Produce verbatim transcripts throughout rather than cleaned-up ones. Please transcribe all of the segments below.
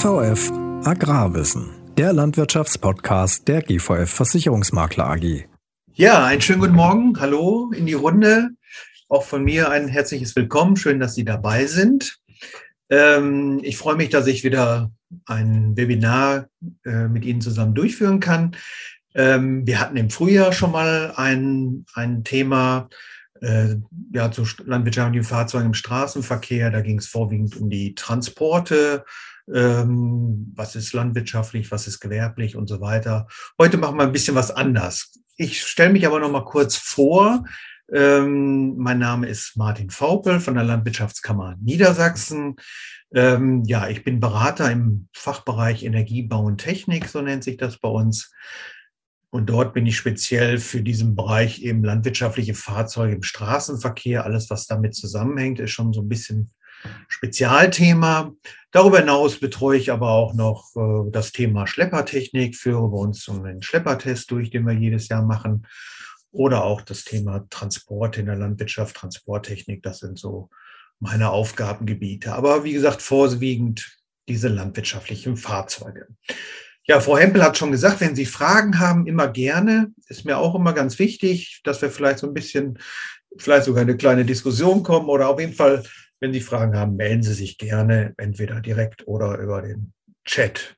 G V F Agrarwissen, der Landwirtschaftspodcast der G V F Versicherungsmakler A G. Ja, einen schönen guten Morgen. Hallo in die Runde. Auch von mir ein herzliches Willkommen. Schön, dass Sie dabei sind. Ähm, ich freue mich, dass ich wieder ein Webinar äh, mit Ihnen zusammen durchführen kann. Ähm, wir hatten im Frühjahr schon mal ein, ein Thema äh, ja, zu landwirtschaftlichen Fahrzeugen im Straßenverkehr. Da ging es vorwiegend um die Transporte. Ähm, was ist landwirtschaftlich, was ist gewerblich und so weiter. Heute machen wir ein bisschen was anders. Ich stelle mich aber noch mal kurz vor. Ähm, mein Name ist Martin Vaupel von der Landwirtschaftskammer Niedersachsen. Ähm, ja, ich bin Berater im Fachbereich Energie, Bau und Technik, so nennt sich das bei uns. Und dort bin ich speziell für diesen Bereich eben landwirtschaftliche Fahrzeuge im Straßenverkehr. Alles, was damit zusammenhängt, ist schon so ein bisschen Spezialthema. Darüber hinaus betreue ich aber auch noch äh, das Thema Schleppertechnik, führe bei uns so einen Schleppertest durch, den wir jedes Jahr machen. Oder auch das Thema Transport in der Landwirtschaft, Transporttechnik. Das sind so meine Aufgabengebiete. Aber wie gesagt, vorwiegend diese landwirtschaftlichen Fahrzeuge. Ja, Frau Hempel hat schon gesagt, wenn Sie Fragen haben, immer gerne. Ist mir auch immer ganz wichtig, dass wir vielleicht so ein bisschen, vielleicht sogar eine kleine Diskussion kommen oder auf jeden Fall, wenn Sie Fragen haben, melden Sie sich gerne, entweder direkt oder über den Chat.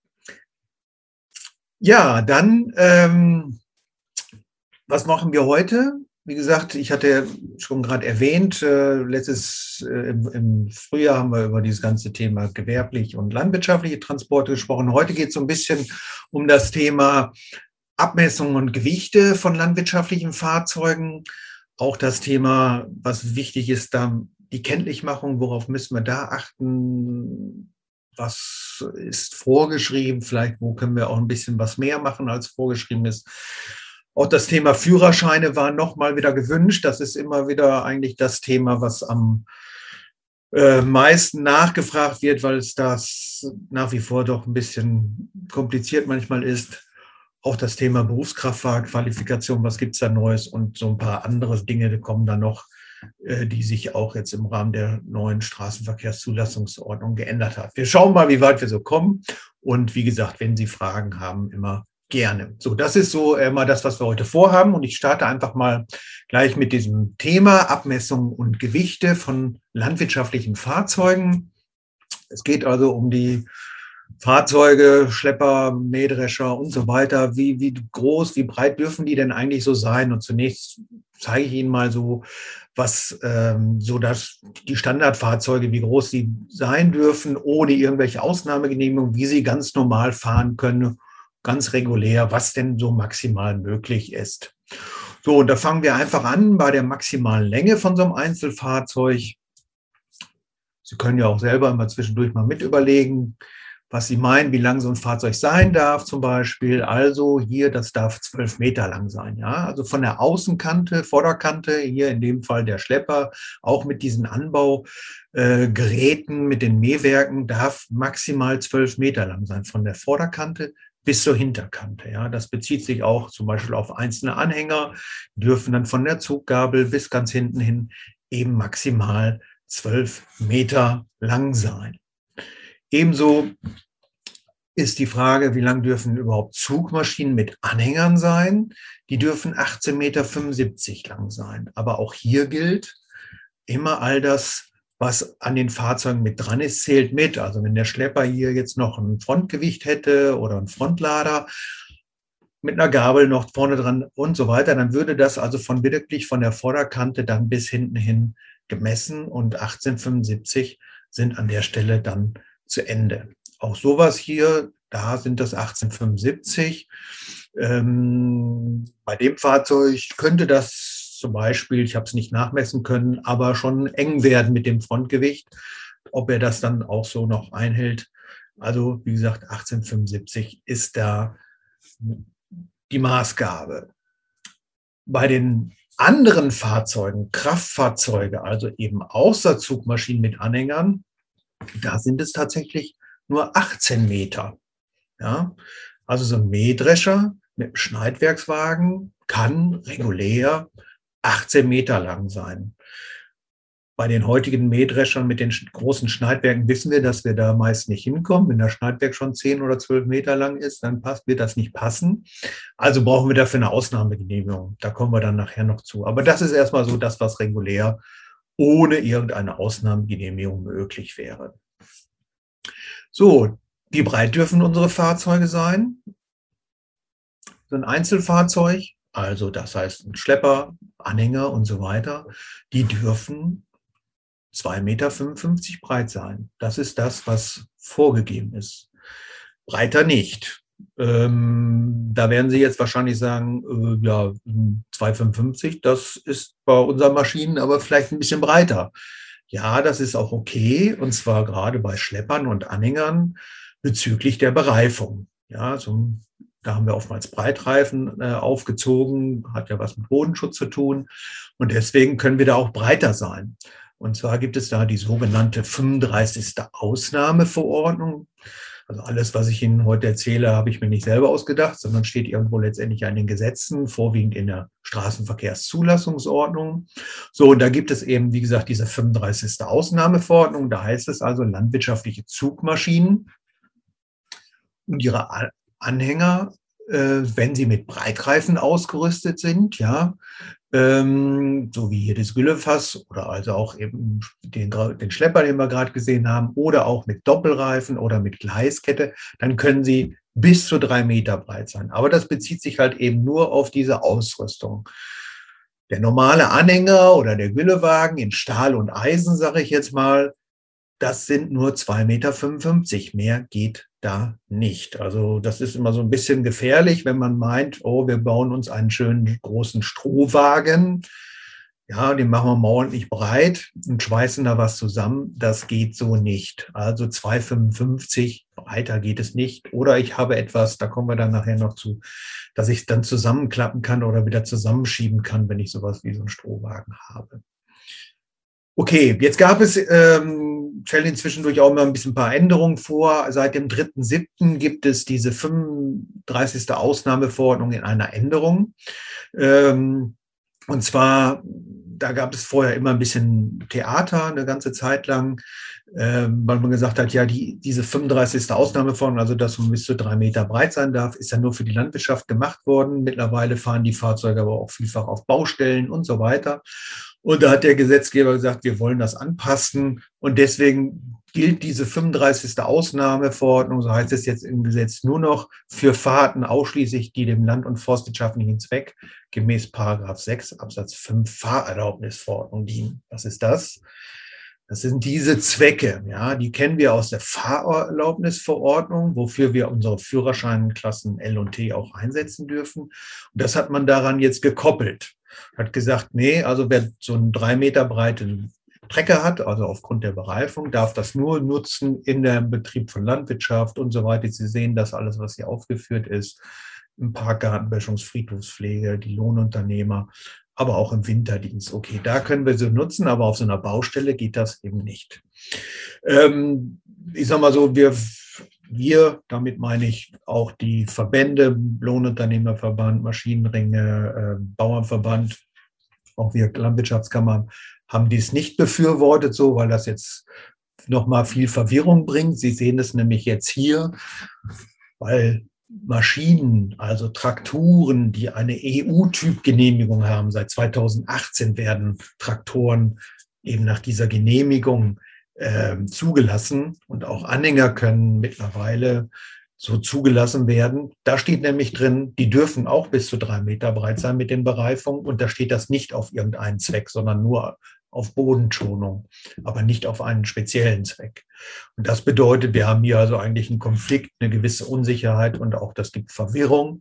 Ja, dann, ähm, was machen wir heute? Wie gesagt, ich hatte schon gerade erwähnt, äh, letztes äh, im, im Frühjahr haben wir über dieses ganze Thema gewerblich und landwirtschaftliche Transporte gesprochen. Heute geht es so ein bisschen um das Thema Abmessungen und Gewichte von landwirtschaftlichen Fahrzeugen. Auch das Thema, was wichtig ist, da die Kenntlichmachung, worauf müssen wir da achten? Was ist vorgeschrieben? Vielleicht, wo können wir auch ein bisschen was mehr machen, als vorgeschrieben ist? Auch das Thema Führerscheine war nochmal wieder gewünscht. Das ist immer wieder eigentlich das Thema, was am äh, meisten nachgefragt wird, weil es das nach wie vor doch ein bisschen kompliziert manchmal ist. Auch das Thema Berufskraftfahrerqualifikation, was gibt es da Neues und so ein paar andere Dinge, die kommen da noch, äh, die sich auch jetzt im Rahmen der neuen Straßenverkehrszulassungsordnung geändert hat. Wir schauen mal, wie weit wir so kommen. Und wie gesagt, wenn Sie Fragen haben, immer gerne. So, das ist so äh, mal das, was wir heute vorhaben. Und ich starte einfach mal gleich mit diesem Thema Abmessung und Gewichte von landwirtschaftlichen Fahrzeugen. Es geht also um die Fahrzeuge, Schlepper, Mähdrescher und so weiter. Wie, wie groß, wie breit dürfen die denn eigentlich so sein? Und zunächst zeige ich Ihnen mal so, was ähm, so dass die Standardfahrzeuge, wie groß sie sein dürfen, ohne irgendwelche Ausnahmegenehmigungen, wie sie ganz normal fahren können, ganz regulär, was denn so maximal möglich ist. So, und da fangen wir einfach an bei der maximalen Länge von so einem Einzelfahrzeug. Sie können ja auch selber immer zwischendurch mal mit überlegen, was Sie meinen, wie lang so ein Fahrzeug sein darf zum Beispiel. Also hier, das darf zwölf Meter lang sein. Ja? Also von der Außenkante, Vorderkante, hier in dem Fall der Schlepper, auch mit diesen Anbaugeräten, äh, mit den Mähwerken, darf maximal zwölf Meter lang sein. Von der Vorderkante bis zur Hinterkante. Ja, das bezieht sich auch zum Beispiel auf einzelne Anhänger, dürfen dann von der Zuggabel bis ganz hinten hin eben maximal zwölf Meter lang sein. Ebenso ist die Frage, wie lang dürfen überhaupt Zugmaschinen mit Anhängern sein? Die dürfen achtzehn Meter fünfundsiebzig lang sein. Aber auch hier gilt, immer all das, was an den Fahrzeugen mit dran ist, zählt mit. Also wenn der Schlepper hier jetzt noch ein Frontgewicht hätte oder einen Frontlader mit einer Gabel noch vorne dran und so weiter, dann würde das also von wirklich von der Vorderkante dann bis hinten hin gemessen und achtzehn fünfundsiebzig sind an der Stelle dann zu Ende. Auch sowas hier, da sind das achtzehn fünfundsiebzig. Ähm, bei dem Fahrzeug könnte das zum Beispiel, ich habe es nicht nachmessen können, aber schon eng werden mit dem Frontgewicht, ob er das dann auch so noch einhält. Also wie gesagt, achtzehn fünfundsiebzig ist da die Maßgabe. Bei den anderen Fahrzeugen, Kraftfahrzeuge, also eben außer Zugmaschinen mit Anhängern, da sind es tatsächlich nur achtzehn Meter. Ja? Also so ein Mähdrescher mit einem Schneidwerkswagen kann regulär achtzehn Meter lang sein. Bei den heutigen Mähdreschern mit den großen Schneidwerken wissen wir, dass wir da meist nicht hinkommen. Wenn das Schneidwerk schon zehn oder zwölf Meter lang ist, dann passt, wird das nicht passen. Also brauchen wir dafür eine Ausnahmegenehmigung. Da kommen wir dann nachher noch zu. Aber das ist erstmal so das, was regulär ohne irgendeine Ausnahmegenehmigung möglich wäre. So, wie breit dürfen unsere Fahrzeuge sein? So ein Einzelfahrzeug, also das heißt ein Schlepper, Anhänger und so weiter, die dürfen zwei Komma fünfundfünfzig Meter breit sein. Das ist das, was vorgegeben ist. Breiter nicht. Ähm, da werden Sie jetzt wahrscheinlich sagen, äh, ja, zwei Komma fünfundfünfzig, das ist bei unseren Maschinen aber vielleicht ein bisschen breiter. Ja, das ist auch okay, und zwar gerade bei Schleppern und Anhängern bezüglich der Bereifung. Ja, so, da haben wir oftmals Breitreifen äh, aufgezogen, hat ja was mit Bodenschutz zu tun, und deswegen können wir da auch breiter sein. Und zwar gibt es da die sogenannte fünfunddreißigste Ausnahmeverordnung. Also alles, was ich Ihnen heute erzähle, habe ich mir nicht selber ausgedacht, sondern steht irgendwo letztendlich in den Gesetzen, vorwiegend in der Straßenverkehrszulassungsordnung. So, und da gibt es eben, wie gesagt, diese fünfunddreißigste Ausnahmeverordnung. Da heißt es also, landwirtschaftliche Zugmaschinen und ihre Anhänger, äh, wenn sie mit Breitreifen ausgerüstet sind, ja, ähm, so wie hier das Güllefass oder also auch eben den, den Schlepper, den wir gerade gesehen haben, oder auch mit Doppelreifen oder mit Gleiskette, dann können sie bis zu drei Meter breit sein. Aber das bezieht sich halt eben nur auf diese Ausrüstung. Der normale Anhänger oder der Güllewagen in Stahl und Eisen, sage ich jetzt mal, das sind nur zwei Komma fünfundfünfzig Meter. Mehr geht da nicht. Also das ist immer so ein bisschen gefährlich, wenn man meint, oh, wir bauen uns einen schönen großen Strohwagen. Ja, den machen wir mal ordentlich breit und schweißen da was zusammen. Das geht so nicht. Also zwei Komma fünfundfünfzig, breiter geht es nicht. Oder ich habe etwas, da kommen wir dann nachher noch zu, dass ich es dann zusammenklappen kann oder wieder zusammenschieben kann, wenn ich sowas wie so einen Strohwagen habe. Okay, jetzt gab es, ähm, stellen zwischendurch auch mal ein bisschen ein paar Änderungen vor. Seit dem dritten siebten gibt es diese fünfunddreißigste Ausnahmeverordnung in einer Änderung. Ähm, und zwar, da gab es vorher immer ein bisschen Theater, eine ganze Zeit lang, ähm, weil man gesagt hat, ja, die, diese fünfunddreißigste Ausnahmeverordnung, also dass man bis zu drei Meter breit sein darf, ist ja nur für die Landwirtschaft gemacht worden. Mittlerweile fahren die Fahrzeuge aber auch vielfach auf Baustellen und so weiter. Und da hat der Gesetzgeber gesagt, wir wollen das anpassen. Und deswegen gilt diese fünfunddreißigste Ausnahmeverordnung, so heißt es jetzt im Gesetz, nur noch für Fahrten ausschließlich, die dem land- und forstwirtschaftlichen Zweck gemäß Paragraph sechs Absatz fünf Fahrerlaubnisverordnung dienen. Was ist das? Das sind diese Zwecke, ja, die kennen wir aus der Fahrerlaubnisverordnung, wofür wir unsere Führerscheinklassen L und T auch einsetzen dürfen. Und das hat man daran jetzt gekoppelt. Hat gesagt, nee, also wer so einen drei Meter breiten Trecker hat, also aufgrund der Bereifung, darf das nur nutzen in dem Betrieb von Landwirtschaft und so weiter. Sie sehen das alles, was hier aufgeführt ist, im Parkgartenböschungs-, Friedhofspflege, die Lohnunternehmer, aber auch im Winterdienst. Okay, da können wir sie nutzen, aber auf so einer Baustelle geht das eben nicht. Ähm, ich sag mal so, wir, wir, damit meine ich auch die Verbände, Lohnunternehmerverband, Maschinenringe, äh, Bauernverband, auch wir Landwirtschaftskammern, haben dies nicht befürwortet, so, weil das jetzt nochmal viel Verwirrung bringt. Sie sehen es nämlich jetzt hier, weil Maschinen, also Traktoren, die eine E U-Typgenehmigung haben, seit zweitausendachtzehn werden Traktoren eben nach dieser Genehmigung äh, zugelassen, und auch Anhänger können mittlerweile so zugelassen werden. Da steht nämlich drin, die dürfen auch bis zu drei Meter breit sein mit den Bereifungen, und da steht das nicht auf irgendeinen Zweck, sondern nur auf Bodenschonung, aber nicht auf einen speziellen Zweck. Und das bedeutet, wir haben hier also eigentlich einen Konflikt, eine gewisse Unsicherheit, und auch das gibt Verwirrung.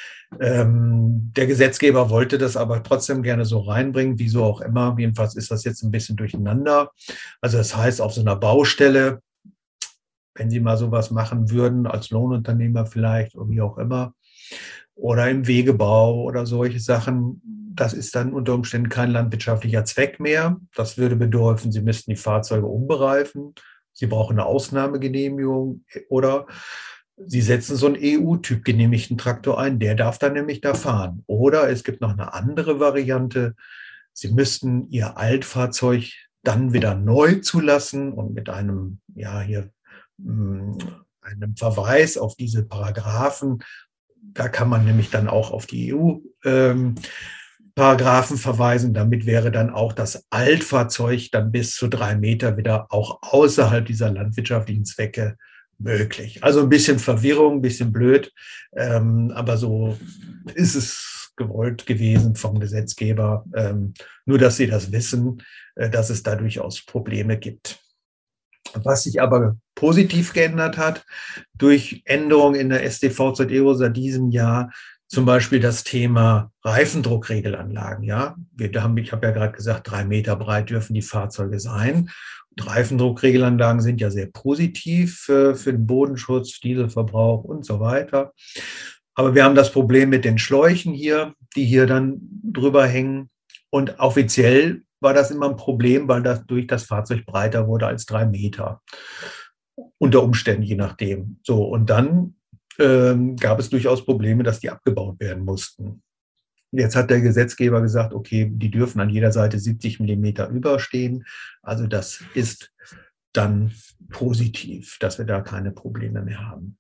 Ähm, der Gesetzgeber wollte das aber trotzdem gerne so reinbringen, wieso auch immer. Jedenfalls ist das jetzt ein bisschen durcheinander. Also das heißt, auf so einer Baustelle, wenn Sie mal sowas machen würden, als Lohnunternehmer vielleicht oder wie auch immer, oder im Wegebau oder solche Sachen, das ist dann unter Umständen kein landwirtschaftlicher Zweck mehr. Das würde bedeuten, Sie müssten die Fahrzeuge umbereifen, Sie brauchen eine Ausnahmegenehmigung oder Sie setzen so einen E U-Typ genehmigten Traktor ein, der darf dann nämlich da fahren. Oder es gibt noch eine andere Variante, Sie müssten Ihr Altfahrzeug dann wieder neu zulassen und mit einem, ja, hier, einem Verweis auf diese Paragraphen. Da kann man nämlich dann auch auf die E U-Paragraphen verweisen. Damit wäre dann auch das Altfahrzeug dann bis zu drei Meter wieder auch außerhalb dieser landwirtschaftlichen Zwecke möglich. Also ein bisschen Verwirrung, ein bisschen blöd, ähm, aber so ist es gewollt gewesen vom Gesetzgeber. Ähm, nur, dass Sie das wissen, äh, dass es da durchaus Probleme gibt. Was sich aber positiv geändert hat durch Änderungen in der S t V Z E O seit diesem Jahr, zum Beispiel das Thema Reifendruckregelanlagen. Ja, wir haben, ich habe ja gerade gesagt, drei Meter breit dürfen die Fahrzeuge sein. Und Reifendruckregelanlagen sind ja sehr positiv für, für den Bodenschutz, Dieselverbrauch und so weiter. Aber wir haben das Problem mit den Schläuchen hier, die hier dann drüber hängen. Und offiziell war das immer ein Problem, weil das durch das Fahrzeug breiter wurde als drei Meter. Unter Umständen, je nachdem. So, und dann ähm, gab es durchaus Probleme, dass die abgebaut werden mussten. Jetzt hat der Gesetzgeber gesagt, okay, die dürfen an jeder Seite siebzig Millimeter überstehen. Also das ist dann positiv, dass wir da keine Probleme mehr haben.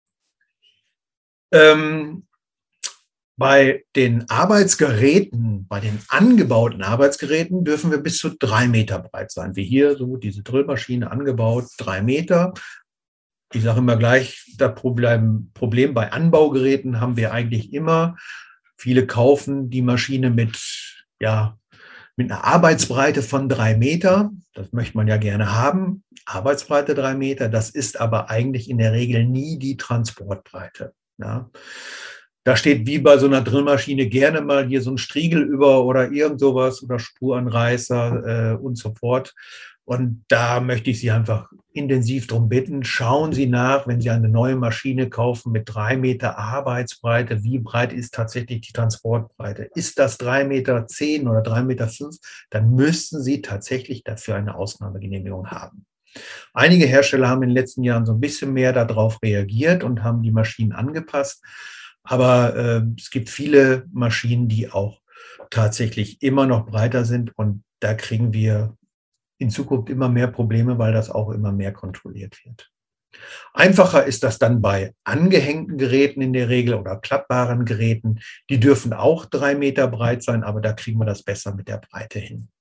Ähm, Bei den Arbeitsgeräten, bei den angebauten Arbeitsgeräten dürfen wir bis zu drei Meter breit sein. Wie hier, so diese Drillmaschine angebaut, drei Meter. Ich sage immer gleich, das Problem, Problem bei Anbaugeräten haben wir eigentlich immer. Viele kaufen die Maschine mit, ja, mit einer Arbeitsbreite von drei Meter. Das möchte man ja gerne haben. Arbeitsbreite drei Meter. Das ist aber eigentlich in der Regel nie die Transportbreite. Ja. Da steht wie bei so einer Drillmaschine gerne mal hier so ein Striegel über oder irgend sowas oder Spuranreißer äh, und so fort. Und da möchte ich Sie einfach intensiv darum bitten, schauen Sie nach, wenn Sie eine neue Maschine kaufen mit drei Meter Arbeitsbreite, wie breit ist tatsächlich die Transportbreite? Ist das drei Meter zehn oder drei Meter fünf? Dann müssten Sie tatsächlich dafür eine Ausnahmegenehmigung haben. Einige Hersteller haben in den letzten Jahren so ein bisschen mehr darauf reagiert und haben die Maschinen angepasst. Aber äh, es gibt viele Maschinen, die auch tatsächlich immer noch breiter sind. Und da kriegen wir in Zukunft immer mehr Probleme, weil das auch immer mehr kontrolliert wird. Einfacher ist das dann bei angehängten Geräten in der Regel oder klappbaren Geräten. Die dürfen auch drei Meter breit sein, aber da kriegen wir das besser mit der Breite hin.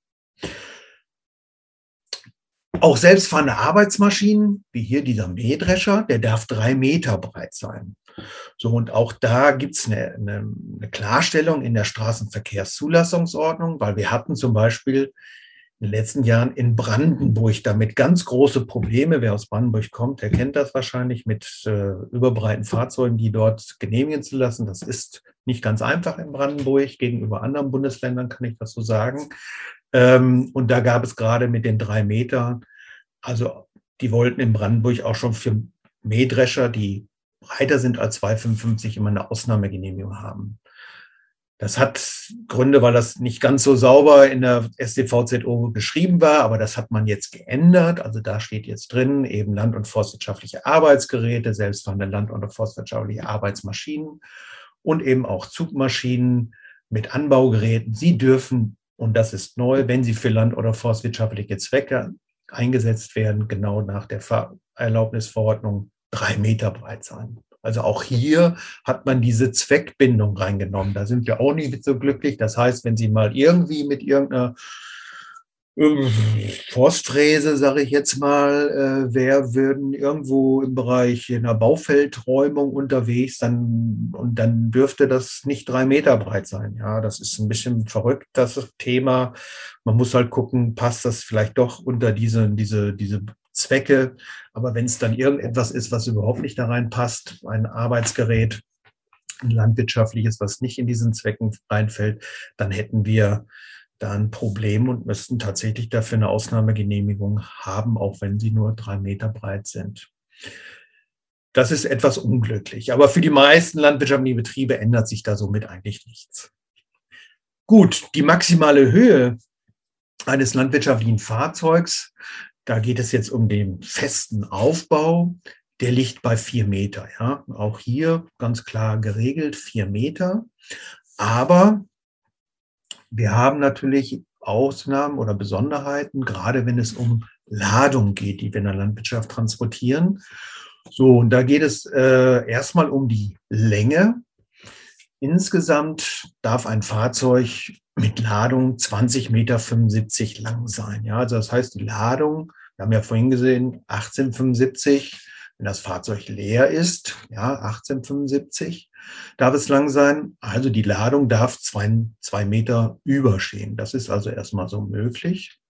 Auch selbstfahrende Arbeitsmaschinen, wie hier dieser Mähdrescher, der darf drei Meter breit sein. So, und auch da gibt es eine, eine, eine Klarstellung in der Straßenverkehrszulassungsordnung, weil wir hatten zum Beispiel in den letzten Jahren in Brandenburg damit ganz große Probleme. Wer aus Brandenburg kommt, der kennt das wahrscheinlich mit äh, überbreiten Fahrzeugen, die dort genehmigen zu lassen. Das ist nicht ganz einfach in Brandenburg. Gegenüber anderen Bundesländern kann ich das so sagen. Ähm, und da gab es gerade mit den drei Metern, also die wollten in Brandenburg auch schon für Mähdrescher, die breiter sind als zwei Meter fünfundfünfzig, immer eine Ausnahmegenehmigung haben. Das hat Gründe, weil das nicht ganz so sauber in der S t V Z O geschrieben war, aber das hat man jetzt geändert. Also da steht jetzt drin, eben land- und forstwirtschaftliche Arbeitsgeräte, selbstfahrende land- und forstwirtschaftliche Arbeitsmaschinen und eben auch Zugmaschinen mit Anbaugeräten. Sie dürfen, und das ist neu, wenn sie für land- oder forstwirtschaftliche Zwecke eingesetzt werden, genau nach der Fahrerlaubnisverordnung drei Meter breit sein. Also auch hier hat man diese Zweckbindung reingenommen. Da sind wir auch nicht so glücklich. Das heißt, wenn Sie mal irgendwie mit irgendeiner Forstfräse, sage ich jetzt mal, äh, wer würden irgendwo im Bereich einer Baufeldräumung unterwegs, dann und dann dürfte das nicht drei Meter breit sein. Ja, das ist ein bisschen verrückt, das Thema. Man muss halt gucken, passt das vielleicht doch unter diese, diese, diese Zwecke. Aber wenn es dann irgendetwas ist, was überhaupt nicht da reinpasst, ein Arbeitsgerät, ein landwirtschaftliches, was nicht in diesen Zwecken reinfällt, dann hätten wir da ein Problem und müssten tatsächlich dafür eine Ausnahmegenehmigung haben, auch wenn sie nur drei Meter breit sind. Das ist etwas unglücklich, aber für die meisten landwirtschaftlichen Betriebe ändert sich da somit eigentlich nichts. Gut, die maximale Höhe eines landwirtschaftlichen Fahrzeugs, da geht es jetzt um den festen Aufbau, der liegt bei vier Meter. Ja? Auch hier ganz klar geregelt, vier Meter. Aber wir haben natürlich Ausnahmen oder Besonderheiten, gerade wenn es um Ladung geht, die wir in der Landwirtschaft transportieren. So, und da geht es äh, erstmal um die Länge. Insgesamt darf ein Fahrzeug mit Ladung zwanzig Meter fünfundsiebzig lang sein. Ja, also das heißt, die Ladung, wir haben ja vorhin gesehen, achtzehn fünfundsiebzig, wenn das Fahrzeug leer ist, ja, achtzehn fünfundsiebzig darf es lang sein. Also die Ladung darf zwei, zwei Meter überstehen. Das ist also erstmal so möglich.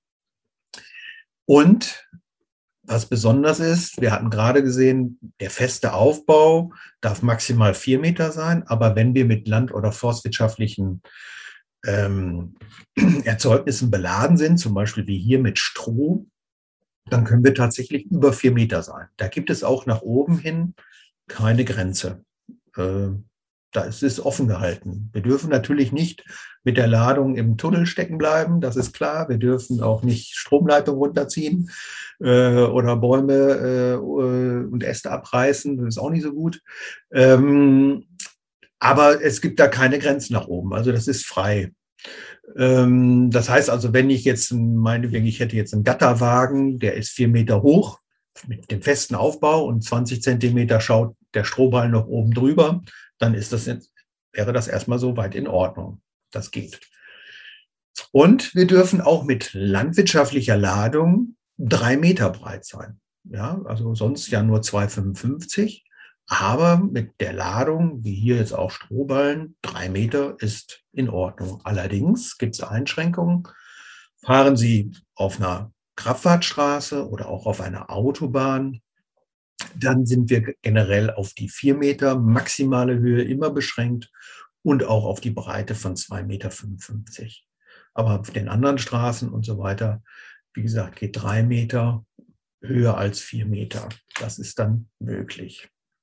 Und was besonders ist, wir hatten gerade gesehen, der feste Aufbau darf maximal vier Meter sein, aber wenn wir mit land- oder forstwirtschaftlichen ähm, Erzeugnissen beladen sind, zum Beispiel wie hier mit Stroh, dann können wir tatsächlich über vier Meter sein. Da gibt es auch nach oben hin keine Grenze. Äh, da ist es offen gehalten. Wir dürfen natürlich nicht mit der Ladung im Tunnel stecken bleiben, das ist klar. Wir dürfen auch nicht Stromleitungen runterziehen äh, oder Bäume äh, und Äste abreißen, das ist auch nicht so gut. Ähm, aber es gibt da keine Grenzen nach oben, also das ist frei. Ähm, das heißt also, wenn ich jetzt, meinetwegen, ich hätte jetzt einen Gatterwagen, der ist vier Meter hoch, mit dem festen Aufbau und zwanzig Zentimeter schaut der Strohballen noch oben drüber, dann ist das jetzt, wäre das erstmal so weit in Ordnung. Das geht. Und wir dürfen auch mit landwirtschaftlicher Ladung drei Meter breit sein. Ja, also sonst ja nur zwei Meter fünfundfünfzig. Aber mit der Ladung, wie hier jetzt auch Strohballen, drei Meter ist in Ordnung. Allerdings gibt es Einschränkungen. Fahren Sie auf einer Kraftfahrtstraße oder auch auf einer Autobahn, dann sind wir generell auf die vier Meter maximale Höhe immer beschränkt und auch auf die Breite von zwei Meter fünfundfünfzig. Aber auf den anderen Straßen und so weiter, wie gesagt, geht drei Meter höher als vier Meter. Das ist dann möglich.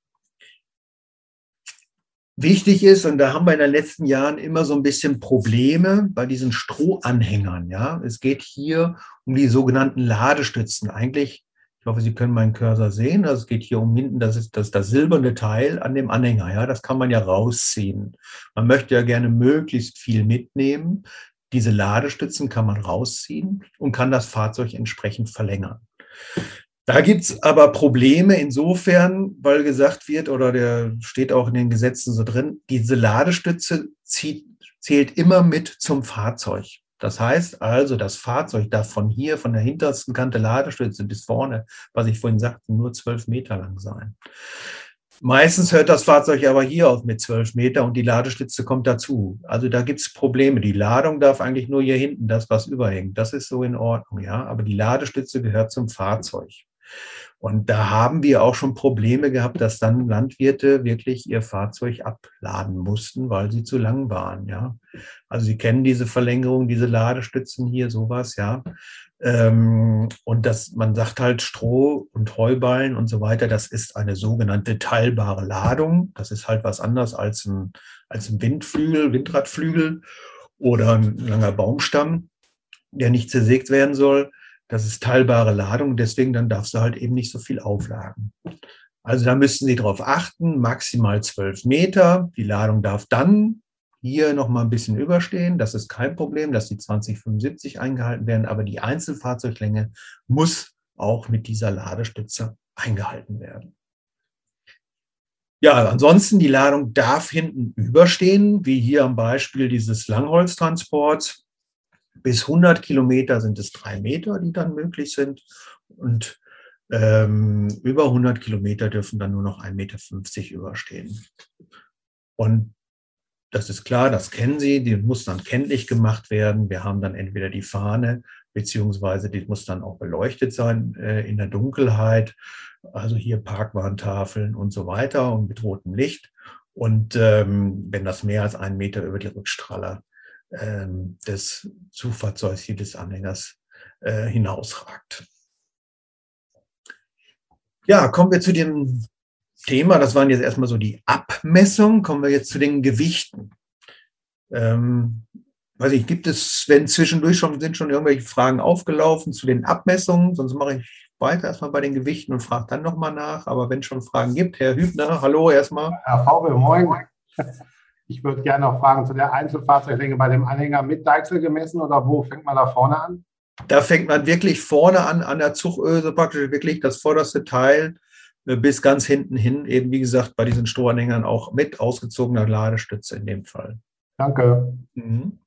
Wichtig ist, und da haben wir in den letzten Jahren immer so ein bisschen Probleme bei diesen Strohanhängern. Ja, es geht hier um die sogenannten Ladestützen. Eigentlich, ich hoffe, Sie können meinen Cursor sehen. Also es geht hier um hinten, das ist das, das silberne Teil an dem Anhänger. Ja, das kann man ja rausziehen. Man möchte ja gerne möglichst viel mitnehmen. Diese Ladestützen kann man rausziehen und kann das Fahrzeug entsprechend verlängern. Da gibt es aber Probleme insofern, weil gesagt wird, oder der steht auch in den Gesetzen so drin, diese Ladestütze zieht, zählt immer mit zum Fahrzeug. Das heißt also, das Fahrzeug darf von hier, von der hintersten Kante Ladestütze bis vorne, was ich vorhin sagte, nur zwölf Meter lang sein. Meistens hört das Fahrzeug aber hier auf mit zwölf Meter und die Ladestütze kommt dazu. Also da gibt es Probleme. Die Ladung darf eigentlich nur hier hinten, das was überhängt. Das ist so in Ordnung, ja. Aber die Ladestütze gehört zum Fahrzeug. Und da haben wir auch schon Probleme gehabt, dass dann Landwirte wirklich ihr Fahrzeug abladen mussten, weil sie zu lang waren, ja. Also Sie kennen diese Verlängerung, diese Ladestützen hier, sowas, ja. Ähm, und das, man sagt halt Stroh und Heuballen und so weiter, das ist eine sogenannte teilbare Ladung. Das ist halt was anderes als ein, als ein Windflügel, Windradflügel oder ein langer Baumstamm, der nicht zersägt werden soll. Das ist teilbare Ladung, deswegen dann darfst du halt eben nicht so viel aufladen. Also da müssten Sie darauf achten, maximal zwölf Meter. Die Ladung darf dann hier nochmal ein bisschen überstehen. Das ist kein Problem, dass die zwanzig fünfundsiebzig eingehalten werden, aber die Einzelfahrzeuglänge muss auch mit dieser Ladestütze eingehalten werden. Ja, ansonsten die Ladung darf hinten überstehen, wie hier am Beispiel dieses Langholztransports. Bis hundert Kilometer sind es drei Meter, die dann möglich sind. Und ähm, über hundert Kilometer dürfen dann nur noch ein Meter fünfzig überstehen. Und das ist klar, das kennen Sie, die muss dann kenntlich gemacht werden. Wir haben dann entweder die Fahne, beziehungsweise die muss dann auch beleuchtet sein äh, in der Dunkelheit. Also hier Parkwarntafeln und so weiter und mit rotem Licht. Und ähm, wenn das mehr als einen Meter über die Rückstrahler des Zufahrzeugs hier des Anhängers äh, hinausragt. Ja, kommen wir zu dem Thema, das waren jetzt erstmal so die Abmessungen, kommen wir jetzt zu den Gewichten. Ähm, weiß ich, gibt es, wenn zwischendurch schon sind schon irgendwelche Fragen aufgelaufen zu den Abmessungen, sonst mache ich weiter erstmal bei den Gewichten und frage dann nochmal nach, aber wenn es schon Fragen gibt, Herr Hübner, hallo erstmal. Herr Faube, moin. Ich würde gerne noch fragen zu der Einzelfahrzeuglänge bei dem Anhänger mit Deichsel gemessen oder wo fängt man da vorne an? Da fängt man wirklich vorne an, an der Zugöse praktisch wirklich das vorderste Teil äh, bis ganz hinten hin, eben wie gesagt bei diesen Strohanhängern auch mit ausgezogener Ladestütze in dem Fall. Danke. Mhm.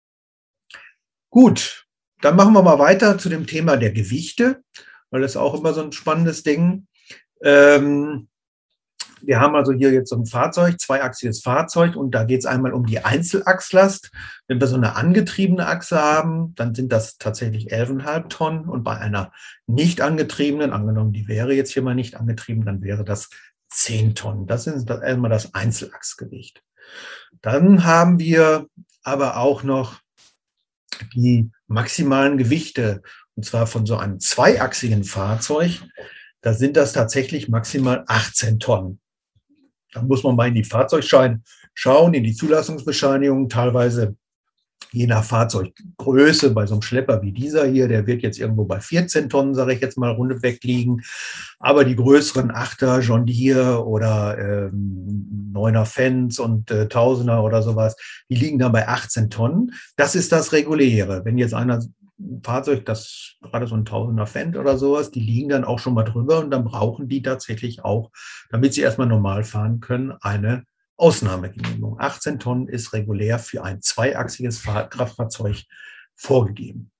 Gut, dann machen wir mal weiter zu dem Thema der Gewichte, weil das ist auch immer so ein spannendes Ding. Ähm, wir haben also hier jetzt so ein Fahrzeug, zweiachsiges Fahrzeug, und da geht es einmal um die Einzelachslast. Wenn wir so eine angetriebene Achse haben, dann sind das tatsächlich elf Komma fünf Tonnen, und bei einer nicht angetriebenen, angenommen die wäre jetzt hier mal nicht angetrieben, dann wäre das zehn Tonnen. Das ist erstmal das Einzelachsgewicht. Dann haben wir aber auch noch die maximalen Gewichte, und zwar von so einem zweiachsigen Fahrzeug, da sind das tatsächlich maximal achtzehn Tonnen. Da muss man mal in die Fahrzeugschein schauen, in die Zulassungsbescheinigung, teilweise je nach Fahrzeuggröße, bei so einem Schlepper wie dieser hier, der wird jetzt irgendwo bei vierzehn Tonnen, sage ich jetzt mal, rundweg liegen. Aber die größeren Achter, John Deere oder ähm, Neuner Fendt und äh, Tausender oder sowas, die liegen dann bei achtzehn Tonnen. Das ist das Reguläre. Wenn jetzt einer ein Fahrzeug, das gerade so ein Tausender Fendt oder sowas, die liegen dann auch schon mal drüber, und dann brauchen die tatsächlich auch, damit sie erstmal normal fahren können, eine Ausnahmegenehmigung. achtzehn Tonnen ist regulär für ein zweiachsiges Kraftfahrzeug vorgegeben.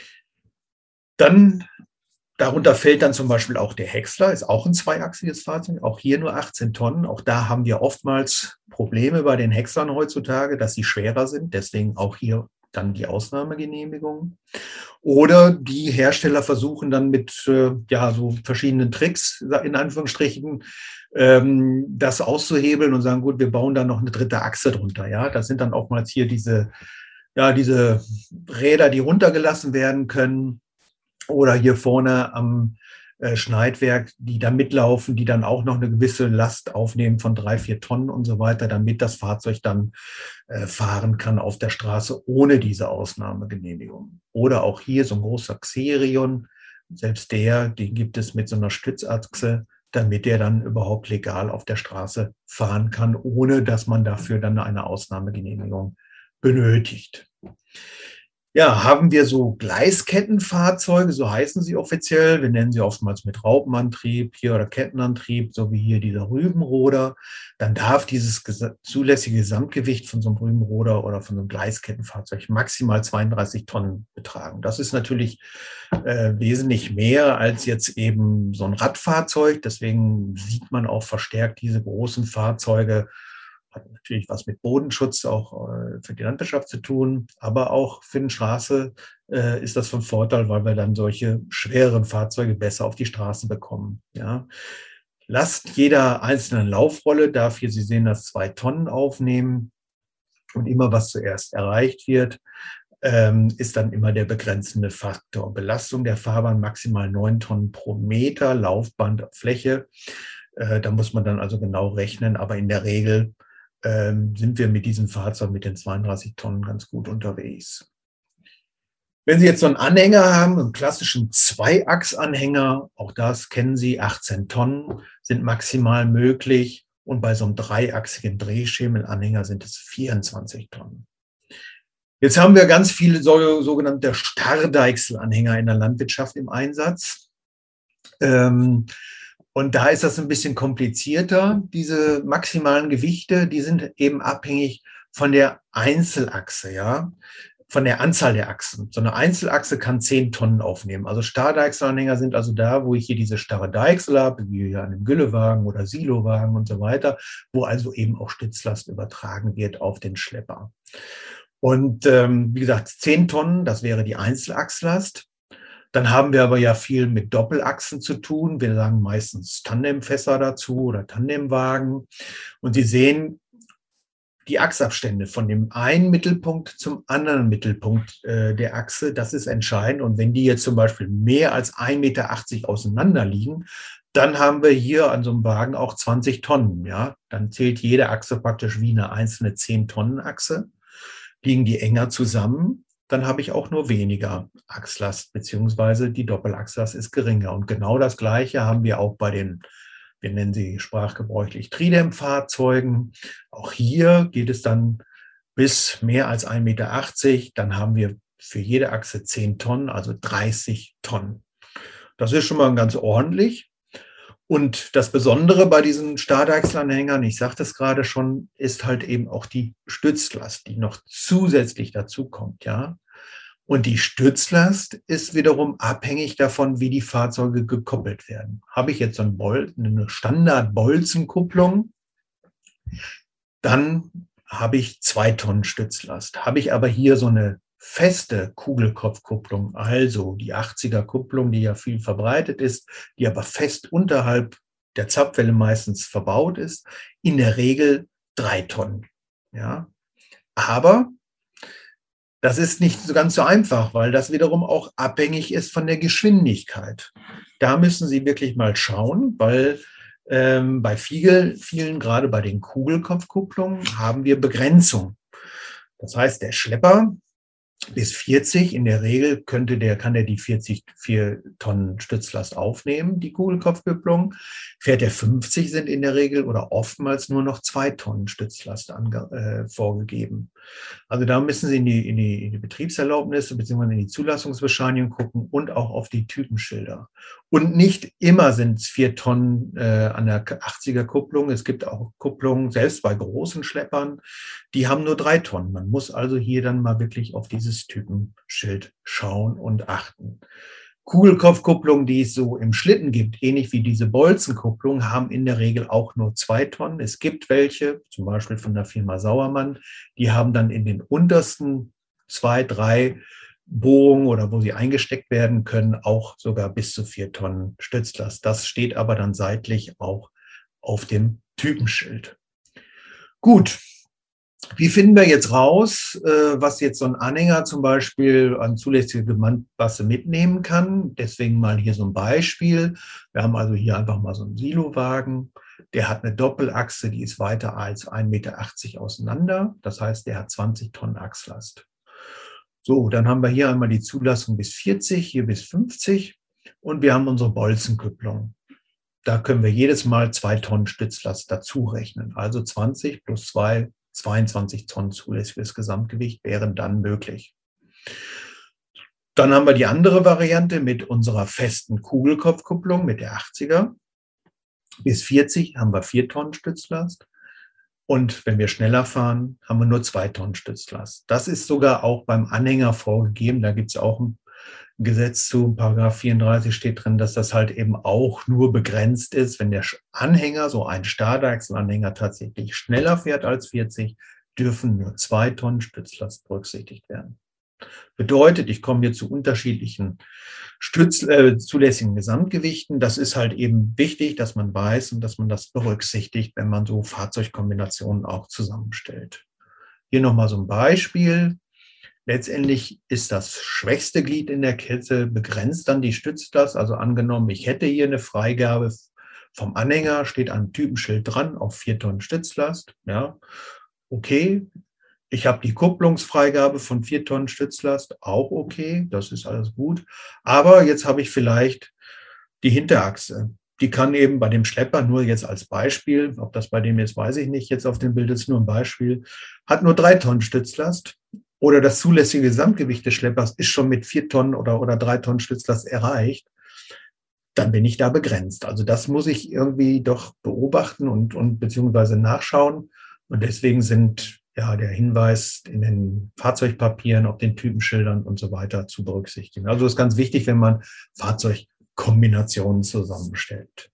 Dann, darunter fällt dann zum Beispiel auch der Häcksler, ist auch ein zweiachsiges Fahrzeug, auch hier nur achtzehn Tonnen. Auch da haben wir oftmals Probleme bei den Häckslern heutzutage, dass sie schwerer sind, deswegen auch hier dann die Ausnahmegenehmigung. Oder die Hersteller versuchen dann mit äh, ja, so verschiedenen Tricks, in Anführungsstrichen, ähm, das auszuhebeln und sagen, gut, wir bauen da noch eine dritte Achse drunter. Ja, das sind dann oftmals hier diese, ja, diese Räder, die runtergelassen werden können. Oder hier vorne am äh, Schneidwerk, die da mitlaufen, die dann auch noch eine gewisse Last aufnehmen von drei, vier Tonnen und so weiter, damit das Fahrzeug dann äh, fahren kann auf der Straße ohne diese Ausnahmegenehmigung. Oder auch hier so ein großer Xerion, selbst der, den gibt es mit so einer Stützachse, damit der dann überhaupt legal auf der Straße fahren kann, ohne dass man dafür dann eine Ausnahmegenehmigung benötigt. Ja, haben wir so Gleiskettenfahrzeuge, so heißen sie offiziell. Wir nennen sie oftmals mit Raupenantrieb hier oder Kettenantrieb, so wie hier dieser Rübenroder. Dann darf dieses zulässige Gesamtgewicht von so einem Rübenroder oder von so einem Gleiskettenfahrzeug maximal zweiunddreißig Tonnen betragen. Das ist natürlich äh, wesentlich mehr als jetzt eben so ein Radfahrzeug. Deswegen sieht man auch verstärkt diese großen Fahrzeuge. Hat natürlich was mit Bodenschutz auch äh, für die Landwirtschaft zu tun, aber auch für die Straße äh, ist das von Vorteil, weil wir dann solche schwereren Fahrzeuge besser auf die Straße bekommen. Ja. Last jeder einzelnen Laufrolle darf hier, Sie sehen das, zwei Tonnen aufnehmen, und immer was zuerst erreicht wird, ähm, ist dann immer der begrenzende Faktor. Belastung der Fahrbahn maximal neun Tonnen pro Meter Laufbandfläche. Äh, da muss man dann also genau rechnen, aber in der Regel sind wir mit diesem Fahrzeug mit den zweiunddreißig Tonnen ganz gut unterwegs. Wenn Sie jetzt so einen Anhänger haben, einen klassischen Zweiachsanhänger, auch das kennen Sie, achtzehn Tonnen sind maximal möglich, und bei so einem dreiachsigen Drehschemelanhänger sind es vierundzwanzig Tonnen. Jetzt haben wir ganz viele so, sogenannte Starrdeichselanhänger in der Landwirtschaft im Einsatz. Ähm, Und da ist das ein bisschen komplizierter. Diese maximalen Gewichte, die sind eben abhängig von der Einzelachse, ja, von der Anzahl der Achsen. So eine Einzelachse kann zehn Tonnen aufnehmen. Also Starrdeichselanhänger sind also da, wo ich hier diese starre Deichsel habe, wie hier an einem Güllewagen oder Silowagen und so weiter, wo also eben auch Stützlast übertragen wird auf den Schlepper. Und ähm, wie gesagt, zehn Tonnen, das wäre die Einzelachslast. Dann haben wir aber ja viel mit Doppelachsen zu tun. Wir sagen meistens Tandemfässer dazu oder Tandemwagen. Und Sie sehen die Achsabstände von dem einen Mittelpunkt zum anderen Mittelpunkt äh, der Achse. Das ist entscheidend. Und wenn die jetzt zum Beispiel mehr als ein Meter achtzig auseinander liegen, dann haben wir hier an so einem Wagen auch zwanzig Tonnen. Ja? Dann zählt jede Achse praktisch wie eine einzelne zehn Tonnen Achse. Liegen die enger zusammen, dann habe ich auch nur weniger Achslast, beziehungsweise die Doppelachslast ist geringer. Und genau das Gleiche haben wir auch bei den, Wir nennen sie sprachgebräuchlich Tridem-Fahrzeugen. Auch hier geht es dann bis mehr als ein Meter achtzig. Dann haben wir für jede Achse zehn Tonnen, also dreißig Tonnen. Das ist schon mal ganz ordentlich. Und das Besondere bei diesen Stardeichselanhängern, ich sagte es gerade schon, ist halt eben auch die Stützlast, die noch zusätzlich dazu kommt, ja. Und die Stützlast ist wiederum abhängig davon, wie die Fahrzeuge gekoppelt werden. Habe ich jetzt so ein Bol- eine Standard-Bolzenkupplung, dann habe ich zwei Tonnen Stützlast. Habe ich aber hier so eine feste Kugelkopfkupplung, also die achtziger Kupplung, die ja viel verbreitet ist, die aber fest unterhalb der Zapfwelle meistens verbaut ist, in der Regel drei Tonnen. Ja, aber das ist nicht so ganz so einfach, weil das wiederum auch abhängig ist von der Geschwindigkeit. Da müssen Sie wirklich mal schauen, weil ähm, bei vielen, vielen, gerade bei den Kugelkopfkupplungen, haben wir Begrenzung. Das heißt, der Schlepper bis vierzig, in der Regel könnte der, kann der die vierzig vier Tonnen Stützlast aufnehmen, die Kugelkopfkupplung. Fährt der fünfzig, sind in der Regel oder oftmals nur noch zwei Tonnen Stützlast ange, äh, vorgegeben. Also da müssen Sie in die, in die, in die Betriebserlaubnisse bzw. in die Zulassungsbescheinigung gucken und auch auf die Typenschilder. Und nicht immer sind es vier Tonnen äh, an der achtziger Kupplung. Es gibt auch Kupplungen, selbst bei großen Schleppern, die haben nur drei Tonnen. Man muss also hier dann mal wirklich auf dieses Typenschild schauen und achten. Kugelkopfkupplungen, die es so im Schlitten gibt, ähnlich wie diese Bolzenkupplung, haben in der Regel auch nur zwei Tonnen. Es gibt welche, zum Beispiel von der Firma Sauermann, die haben dann in den untersten zwei, drei Bohrungen oder wo sie eingesteckt werden können, auch sogar bis zu vier Tonnen Stützlast. Das steht aber dann seitlich auch auf dem Typenschild. Gut. Wie finden wir jetzt raus, was jetzt so ein Anhänger zum Beispiel an zulässige Gewandmasse mitnehmen kann? Deswegen mal hier so ein Beispiel. Wir haben also hier einfach mal so einen Silowagen. Der hat eine Doppelachse, die ist weiter als ein Meter achtzig auseinander. Das heißt, der hat zwanzig Tonnen Achslast. So, dann haben wir hier einmal die Zulassung bis vierzig, hier bis fünfzig. Und wir haben unsere Bolzenkupplung. Da können wir jedes Mal zwei Tonnen Stützlast dazu rechnen. Also zwanzig plus zwei, zweiundzwanzig Tonnen zulässiges Gesamtgewicht wären dann möglich. Dann haben wir die andere Variante mit unserer festen Kugelkopfkupplung mit der achtziger. Bis vierzig haben wir vier Tonnen Stützlast. Und wenn wir schneller fahren, haben wir nur zwei Tonnen Stützlast. Das ist sogar auch beim Anhänger vorgegeben. Da gibt es auch ein Gesetz zu, Paragraph vierunddreißig steht drin, dass das halt eben auch nur begrenzt ist, wenn der Anhänger, so ein Stardeichselanhänger, tatsächlich schneller fährt als vierzig, dürfen nur zwei Tonnen Stützlast berücksichtigt werden. Bedeutet, ich komme hier zu unterschiedlichen Stütz, äh, zulässigen Gesamtgewichten. Das ist halt eben wichtig, dass man weiß und dass man das berücksichtigt, wenn man so Fahrzeugkombinationen auch zusammenstellt. Hier nochmal so ein Beispiel. Letztendlich ist das schwächste Glied in der Kette, begrenzt dann die Stützlast. Also angenommen, ich hätte hier eine Freigabe vom Anhänger, steht ein Typenschild dran auf vier Tonnen Stützlast. Ja, okay. Ich habe die Kupplungsfreigabe von vier Tonnen Stützlast, auch okay, das ist alles gut. Aber jetzt habe ich vielleicht die Hinterachse. Die kann eben bei dem Schlepper nur jetzt als Beispiel, ob das bei dem jetzt weiß ich nicht, jetzt auf dem Bild ist nur ein Beispiel, hat nur drei Tonnen Stützlast. Oder das zulässige Gesamtgewicht des Schleppers ist schon mit vier Tonnen oder, oder drei Tonnen Stützlast erreicht, dann bin ich da begrenzt. Also das muss ich irgendwie doch beobachten und, und beziehungsweise nachschauen. Und deswegen sind ja der Hinweis in den Fahrzeugpapieren, auf den Typenschildern und so weiter zu berücksichtigen. Also ist ganz wichtig, wenn man Fahrzeugkombinationen zusammenstellt.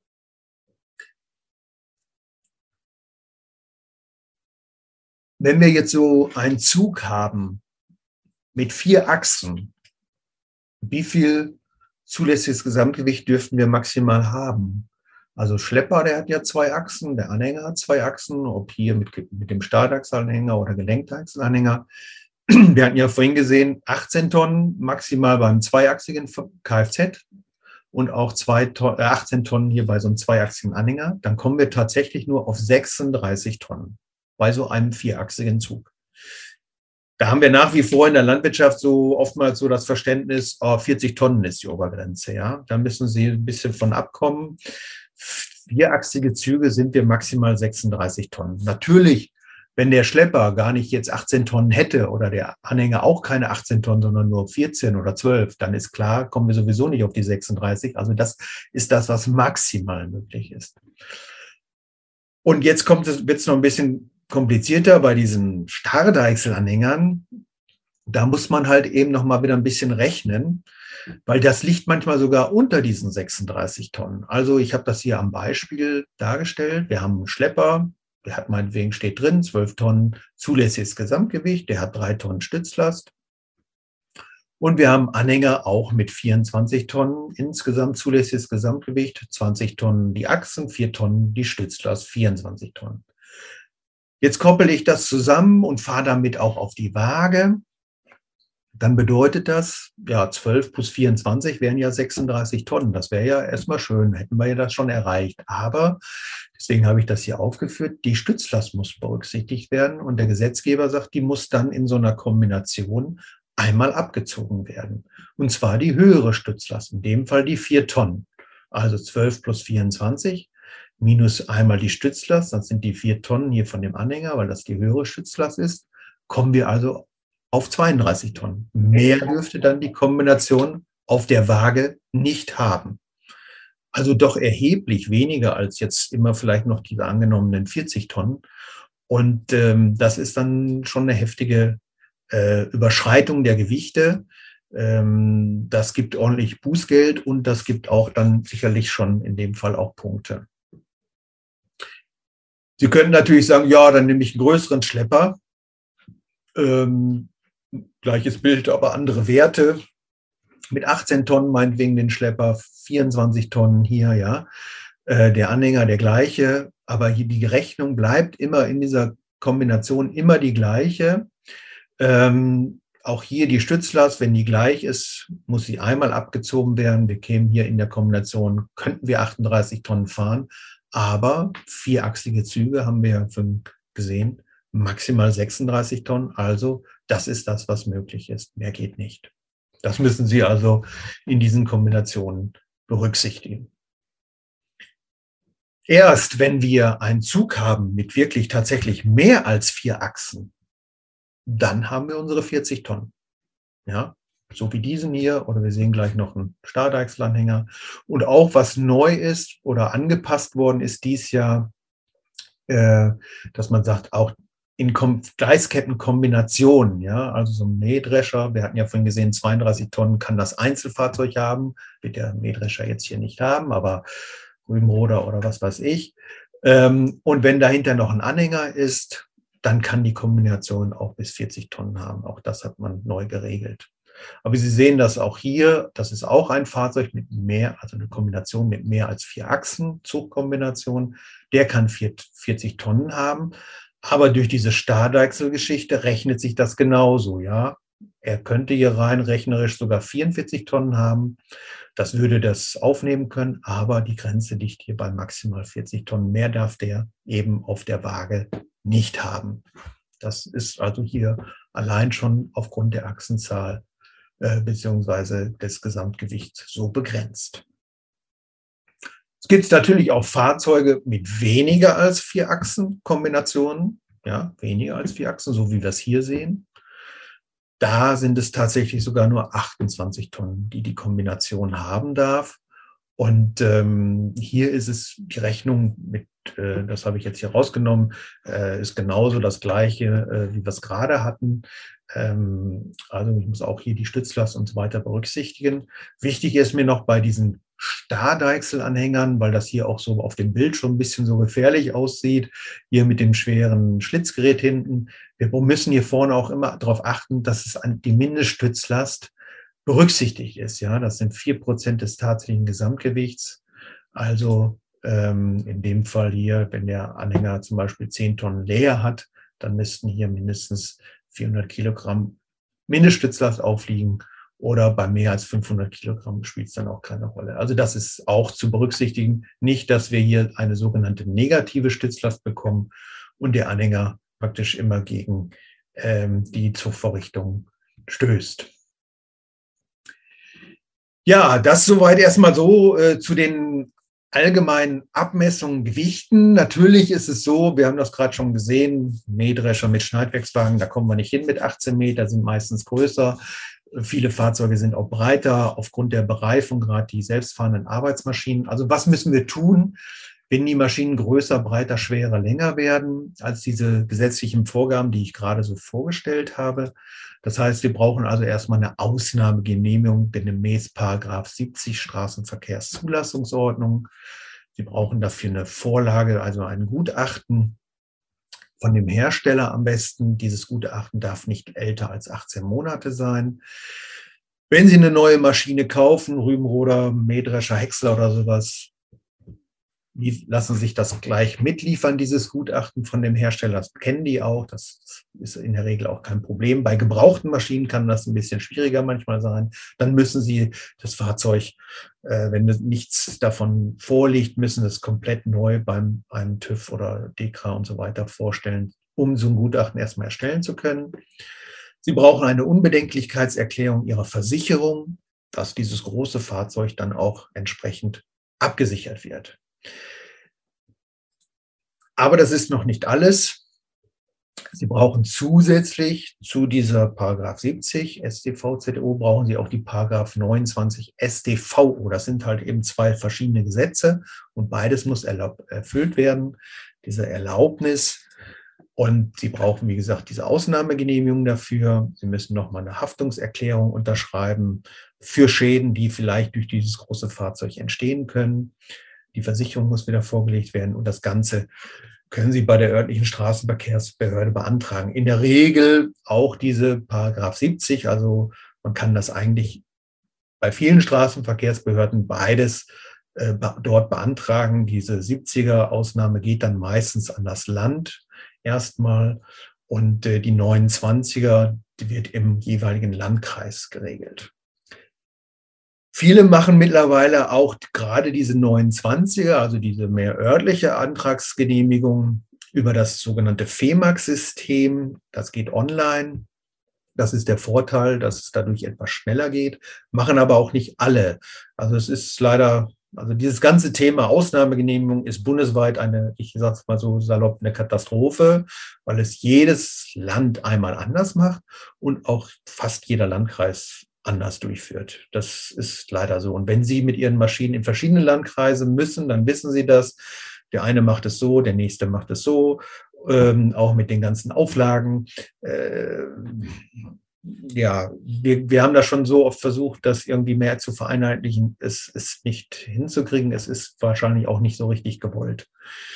Wenn wir jetzt so einen Zug haben mit vier Achsen, wie viel zulässiges Gesamtgewicht dürften wir maximal haben? Also Schlepper, der hat ja zwei Achsen, der Anhänger hat zwei Achsen, ob hier mit, mit dem Stardachselanhänger oder Gelenkachselanhänger. Wir hatten ja vorhin gesehen, achtzehn Tonnen maximal beim zweiachsigen Kfz und auch zwei Tonnen, äh, achtzehn Tonnen hier bei so einem zweiachsigen Anhänger. Dann kommen wir tatsächlich nur auf sechsunddreißig Tonnen bei so einem vierachsigen Zug. Da haben wir nach wie vor in der Landwirtschaft so oftmals so das Verständnis, oh, vierzig Tonnen ist die Obergrenze. Ja, da müssen Sie ein bisschen von abkommen. vierachsige Züge sind wir maximal sechsunddreißig Tonnen. Natürlich, wenn der Schlepper gar nicht jetzt achtzehn Tonnen hätte oder der Anhänger auch keine achtzehn Tonnen, sondern nur vierzehn oder zwölf, dann ist klar, kommen wir sowieso nicht auf die sechsunddreißig. Also das ist das, was maximal möglich ist. Und jetzt kommt es, wird es noch ein bisschen komplizierter bei diesen Starrdeichselanhängern. Da muss man halt eben noch mal wieder ein bisschen rechnen, weil das liegt manchmal sogar unter diesen sechsunddreißig Tonnen. Also ich habe das hier am Beispiel dargestellt. Wir haben einen Schlepper, der hat meinetwegen, steht drin, zwölf Tonnen zulässiges Gesamtgewicht, der hat drei Tonnen Stützlast. Und wir haben Anhänger auch mit vierundzwanzig Tonnen insgesamt zulässiges Gesamtgewicht, zwanzig Tonnen die Achsen, vier Tonnen die Stützlast, vierundzwanzig Tonnen. Jetzt koppel ich das zusammen und fahre damit auch auf die Waage. Dann bedeutet das, ja, zwölf plus vierundzwanzig wären ja sechsunddreißig Tonnen. Das wäre ja erstmal schön, hätten wir ja das schon erreicht. Aber, deswegen habe ich das hier aufgeführt, die Stützlast muss berücksichtigt werden. Und der Gesetzgeber sagt, die muss dann in so einer Kombination einmal abgezogen werden. Und zwar die höhere Stützlast, in dem Fall die vier Tonnen. Also zwölf plus vierundzwanzig minus einmal die Stützlast, das sind die vier Tonnen hier von dem Anhänger, weil das die höhere Stützlast ist, kommen wir also auf zweiunddreißig Tonnen. Mehr dürfte dann die Kombination auf der Waage nicht haben. Also doch erheblich weniger als jetzt immer vielleicht noch diese angenommenen vierzig Tonnen. Und ähm, das ist dann schon eine heftige äh, Überschreitung der Gewichte. Ähm, das gibt ordentlich Bußgeld und das gibt auch dann sicherlich schon in dem Fall auch Punkte. Sie können natürlich sagen, ja, dann nehme ich einen größeren Schlepper. Ähm, Gleiches Bild, aber andere Werte. Mit achtzehn Tonnen meinetwegen den Schlepper, vierundzwanzig Tonnen hier, ja. Äh, der Anhänger der gleiche, aber hier die Rechnung bleibt immer in dieser Kombination immer die gleiche. Ähm, auch hier die Stützlast, wenn die gleich ist, muss sie einmal abgezogen werden. Wir kämen hier in der Kombination, könnten wir achtunddreißig Tonnen fahren, aber vierachsige Züge haben wir ja gesehen, maximal sechsunddreißig Tonnen, also das ist das, was möglich ist. Mehr geht nicht. Das müssen Sie also in diesen Kombinationen berücksichtigen. Erst wenn wir einen Zug haben mit wirklich tatsächlich mehr als vier Achsen, dann haben wir unsere vierzig Tonnen. Ja, so wie diesen hier, oder wir sehen gleich noch einen Starrdeichselanhänger. Und auch was neu ist oder angepasst worden ist dies Jahr, äh, dass man sagt, auch in Gleiskettenkombinationen, ja, also so ein Mähdrescher, wir hatten ja vorhin gesehen, zweiunddreißig Tonnen kann das Einzelfahrzeug haben, wird der Mähdrescher jetzt hier nicht haben, aber Rübenroder oder was weiß ich. Ähm, und wenn dahinter noch ein Anhänger ist, dann kann die Kombination auch bis vierzig Tonnen haben. Auch das hat man neu geregelt. Aber Sie sehen das auch hier, das ist auch ein Fahrzeug mit mehr, also eine Kombination mit mehr als vier Achsen, Zugkombination, der kann vierzig Tonnen haben. Aber durch diese Starrdeichsel-Geschichte rechnet sich das genauso, ja. Er könnte hier rein rechnerisch sogar vierundvierzig Tonnen haben. Das würde das aufnehmen können, aber die Grenze liegt hier bei maximal vierzig Tonnen. Mehr darf der eben auf der Waage nicht haben. Das ist also hier allein schon aufgrund der Achsenzahl äh, beziehungsweise des Gesamtgewichts so begrenzt. Es gibt natürlich auch Fahrzeuge mit weniger als vier Achsen Kombinationen, ja, weniger als vier Achsen, so wie wir es hier sehen. Da sind es tatsächlich sogar nur achtundzwanzig Tonnen, die die Kombination haben darf. Und ähm, hier ist es die Rechnung mit, äh, das habe ich jetzt hier rausgenommen, äh, ist genauso das Gleiche, äh, wie wir es gerade hatten. Ähm, also ich muss auch hier die Stützlast und so weiter berücksichtigen. Wichtig ist mir noch bei diesen Starrdeichselanhängern, weil das hier auch so auf dem Bild schon ein bisschen so gefährlich aussieht, hier mit dem schweren Schlitzgerät hinten. Wir müssen hier vorne auch immer darauf achten, dass es an die Mindeststützlast berücksichtigt ist. Ja, das sind vier Prozent des tatsächlichen Gesamtgewichts. Also ähm, in dem Fall hier, wenn der Anhänger zum Beispiel zehn Tonnen leer hat, dann müssten hier mindestens vierhundert Kilogramm Mindeststützlast aufliegen. Oder bei mehr als fünfhundert Kilogramm spielt es dann auch keine Rolle. Also das ist auch zu berücksichtigen. Nicht, dass wir hier eine sogenannte negative Stützlast bekommen und der Anhänger praktisch immer gegen ähm, die Zugvorrichtung stößt. Ja, das soweit erstmal so äh, zu den allgemeinen Abmessungen, Gewichten. Natürlich ist es so, wir haben das gerade schon gesehen, Mähdrescher mit Schneidwerkswagen, da kommen wir nicht hin mit achtzehn Meter, sind meistens größer. Viele Fahrzeuge sind auch breiter aufgrund der Bereifung, gerade die selbstfahrenden Arbeitsmaschinen. Also was müssen wir tun, wenn die Maschinen größer, breiter, schwerer, länger werden als diese gesetzlichen Vorgaben, die ich gerade so vorgestellt habe? Das heißt, wir brauchen also erstmal eine Ausnahmegenehmigung gemäß Paragraph siebzig Straßenverkehrszulassungsordnung. Sie brauchen dafür eine Vorlage, also ein Gutachten von dem Hersteller am besten. Dieses Gutachten darf nicht älter als achtzehn Monate sein. Wenn Sie eine neue Maschine kaufen, Rübenroder, Mähdrescher, Häcksler oder sowas, lassen sich das gleich mitliefern, dieses Gutachten von dem Hersteller. Das kennen die auch. Das ist in der Regel auch kein Problem. Bei gebrauchten Maschinen kann das ein bisschen schwieriger manchmal sein. Dann müssen Sie das Fahrzeug, äh, wenn nichts davon vorliegt, müssen es komplett neu beim einem TÜV oder D K und so weiter vorstellen, um so ein Gutachten erstmal erstellen zu können. Sie brauchen eine Unbedenklichkeitserklärung Ihrer Versicherung, dass dieses große Fahrzeug dann auch entsprechend abgesichert wird. Aber das ist noch nicht alles. Sie brauchen zusätzlich zu dieser Paragraph siebzig S t V Z O brauchen Sie auch die Paragraph neunundzwanzig S t V O. Das sind halt eben zwei verschiedene Gesetze und beides muss erfüllt werden, diese Erlaubnis. Und Sie brauchen, wie gesagt, diese Ausnahmegenehmigung dafür. Sie müssen nochmal eine Haftungserklärung unterschreiben für Schäden, die vielleicht durch dieses große Fahrzeug entstehen können. Die Versicherung muss wieder vorgelegt werden und das Ganze können Sie bei der örtlichen Straßenverkehrsbehörde beantragen. In der Regel auch diese Paragraph siebzig, also man kann das eigentlich bei vielen Straßenverkehrsbehörden beides äh, dort beantragen. Diese siebziger-Ausnahme geht dann meistens an das Land erstmal und äh, die neunundzwanziger, die wird im jeweiligen Landkreis geregelt. Viele machen mittlerweile auch gerade diese neunundzwanziger, also diese mehr örtliche Antragsgenehmigung über das sogenannte F E M A X-System. Das geht online. Das ist der Vorteil, dass es dadurch etwas schneller geht, machen aber auch nicht alle. Also es ist leider, also dieses ganze Thema Ausnahmegenehmigung ist bundesweit eine, ich sage es mal so salopp, eine Katastrophe, weil es jedes Land einmal anders macht und auch fast jeder Landkreis anders durchführt. Das ist leider so. Und wenn Sie mit Ihren Maschinen in verschiedene Landkreise müssen, dann wissen Sie das. Der eine macht es so, der nächste macht es so, ähm, auch mit den ganzen Auflagen. Äh, ja, wir, wir haben das schon so oft versucht, das irgendwie mehr zu vereinheitlichen. Es ist nicht hinzukriegen. Es ist wahrscheinlich auch nicht so richtig gewollt.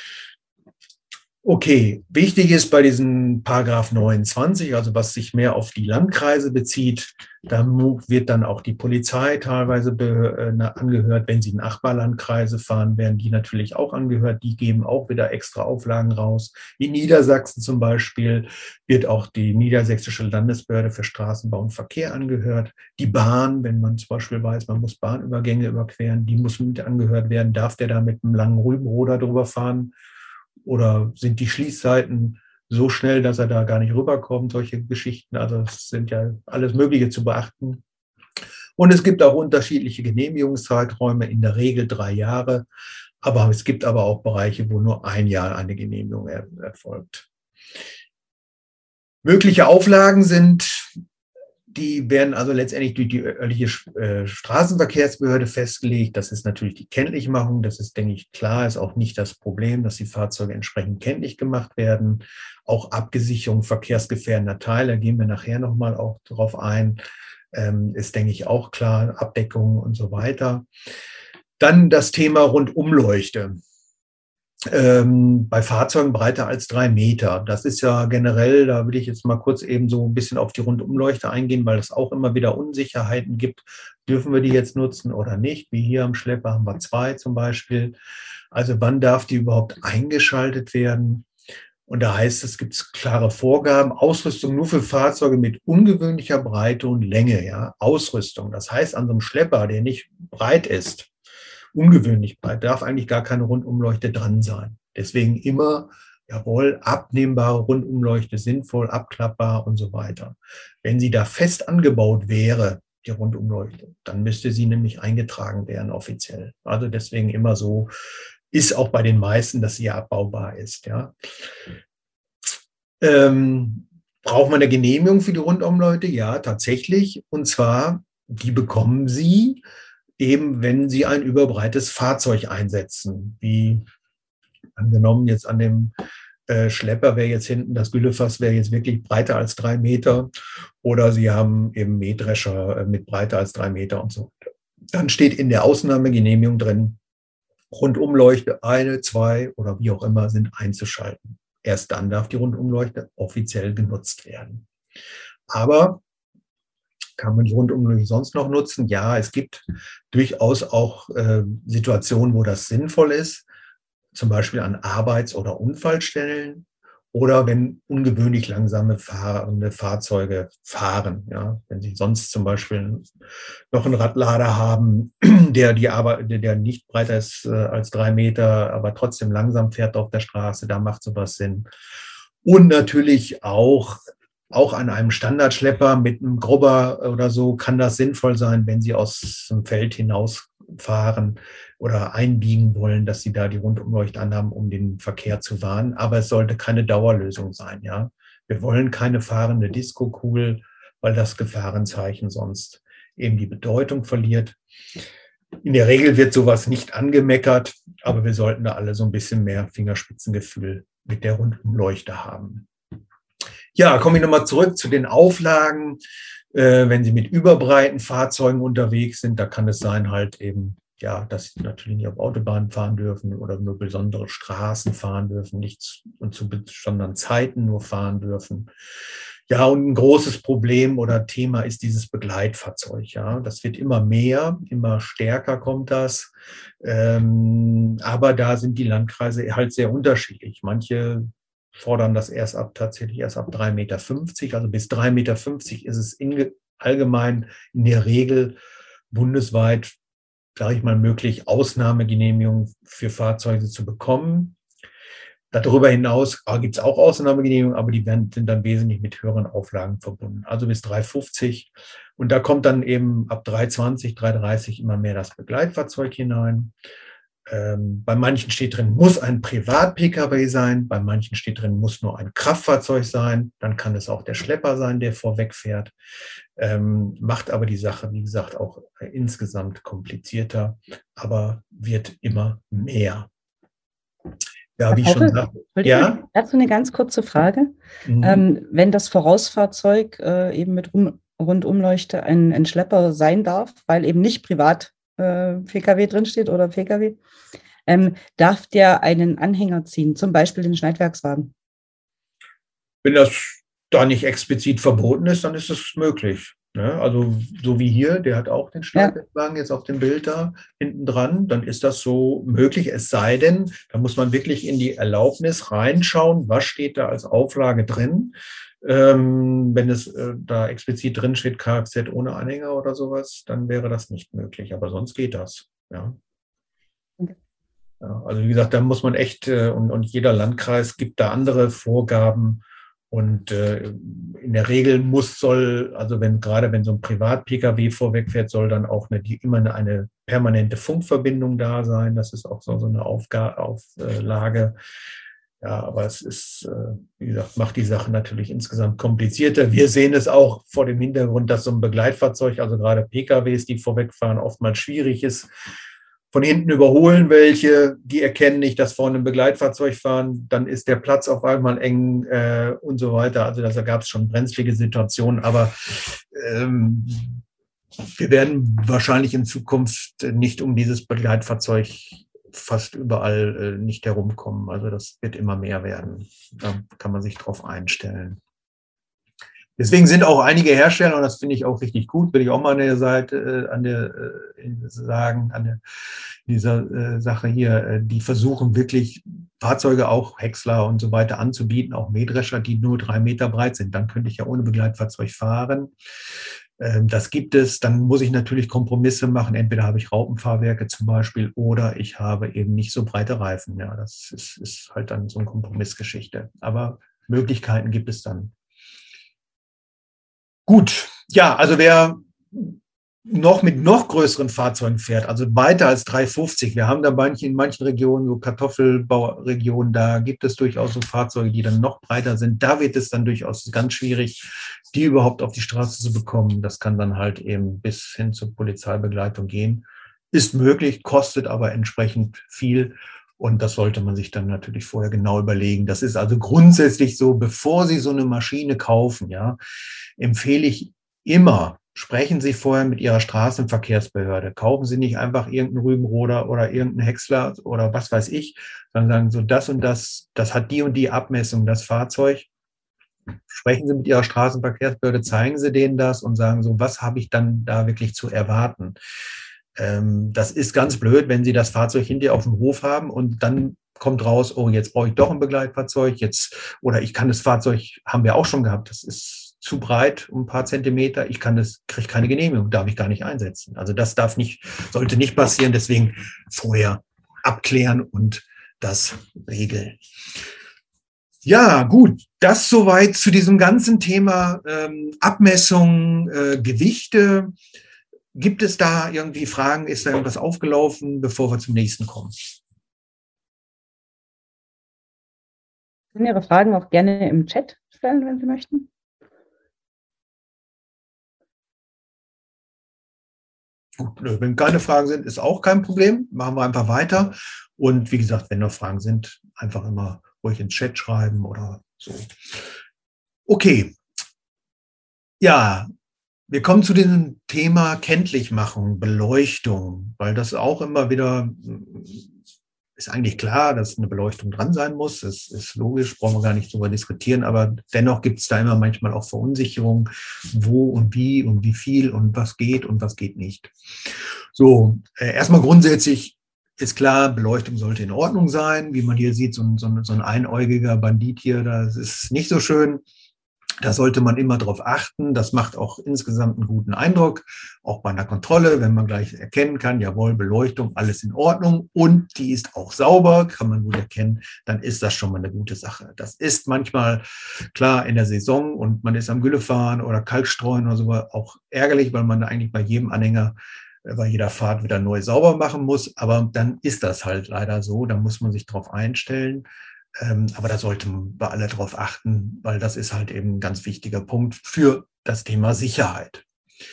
Okay, wichtig ist bei diesem Paragraph neunundzwanzig, also was sich mehr auf die Landkreise bezieht, da wird dann auch die Polizei teilweise angehört. Wenn Sie in Nachbarlandkreise fahren, werden die natürlich auch angehört. Die geben auch wieder extra Auflagen raus. In Niedersachsen zum Beispiel wird auch die Niedersächsische Landesbehörde für Straßenbau und Verkehr angehört. Die Bahn, wenn man zum Beispiel weiß, man muss Bahnübergänge überqueren, die muss mit angehört werden. Darf der da mit einem langen Rübenroder drüber fahren? Oder sind die Schließzeiten so schnell, dass er da gar nicht rüberkommt, solche Geschichten. Also es sind ja alles Mögliche zu beachten. Und es gibt auch unterschiedliche Genehmigungszeiträume, in der Regel drei Jahre. Aber es gibt aber auch Bereiche, wo nur ein Jahr eine Genehmigung er erfolgt. Mögliche Auflagen sind, die werden also letztendlich durch die örtliche Straßenverkehrsbehörde festgelegt. Das ist natürlich die Kenntlichmachung. Das ist, denke ich, klar, ist auch nicht das Problem, dass die Fahrzeuge entsprechend kenntlich gemacht werden. Auch Abgesicherung verkehrsgefährdender Teile, da gehen wir nachher nochmal auch drauf ein, ist, denke ich, auch klar, Abdeckung und so weiter. Dann das Thema Rundumleuchte. Ähm, bei Fahrzeugen breiter als drei Meter. Das ist ja generell, da will ich jetzt mal kurz eben so ein bisschen auf die Rundumleuchte eingehen, weil es auch immer wieder Unsicherheiten gibt. Dürfen wir die jetzt nutzen oder nicht? Wie hier am Schlepper haben wir zwei zum Beispiel. Also wann darf die überhaupt eingeschaltet werden? Und da heißt es, es gibt klare Vorgaben. Ausrüstung nur für Fahrzeuge mit ungewöhnlicher Breite und Länge. Ja, Ausrüstung. Das heißt, an so einem Schlepper, der nicht breit ist, ungewöhnlich breit, darf eigentlich gar keine Rundumleuchte dran sein. Deswegen immer, jawohl, abnehmbare Rundumleuchte, sinnvoll, abklappbar und so weiter. Wenn sie da fest angebaut wäre, die Rundumleuchte. Dann müsste sie nämlich eingetragen werden offiziell. Also deswegen immer so, ist auch bei den meisten, dass sie ja abbaubar ist. Ja. Ähm, braucht man eine Genehmigung für die Rundumleuchte? Ja, tatsächlich. Und zwar, die bekommen Sie eben, wenn Sie ein überbreites Fahrzeug einsetzen. Wie angenommen jetzt an dem äh, Schlepper wäre jetzt hinten, das Güllefass wäre jetzt wirklich breiter als drei Meter. Oder Sie haben eben Mähdrescher äh, mit breiter als drei Meter und so. Dann steht in der Ausnahmegenehmigung drin, Rundumleuchte eine, zwei oder wie auch immer sind einzuschalten. Erst dann darf die Rundumleuchte offiziell genutzt werden. Aber kann man die Rundumleuchte sonst noch nutzen? Ja, es gibt durchaus auch äh, Situationen, wo das sinnvoll ist, zum Beispiel an Arbeits- oder Unfallstellen oder wenn ungewöhnlich langsame fahrende Fahrzeuge fahren. Ja, wenn Sie sonst zum Beispiel noch einen Radlader haben, der die Arbeit, der nicht breiter ist äh, als drei Meter, aber trotzdem langsam fährt auf der Straße, da macht sowas Sinn. Und natürlich auch, auch an einem Standardschlepper mit einem Grubber oder so kann das sinnvoll sein, wenn Sie aus dem Feld hinausfahren oder einbiegen wollen, dass Sie da die Rundumleuchte anhaben, um den Verkehr zu warnen. Aber es sollte keine Dauerlösung sein. Ja, wir wollen keine fahrende Diskokugel, weil das Gefahrenzeichen sonst eben die Bedeutung verliert. In der Regel wird sowas nicht angemeckert, aber wir sollten da alle so ein bisschen mehr Fingerspitzengefühl mit der Rundumleuchte haben. Ja, komme ich nochmal zurück zu den Auflagen. Äh, wenn Sie mit überbreiten Fahrzeugen unterwegs sind, da kann es sein halt eben, ja, dass Sie natürlich nicht auf Autobahnen fahren dürfen oder nur besondere Straßen fahren dürfen, nicht und zu besonderen Zeiten nur fahren dürfen. Ja, und ein großes Problem oder Thema ist dieses Begleitfahrzeug. Ja, das wird immer mehr, immer stärker kommt das. Ähm, aber da sind die Landkreise halt sehr unterschiedlich. Manche fordern das erst ab, tatsächlich erst ab drei Meter fünfzig. Also bis drei Meter fünfzig ist es in, allgemein in der Regel bundesweit, sage ich mal, möglich, Ausnahmegenehmigungen für Fahrzeuge zu bekommen. Darüber hinaus ah, gibt es auch Ausnahmegenehmigungen, aber die werden, sind dann wesentlich mit höheren Auflagen verbunden. Also bis drei fünfzig. Und da kommt dann eben ab drei zwanzig, drei dreißig immer mehr das Begleitfahrzeug hinein. Ähm, bei manchen steht drin, muss ein Privat-P K W sein, bei manchen steht drin, muss nur ein Kraftfahrzeug sein, dann kann es auch der Schlepper sein, der vorwegfährt, ähm, macht aber die Sache, wie gesagt, auch äh, insgesamt komplizierter, aber wird immer mehr. Ja, wie ich schon sagte. Ja? Dazu eine ganz kurze Frage. Mhm. Ähm, wenn das Vorausfahrzeug äh, eben mit Rum Rundumleuchte ein, ein Schlepper sein darf, weil eben nicht privat P K W drinsteht oder P K W, ähm, darf der einen Anhänger ziehen, zum Beispiel den Schneidwerkswagen? Wenn das da nicht explizit verboten ist, dann ist es möglich. Ne? Also so wie hier, der hat auch den Schneidwerkswagen ja. Jetzt auf dem Bild da hinten dran, dann ist das so möglich, es sei denn, da muss man wirklich in die Erlaubnis reinschauen, was steht da als Auflage drin. Ähm, wenn es äh, da explizit drin steht, Kfz ohne Anhänger oder sowas, dann wäre das nicht möglich. Aber sonst geht das. Ja. Okay. Ja, also wie gesagt, da muss man echt, äh, und, und jeder Landkreis gibt da andere Vorgaben. Und äh, in der Regel muss, soll, also wenn gerade wenn so ein Privat-P K W vorwegfährt, soll dann auch eine, die, immer eine, eine permanente Funkverbindung da sein. Das ist auch so, so eine Aufga Auflage. Ja, aber es ist, wie gesagt, macht die Sache natürlich insgesamt komplizierter. Wir sehen es auch vor dem Hintergrund, dass so ein Begleitfahrzeug, also gerade P K Ws, die vorwegfahren, oftmals schwierig ist. Von hinten überholen welche, die erkennen nicht, dass vorne ein Begleitfahrzeug fahren, dann ist der Platz auf einmal eng äh, und so weiter. Also da gab es schon brenzlige Situationen, aber ähm, wir werden wahrscheinlich in Zukunft nicht um dieses Begleitfahrzeug fast überall äh, nicht herumkommen. Also das wird immer mehr werden. Da kann man sich drauf einstellen. Deswegen sind auch einige Hersteller, und das finde ich auch richtig gut, will ich auch mal an der Seite, äh, an der, äh, sagen, an der, dieser äh, Sache hier, äh, die versuchen wirklich Fahrzeuge, auch Häcksler und so weiter anzubieten, auch Mähdrescher, die nur drei Meter breit sind. Dann könnte ich ja ohne Begleitfahrzeug fahren. Ähm, das gibt es. Dann muss ich natürlich Kompromisse machen. Entweder habe ich Raupenfahrwerke zum Beispiel oder ich habe eben nicht so breite Reifen. Ja, das ist, ist halt dann so eine Kompromissgeschichte. Aber Möglichkeiten gibt es dann. Gut, ja, also wer noch mit noch größeren Fahrzeugen fährt, also weiter als drei fünfzig. Wir haben da manche, in manchen Regionen, so Kartoffelbauregionen, da gibt es durchaus so Fahrzeuge, die dann noch breiter sind. Da wird es dann durchaus ganz schwierig, die überhaupt auf die Straße zu bekommen. Das kann dann halt eben bis hin zur Polizeibegleitung gehen. Ist möglich, kostet aber entsprechend viel. Und das sollte man sich dann natürlich vorher genau überlegen. Das ist also grundsätzlich so, bevor Sie so eine Maschine kaufen, ja, empfehle ich immer, sprechen Sie vorher mit Ihrer Straßenverkehrsbehörde. Kaufen Sie nicht einfach irgendeinen Rübenroder oder irgendeinen Häcksler oder was weiß ich, sondern sagen so, das und das, das hat die und die Abmessung, das Fahrzeug. Sprechen Sie mit Ihrer Straßenverkehrsbehörde, zeigen Sie denen das und sagen so, was habe ich dann da wirklich zu erwarten? Ähm, das ist ganz blöd, wenn Sie das Fahrzeug hinterher auf dem Hof haben und dann kommt raus, oh, jetzt brauche ich doch ein Begleitfahrzeug, jetzt, oder ich kann das Fahrzeug, haben wir auch schon gehabt, das ist zu breit, um ein paar Zentimeter, ich kann das, kriege keine Genehmigung, darf ich gar nicht einsetzen. Also das darf nicht, sollte nicht passieren, deswegen vorher abklären und das regeln. Ja, gut, das soweit zu diesem ganzen Thema ähm, Abmessung, äh, Gewichte. Gibt es da irgendwie Fragen? Ist da irgendwas aufgelaufen, bevor wir zum nächsten kommen? Sie können Ihre Fragen auch gerne im Chat stellen, wenn Sie möchten. Wenn keine Fragen sind, ist auch kein Problem. Machen wir einfach weiter. Und wie gesagt, wenn noch Fragen sind, einfach immer ruhig ins Chat schreiben oder so. Okay. Ja, wir kommen zu diesem Thema Kenntlichmachung, Beleuchtung, weil das auch immer wieder ist eigentlich klar, dass eine Beleuchtung dran sein muss. Das ist logisch, brauchen wir gar nicht drüber diskutieren, aber dennoch gibt es da immer manchmal auch Verunsicherung, wo und wie und wie viel und was geht und was geht nicht. So, äh, erstmal grundsätzlich ist klar, Beleuchtung sollte in Ordnung sein. Wie man hier sieht, so ein, so ein, so ein einäugiger Bandit hier, das ist nicht so schön. Da sollte man immer drauf achten. Das macht auch insgesamt einen guten Eindruck, auch bei einer Kontrolle, wenn man gleich erkennen kann, jawohl, Beleuchtung, alles in Ordnung und die ist auch sauber, kann man gut erkennen, dann ist das schon mal eine gute Sache. Das ist manchmal, klar, in der Saison und man ist am Gülle fahren oder Kalkstreuen oder so, auch ärgerlich, weil man eigentlich bei jedem Anhänger, bei jeder Fahrt wieder neu sauber machen muss, aber dann ist das halt leider so, da muss man sich drauf einstellen. Ähm, aber da sollten wir alle drauf achten, weil das ist halt eben ein ganz wichtiger Punkt für das Thema Sicherheit.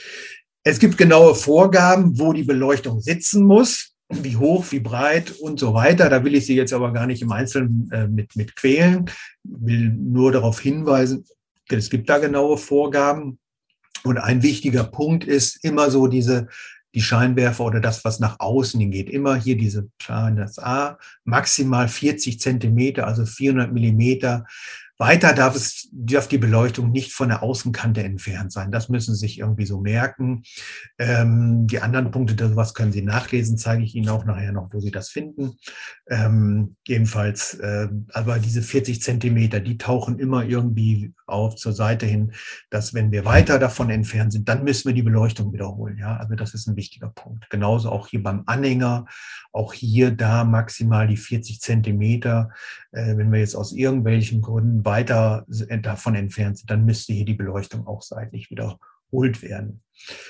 Es gibt genaue Vorgaben, wo die Beleuchtung sitzen muss, wie hoch, wie breit und so weiter. Da will ich Sie jetzt aber gar nicht im Einzelnen äh, mit, mit quälen. Ich will nur darauf hinweisen, es gibt da genaue Vorgaben. Und ein wichtiger Punkt ist immer so diese die Scheinwerfer oder das, was nach außen hingeht. Immer hier diese das A, maximal vierzig Zentimeter, also vierhundert Millimeter. Weiter darf es, darf die Beleuchtung nicht von der Außenkante entfernt sein. Das müssen Sie sich irgendwie so merken. Ähm, die anderen Punkte, was können Sie nachlesen, zeige ich Ihnen auch nachher noch, wo Sie das finden. Ähm, jedenfalls, äh, aber diese vierzig Zentimeter, die tauchen immer irgendwie auf zur Seite hin, dass wenn wir weiter davon entfernt sind, dann müssen wir die Beleuchtung wiederholen. Ja, also das ist ein wichtiger Punkt. Genauso auch hier beim Anhänger, auch hier da maximal die vierzig Zentimeter. Äh, wenn wir jetzt aus irgendwelchen Gründen weiter davon entfernt sind, dann müsste hier die Beleuchtung auch seitlich wiederholt werden.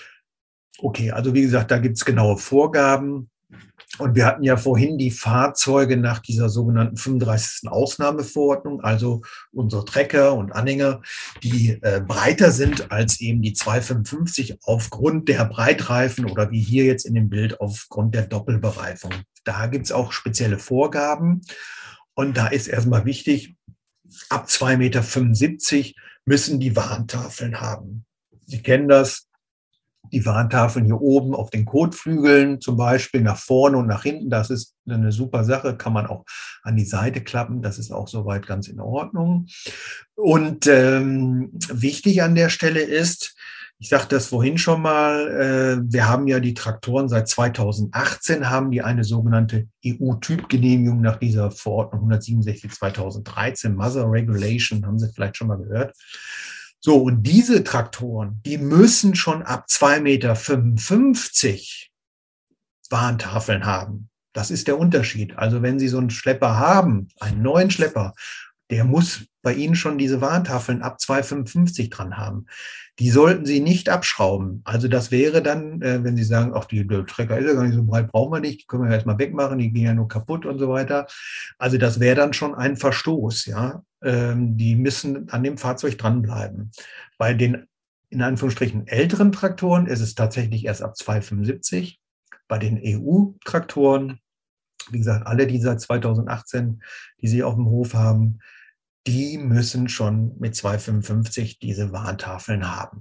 Okay, also wie gesagt, da gibt es genaue Vorgaben. Und wir hatten ja vorhin die Fahrzeuge nach dieser sogenannten fünfunddreißigsten Ausnahmeverordnung, also unsere Trecker und Anhänger, die äh, breiter sind als eben die zweihundertfünfundfünfzig aufgrund der Breitreifen oder wie hier jetzt in dem Bild aufgrund der Doppelbereifung. Da gibt es auch spezielle Vorgaben. Und da ist erstmal wichtig, ab zwei Komma fünfundsiebzig Meter müssen die Warntafeln haben. Sie kennen das. Die Warntafeln hier oben auf den Kotflügeln zum Beispiel nach vorne und nach hinten, das ist eine super Sache, kann man auch an die Seite klappen, das ist auch soweit ganz in Ordnung. Und ähm, wichtig an der Stelle ist, ich sagte das vorhin schon mal, äh, wir haben ja die Traktoren seit zweitausendachtzehn, haben die eine sogenannte E U-Typgenehmigung nach dieser Verordnung hundertsiebenundsechzig zweitausenddreizehn, Mother Regulation, haben Sie vielleicht schon mal gehört. So, und diese Traktoren, die müssen schon ab zwei Komma fünfundfünfzig Meter Warntafeln haben. Das ist der Unterschied. Also wenn Sie so einen Schlepper haben, einen neuen Schlepper, der muss bei Ihnen schon diese Warntafeln ab zwei Komma fünfundfünfzig dran haben. Die sollten Sie nicht abschrauben. Also das wäre dann, äh, wenn Sie sagen, ach, die, der Trecker ist ja gar nicht so breit, brauchen wir nicht, die können wir erstmal wegmachen, die gehen ja nur kaputt und so weiter. Also das wäre dann schon ein Verstoß, ja. Ähm, die müssen an dem Fahrzeug dranbleiben. Bei den, in Anführungsstrichen, älteren Traktoren ist es tatsächlich erst ab zwei Komma fünfundsiebzig. Bei den E U-Traktoren, wie gesagt, alle, die seit zweitausendachtzehn, die Sie auf dem Hof haben, die müssen schon mit zwei Komma fünfundfünfzig diese Warntafeln haben.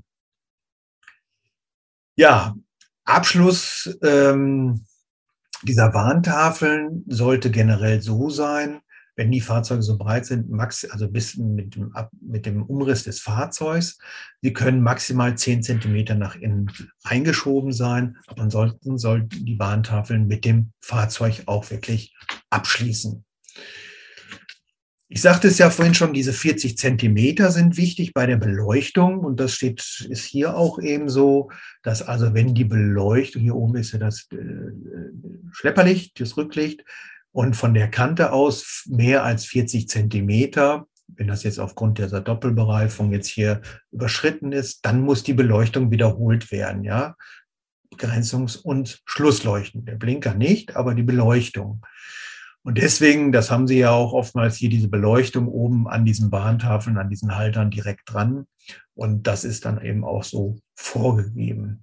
Ja, Abschluss ähm, dieser Warntafeln sollte generell so sein, wenn die Fahrzeuge so breit sind, max, also bis mit dem, mit dem Umriss des Fahrzeugs, sie können maximal zehn Zentimeter nach innen eingeschoben sein. Aber ansonsten sollten die Warntafeln mit dem Fahrzeug auch wirklich abschließen. Ich sagte es ja vorhin schon, diese vierzig Zentimeter sind wichtig bei der Beleuchtung. Und das steht, ist hier auch eben so, dass also wenn die Beleuchtung, hier oben ist ja das Schlepperlicht, das Rücklicht, und von der Kante aus mehr als vierzig Zentimeter, wenn das jetzt aufgrund dieser Doppelbereifung jetzt hier überschritten ist, dann muss die Beleuchtung wiederholt werden, ja. Begrenzungs- und Schlussleuchten. Der Blinker nicht, aber die Beleuchtung. Und deswegen, das haben Sie ja auch oftmals hier, diese Beleuchtung oben an diesen Warntafeln, an diesen Haltern direkt dran. Und das ist dann eben auch so vorgegeben.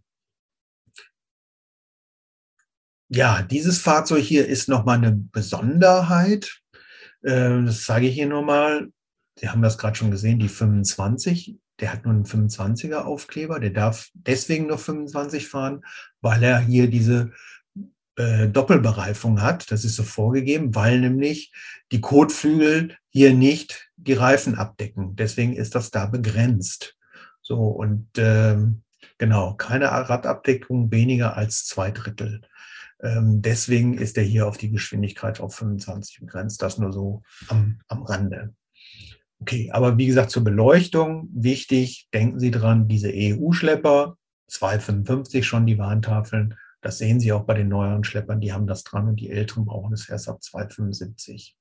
Ja, dieses Fahrzeug hier ist nochmal eine Besonderheit. Das zeige ich hier nochmal. Sie haben das gerade schon gesehen, die fünfundzwanzig. Der hat nur einen fünfundzwanziger Aufkleber. Der darf deswegen nur fünfundzwanzig fahren, weil er hier diese äh, Doppelbereifung hat. Das ist so vorgegeben, weil nämlich die Kotflügel hier nicht die Reifen abdecken. Deswegen ist das da begrenzt. So, und ähm, genau, keine Radabdeckung weniger als zwei Drittel. Ähm, deswegen ist er hier auf die Geschwindigkeit auf fünfundzwanzig begrenzt. Das nur so am, am Rande. Okay, aber wie gesagt, zur Beleuchtung wichtig, denken Sie dran, diese E U-Schlepper, zwei Komma fünfundfünfzig schon die Warntafeln. Das sehen Sie auch bei den neueren Schleppern, die haben das dran und die älteren brauchen es erst ab zwei Komma fünfundsiebzig.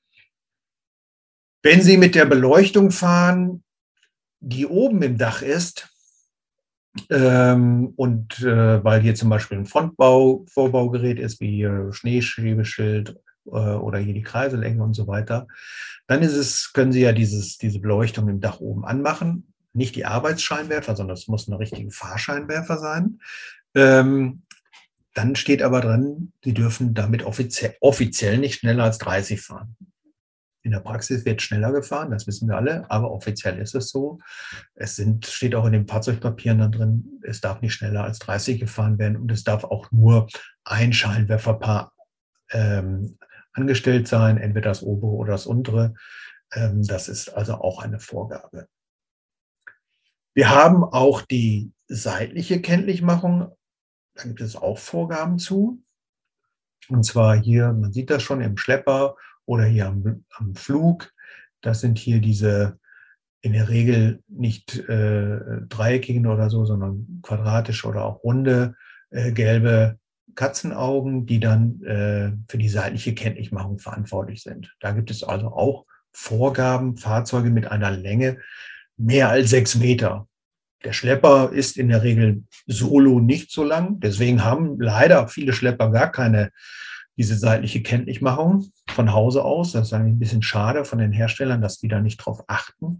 Wenn Sie mit der Beleuchtung fahren, die oben im Dach ist, ähm, und äh, weil hier zum Beispiel ein Frontbau, Vorbaugerät ist, wie hier Schneeschiebeschild äh, oder hier die Kreiselenge und so weiter, dann ist es, können Sie ja dieses, diese Beleuchtung im Dach oben anmachen. Nicht die Arbeitsscheinwerfer, sondern es muss eine richtige Fahrscheinwerfer sein. Ähm, dann steht aber dran, Sie dürfen damit offiziell, offiziell nicht schneller als dreißig fahren. In der Praxis wird schneller gefahren, das wissen wir alle, aber offiziell ist es so. Es sind, steht auch in den Fahrzeugpapieren da drin, es darf nicht schneller als dreißig gefahren werden und es darf auch nur ein Scheinwerferpaar ähm, angestellt sein, entweder das obere oder das untere. Ähm, das ist also auch eine Vorgabe. Wir haben auch die seitliche Kenntlichmachung, da gibt es auch Vorgaben zu. Und zwar hier, man sieht das schon im Schlepper oder hier am, am Flug. Das sind hier diese in der Regel nicht äh, dreieckigen oder so, sondern quadratische oder auch runde äh, gelbe Katzenaugen, die dann äh, für die seitliche Kenntlichmachung verantwortlich sind. Da gibt es also auch Vorgaben, Fahrzeuge mit einer Länge mehr als sechs Meter. Der Schlepper ist in der Regel solo nicht so lang. Deswegen haben leider viele Schlepper gar keine diese seitliche Kenntlichmachung von Hause aus. Das ist eigentlich ein bisschen schade von den Herstellern, dass die da nicht drauf achten.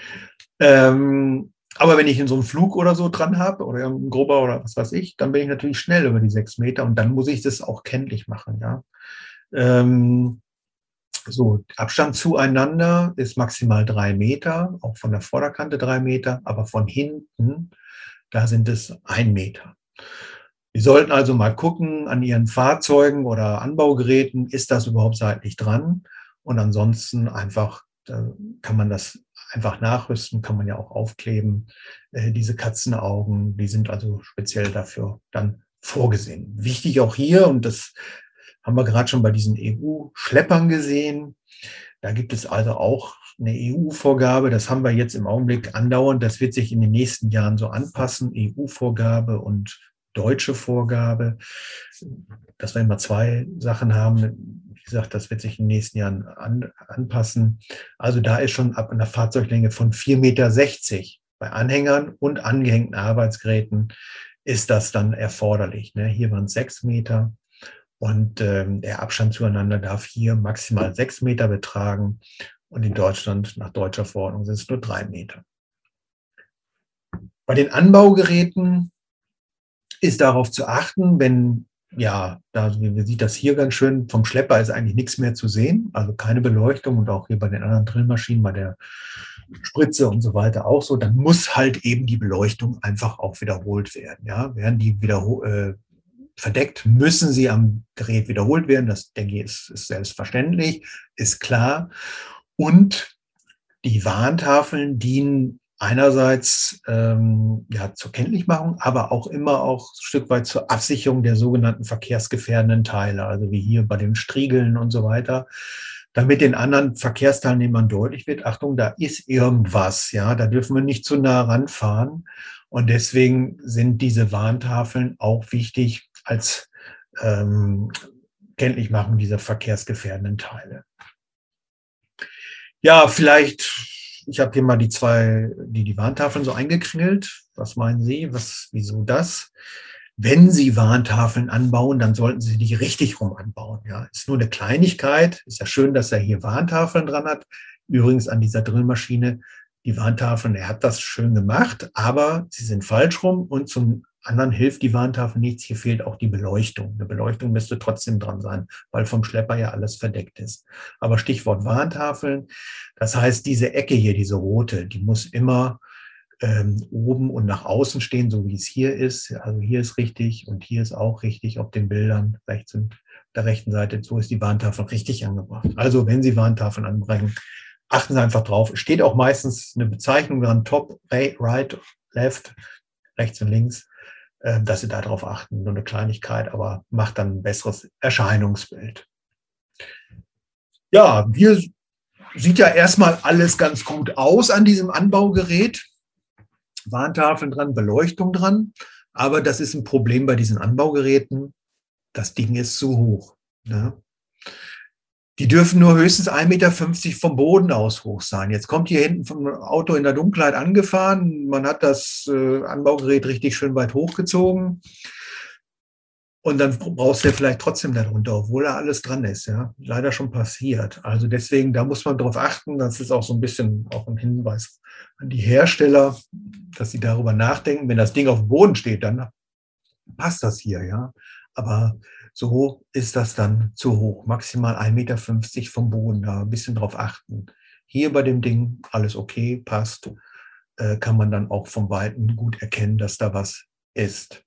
Ähm, aber wenn ich in so einem Flug oder so dran habe oder im Grubber oder was weiß ich, dann bin ich natürlich schnell über die sechs Meter und dann muss ich das auch kenntlich machen. Ja. Ähm, so, Abstand zueinander ist maximal drei Meter, auch von der Vorderkante drei Meter, aber von hinten, da sind es ein Meter. Sie sollten also mal gucken an Ihren Fahrzeugen oder Anbaugeräten, ist das überhaupt seitlich dran? Und ansonsten einfach, da kann man das einfach nachrüsten, kann man ja auch aufkleben. Äh, diese Katzenaugen, die sind also speziell dafür dann vorgesehen. Wichtig auch hier, und das haben wir gerade schon bei diesen E U-Schleppern gesehen, da gibt es also auch eine E U-Vorgabe, das haben wir jetzt im Augenblick andauernd, das wird sich in den nächsten Jahren so anpassen, E U-Vorgabe und deutsche Vorgabe, dass wir immer zwei Sachen haben. Wie gesagt, das wird sich in den nächsten Jahren an, anpassen. Also da ist schon ab einer Fahrzeuglänge von vier Meter sechzig bei Anhängern und angehängten Arbeitsgeräten ist das dann erforderlich. Ne? Hier waren es sechs Meter und ähm, der Abstand zueinander darf hier maximal sechs Meter betragen und in Deutschland nach deutscher Verordnung sind es nur drei Meter. Bei den Anbaugeräten ist darauf zu achten, wenn, ja, da man sieht das hier ganz schön, vom Schlepper ist eigentlich nichts mehr zu sehen, also keine Beleuchtung und auch hier bei den anderen Drillmaschinen, bei der Spritze und so weiter auch so, dann muss halt eben die Beleuchtung einfach auch wiederholt werden. Ja, werden die wiederhol- äh, verdeckt, müssen sie am Gerät wiederholt werden. Das, denke ich, ist, ist selbstverständlich, ist klar. Und die Warntafeln dienen einerseits ähm, ja, zur Kenntlichmachung, aber auch immer auch ein Stück weit zur Absicherung der sogenannten verkehrsgefährdenden Teile, also wie hier bei den Striegeln und so weiter, damit den anderen Verkehrsteilnehmern deutlich wird, Achtung, da ist irgendwas, ja, da dürfen wir nicht zu nah ranfahren. Und deswegen sind diese Warntafeln auch wichtig als ähm, Kenntlichmachung dieser verkehrsgefährdenden Teile. Ja, vielleicht, ich habe hier mal die zwei, die, die Warntafeln so eingekringelt. Was meinen Sie? Was, wieso das? Wenn Sie Warntafeln anbauen, dann sollten Sie die richtig rum anbauen. Ja, ist nur eine Kleinigkeit. Ist ja schön, dass er hier Warntafeln dran hat. Übrigens an dieser Drillmaschine, die Warntafeln, er hat das schön gemacht, aber sie sind falsch rum und zum anderen hilft die Warntafel nichts. Hier fehlt auch die Beleuchtung. Eine Beleuchtung müsste trotzdem dran sein, weil vom Schlepper ja alles verdeckt ist. Aber Stichwort Warntafeln, das heißt, diese Ecke hier, diese rote, die muss immer ähm, oben und nach außen stehen, so wie es hier ist. Also hier ist richtig und hier ist auch richtig auf den Bildern rechts und der rechten Seite. So ist die Warntafel richtig angebracht. Also wenn Sie Warntafeln anbringen, achten Sie einfach drauf. Es steht auch meistens eine Bezeichnung dran, Top, Right, Left, rechts und links, äh, dass Sie darauf achten. Nur eine Kleinigkeit, aber macht dann ein besseres Erscheinungsbild. Ja, hier sieht ja erstmal alles ganz gut aus an diesem Anbaugerät. Warntafeln dran, Beleuchtung dran. Aber das ist ein Problem bei diesen Anbaugeräten. Das Ding ist zu hoch. Ne? Die dürfen nur höchstens ein Meter fünfzig vom Boden aus hoch sein. Jetzt kommt hier hinten vom Auto in der Dunkelheit angefahren. Man hat das äh, Anbaugerät richtig schön weit hochgezogen. Und dann brauchst du ja vielleicht trotzdem darunter, obwohl da alles dran ist. Ja, leider schon passiert. Also deswegen, da muss man darauf achten. Das ist auch so ein bisschen auch ein Hinweis an die Hersteller, dass sie darüber nachdenken. Wenn das Ding auf dem Boden steht, dann passt das hier. Ja, aber so ist das dann zu hoch. Maximal ein Meter fünfzig vom Boden. Da ein bisschen drauf achten. Hier bei dem Ding alles okay, passt. Äh, kann man dann auch vom Weiten gut erkennen, dass da was ist.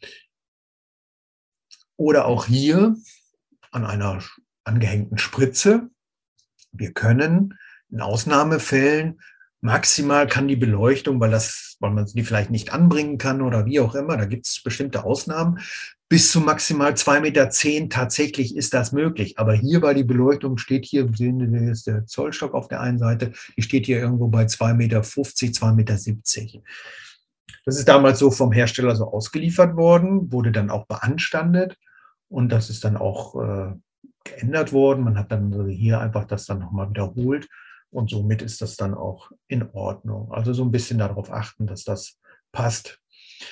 Oder auch hier an einer angehängten Spritze. Wir können in Ausnahmefällen maximal kann die Beleuchtung, weil, das, weil man die vielleicht nicht anbringen kann oder wie auch immer, da gibt es bestimmte Ausnahmen, bis zu maximal zwei Meter zehn tatsächlich ist das möglich. Aber hier bei die Beleuchtung steht hier, sehen wir jetzt der Zollstock auf der einen Seite, die steht hier irgendwo bei zwei Meter fünfzig, zwei Meter siebzig. Das ist damals so vom Hersteller so ausgeliefert worden, wurde dann auch beanstandet. Und das ist dann auch äh, geändert worden. Man hat dann hier einfach das dann nochmal wiederholt. Und somit ist das dann auch in Ordnung. Also so ein bisschen darauf achten, dass das passt.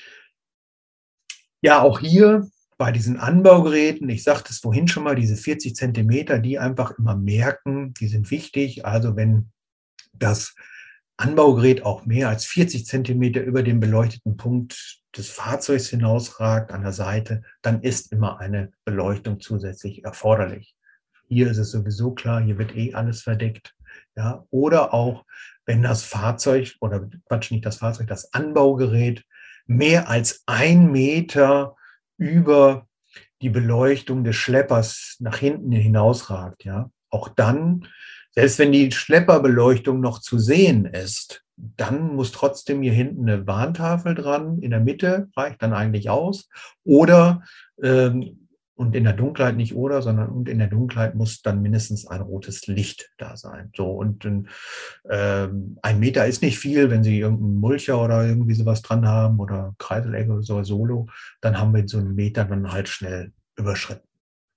Ja, auch hier bei diesen Anbaugeräten, ich sagte es vorhin schon mal, diese vierzig Zentimeter, die einfach immer merken, die sind wichtig. Also wenn das Anbaugerät auch mehr als vierzig Zentimeter über den beleuchteten Punkt des Fahrzeugs hinausragt an der Seite, dann ist immer eine Beleuchtung zusätzlich erforderlich. Hier ist es sowieso klar, hier wird eh alles verdeckt. Ja, oder auch, wenn das Fahrzeug, oder Quatsch, nicht das Fahrzeug, das Anbaugerät mehr als ein Meter über die Beleuchtung des Schleppers nach hinten hinausragt. Ja, auch dann, selbst wenn die Schlepperbeleuchtung noch zu sehen ist, dann muss trotzdem hier hinten eine Warntafel dran, in der Mitte, reicht dann eigentlich aus. Oder ähm, Und in der Dunkelheit nicht oder, sondern und in der Dunkelheit muss dann mindestens ein rotes Licht da sein. So, und ähm, ein Meter ist nicht viel, wenn Sie irgendeinen Mulcher oder irgendwie sowas dran haben oder Kreiselegge oder so Solo, dann haben wir so einen Meter dann halt schnell überschritten.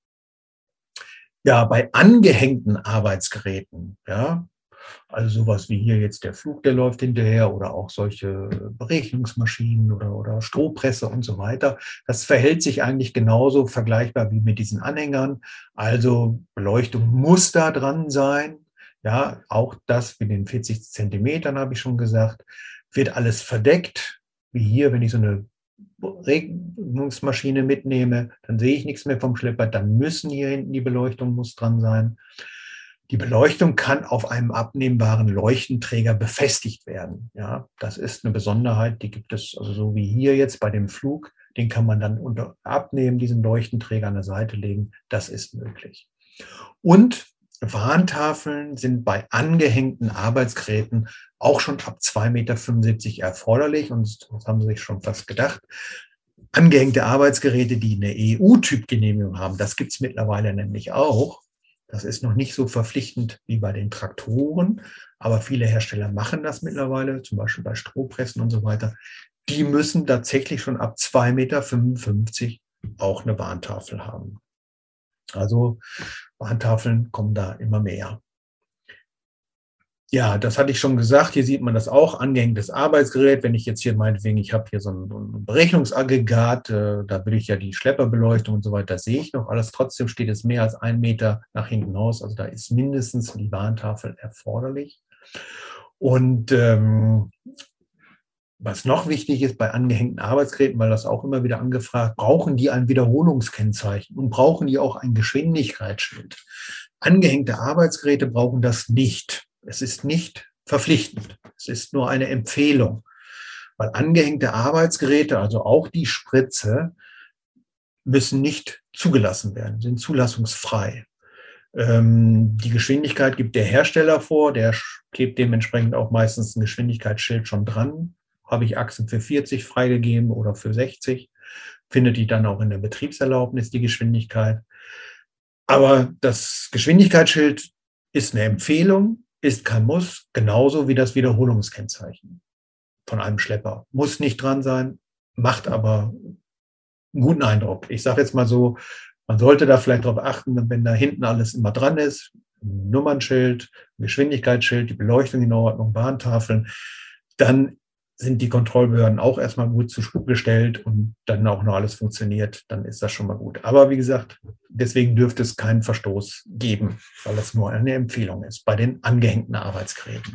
Ja, bei angehängten Arbeitsgeräten, ja, also sowas wie hier jetzt der Flug, der läuft hinterher oder auch solche Berechnungsmaschinen oder, oder Strohpresse und so weiter. Das verhält sich eigentlich genauso vergleichbar wie mit diesen Anhängern. Also Beleuchtung muss da dran sein. Ja, auch das mit den vierzig Zentimetern habe ich schon gesagt, wird alles verdeckt. Wie hier, wenn ich so eine Berechnungsmaschine mitnehme, dann sehe ich nichts mehr vom Schlepper. Dann müssen hier hinten die Beleuchtung muss dran sein. Die Beleuchtung kann auf einem abnehmbaren Leuchtenträger befestigt werden. Ja, das ist eine Besonderheit, die gibt es also so wie hier jetzt bei dem Flug. Den kann man dann unter abnehmen, diesen Leuchtenträger an der Seite legen. Das ist möglich. Und Warntafeln sind bei angehängten Arbeitsgeräten auch schon ab zwei Meter fünfundsiebzig erforderlich. Und das haben Sie sich schon fast gedacht. Angehängte Arbeitsgeräte, die eine E U-Typgenehmigung haben, das gibt es mittlerweile nämlich auch. Das ist noch nicht so verpflichtend wie bei den Traktoren, aber viele Hersteller machen das mittlerweile, zum Beispiel bei Strohpressen und so weiter. Die müssen tatsächlich schon ab zwei Meter fünfundfünfzig auch eine Warntafel haben. Also Warntafeln kommen da immer mehr. Ja, das hatte ich schon gesagt. Hier sieht man das auch, angehängtes Arbeitsgerät. Wenn ich jetzt hier meinetwegen, ich habe hier so ein, ein Berechnungsaggregat, äh, da will ich ja die Schlepperbeleuchtung und so weiter, das sehe ich noch alles. Trotzdem steht es mehr als ein Meter nach hinten aus. Also da ist mindestens die Warntafel erforderlich. Und ähm, was noch wichtig ist bei angehängten Arbeitsgeräten, weil das auch immer wieder angefragt, brauchen die ein Wiederholungskennzeichen und brauchen die auch ein Geschwindigkeitsschild. Angehängte Arbeitsgeräte brauchen das nicht. Es ist nicht verpflichtend. Es ist nur eine Empfehlung, weil angehängte Arbeitsgeräte, also auch die Spritze, müssen nicht zugelassen werden, sind zulassungsfrei. Ähm, die Geschwindigkeit gibt der Hersteller vor, der klebt dementsprechend auch meistens ein Geschwindigkeitsschild schon dran. Habe ich Achsen für vierzig freigegeben oder für sechzig, findet die dann auch in der Betriebserlaubnis die Geschwindigkeit. Aber das Geschwindigkeitsschild ist eine Empfehlung, ist kein Muss, genauso wie das Wiederholungskennzeichen von einem Schlepper. Muss nicht dran sein, macht aber einen guten Eindruck. Ich sage jetzt mal so, man sollte da vielleicht darauf achten, wenn da hinten alles immer dran ist, ein Nummernschild, ein Geschwindigkeitsschild, die Beleuchtung in Ordnung, Warntafeln, dann sind die Kontrollbehörden auch erstmal gut zugestellt und dann auch noch alles funktioniert, dann ist das schon mal gut. Aber wie gesagt, deswegen dürfte es keinen Verstoß geben, weil das nur eine Empfehlung ist bei den angehängten Arbeitsgeräten.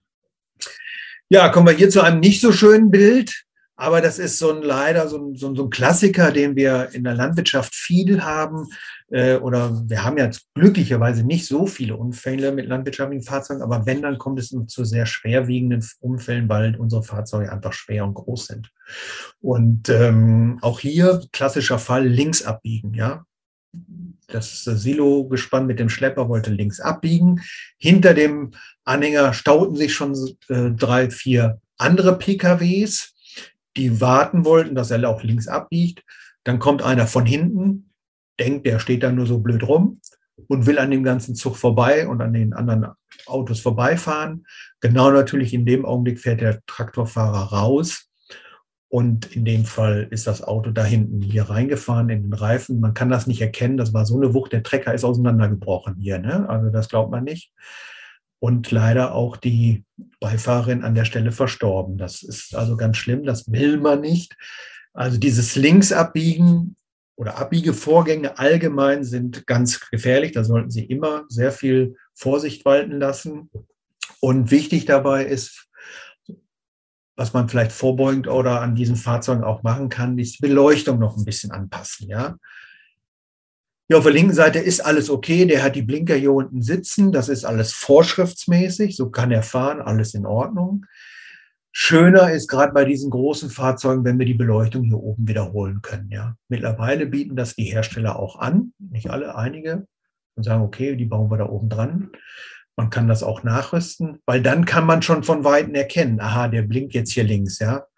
Ja, kommen wir hier zu einem nicht so schönen Bild, aber das ist so ein leider so ein, so ein, so ein Klassiker, den wir in der Landwirtschaft viel haben. Äh, oder wir haben ja glücklicherweise nicht so viele Unfälle mit landwirtschaftlichen Fahrzeugen, aber wenn, dann kommt es zu sehr schwerwiegenden Unfällen, weil unsere Fahrzeuge einfach schwer und groß sind. Und ähm, auch hier klassischer Fall, links abbiegen, ja. Das Silo-Gespann mit dem Schlepper wollte links abbiegen. Hinter dem Anhänger stauten sich schon äh, drei, vier andere P K Ws, die warten wollten, dass er auch links abbiegt. Dann kommt einer von hinten, denkt, der steht da nur so blöd rum und will an dem ganzen Zug vorbei und an den anderen Autos vorbeifahren. Genau natürlich in dem Augenblick fährt der Traktorfahrer raus. Und in dem Fall ist das Auto da hinten hier reingefahren in den Reifen. Man kann das nicht erkennen. Das war so eine Wucht. Der Trecker ist auseinandergebrochen hier, ne? Also das glaubt man nicht. Und leider auch die Beifahrerin an der Stelle verstorben. Das ist also ganz schlimm. Das will man nicht. Also dieses Linksabbiegen oder Abbiegevorgänge allgemein sind ganz gefährlich. Da sollten Sie immer sehr viel Vorsicht walten lassen. Und wichtig dabei ist, was man vielleicht vorbeugend oder an diesen Fahrzeugen auch machen kann, die Beleuchtung noch ein bisschen anpassen. Ja? Hier auf der linken Seite ist alles okay, der hat die Blinker hier unten sitzen, das ist alles vorschriftsmäßig, so kann er fahren, alles in Ordnung. Schöner ist gerade bei diesen großen Fahrzeugen, wenn wir die Beleuchtung hier oben wiederholen können. Ja? Mittlerweile bieten das die Hersteller auch an, nicht alle, einige, und sagen, okay, die bauen wir da oben dran. Man kann das auch nachrüsten, weil dann kann man schon von Weitem erkennen, aha, der blinkt jetzt hier links, ja.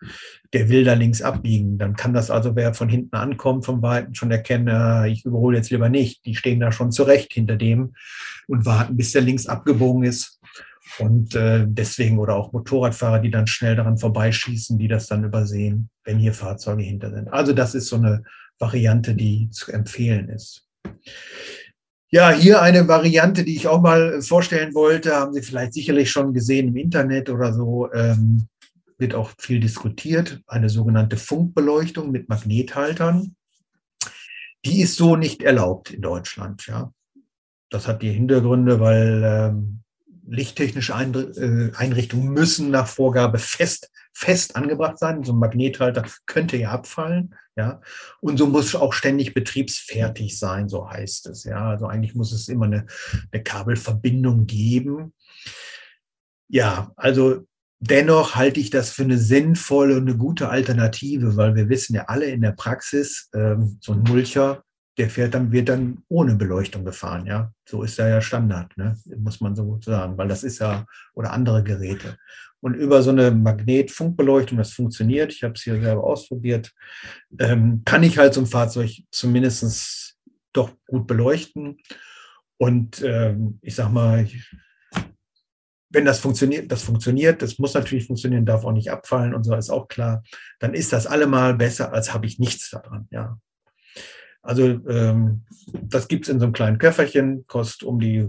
der will da links abbiegen. Dann kann das also, wer von hinten ankommt, vom Weiten schon erkennen, äh, ich überhole jetzt lieber nicht. Die stehen da schon zurecht hinter dem und warten, bis der links abgebogen ist. Und äh, deswegen, oder auch Motorradfahrer, die dann schnell daran vorbeischießen, die das dann übersehen, wenn hier Fahrzeuge hinter sind. Also das ist so eine Variante, die zu empfehlen ist. Ja, hier eine Variante, die ich auch mal vorstellen wollte, haben Sie vielleicht sicherlich schon gesehen im Internet oder so, ähm, wird auch viel diskutiert, eine sogenannte Funkbeleuchtung mit Magnethaltern. Die ist so nicht erlaubt in Deutschland. Ja. Das hat die Hintergründe, weil ähm, lichttechnische Einrichtungen müssen nach Vorgabe fest, fest angebracht sein. So ein Magnethalter könnte ja abfallen. Ja. Und so muss auch ständig betriebsfertig sein, so heißt es. Ja. Also eigentlich muss es immer eine, eine Kabelverbindung geben. Ja, also dennoch halte ich das für eine sinnvolle und eine gute Alternative, weil wir wissen ja alle in der Praxis, ähm, so ein Mulcher, der fährt dann, wird dann ohne Beleuchtung gefahren, ja. So ist ja ja Standard, ne? Muss man so sagen, weil das ist ja, oder andere Geräte. Und über so eine Magnetfunkbeleuchtung, das funktioniert, ich habe es hier selber ausprobiert, ähm, kann ich halt so ein Fahrzeug zumindest doch gut beleuchten. Und ähm, ich sag mal, ich, wenn das funktioniert, das funktioniert, das muss natürlich funktionieren, darf auch nicht abfallen und so, ist auch klar, dann ist das allemal besser, als habe ich nichts daran, ja. Also ähm, das gibt es in so einem kleinen Köfferchen, kostet um die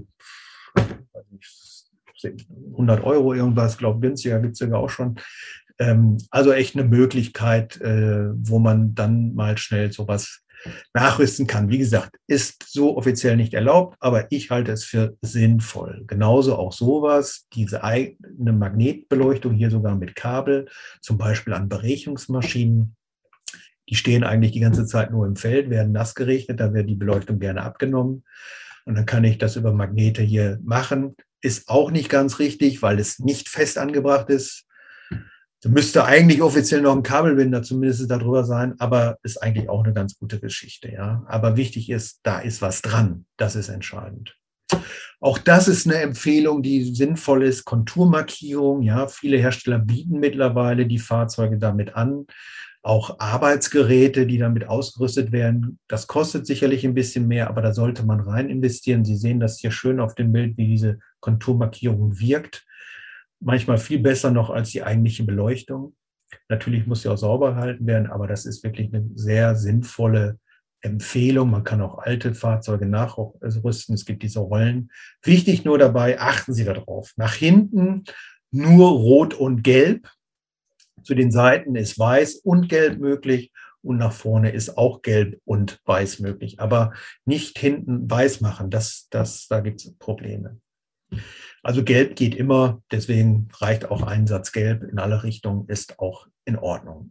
hundert Euro irgendwas, glaube günstiger gibt es sogar auch schon. Ähm, also echt eine Möglichkeit, äh, wo man dann mal schnell sowas nachrüsten kann. Wie gesagt, ist so offiziell nicht erlaubt, aber ich halte es für sinnvoll. Genauso auch sowas, diese eigene Magnetbeleuchtung hier sogar mit Kabel, zum Beispiel an Berechnungsmaschinen. Die stehen eigentlich die ganze Zeit nur im Feld, werden nass geregnet, da wird die Beleuchtung gerne abgenommen. Und dann kann ich das über Magnete hier machen. Ist auch nicht ganz richtig, weil es nicht fest angebracht ist. Da müsste eigentlich offiziell noch ein Kabelbinder zumindest darüber sein, aber ist eigentlich auch eine ganz gute Geschichte. Ja. Aber wichtig ist, da ist was dran. Das ist entscheidend. Auch das ist eine Empfehlung, die sinnvoll ist. Konturmarkierung. Ja, viele Hersteller bieten mittlerweile die Fahrzeuge damit an. Auch Arbeitsgeräte, die damit ausgerüstet werden. Das kostet sicherlich ein bisschen mehr, aber da sollte man rein investieren. Sie sehen das hier schön auf dem Bild, wie diese Konturmarkierung wirkt. Manchmal viel besser noch als die eigentliche Beleuchtung. Natürlich muss sie auch sauber gehalten werden, aber das ist wirklich eine sehr sinnvolle Empfehlung. Man kann auch alte Fahrzeuge nachrüsten. Es gibt diese Rollen. Wichtig nur dabei, achten Sie darauf. Nach hinten nur Rot und Gelb. Zu den Seiten ist Weiß und Gelb möglich und nach vorne ist auch Gelb und Weiß möglich. Aber nicht hinten weiß machen, das, das, da gibt es Probleme. Also Gelb geht immer, deswegen reicht auch ein Satz Gelb in alle Richtungen, ist auch in Ordnung.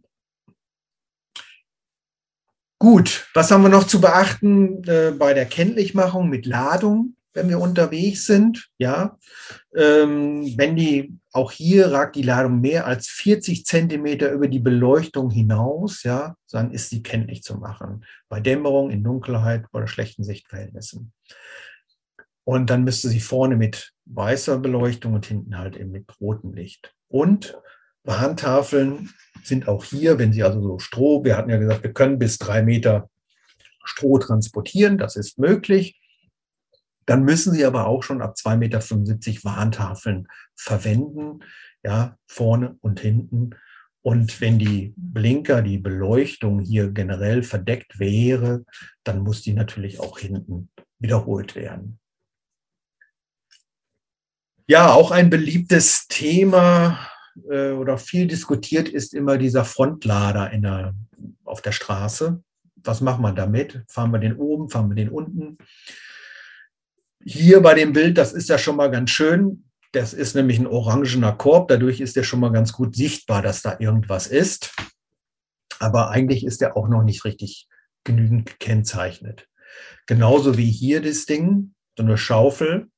Gut, was haben wir noch zu beachten äh, bei der Kenntlichmachung mit Ladung, wenn wir unterwegs sind? Ja, ähm, wenn die, auch hier ragt die Ladung mehr als vierzig Zentimeter über die Beleuchtung hinaus, ja, dann ist sie kenntlich zu machen. Bei Dämmerung, in Dunkelheit oder schlechten Sichtverhältnissen. Und dann müsste sie vorne mit weißer Beleuchtung und hinten halt eben mit rotem Licht. Und Warntafeln sind auch hier, wenn Sie also so Stroh, wir hatten ja gesagt, wir können bis drei Meter Stroh transportieren, das ist möglich. Dann müssen Sie aber auch schon ab zwei Meter fünfundsiebzig Warntafeln verwenden, ja, vorne und hinten. Und wenn die Blinker, die Beleuchtung hier generell verdeckt wäre, dann muss die natürlich auch hinten wiederholt werden. Ja, auch ein beliebtes Thema äh, oder viel diskutiert ist immer dieser Frontlader in der, auf der Straße. Was machen wir damit? Fahren wir den oben, fahren wir den unten? Hier bei dem Bild, das ist ja schon mal ganz schön. Das ist nämlich ein orangener Korb. Dadurch ist der schon mal ganz gut sichtbar, dass da irgendwas ist. Aber eigentlich ist der auch noch nicht richtig genügend gekennzeichnet. Genauso wie hier das Ding, so eine Schaufel.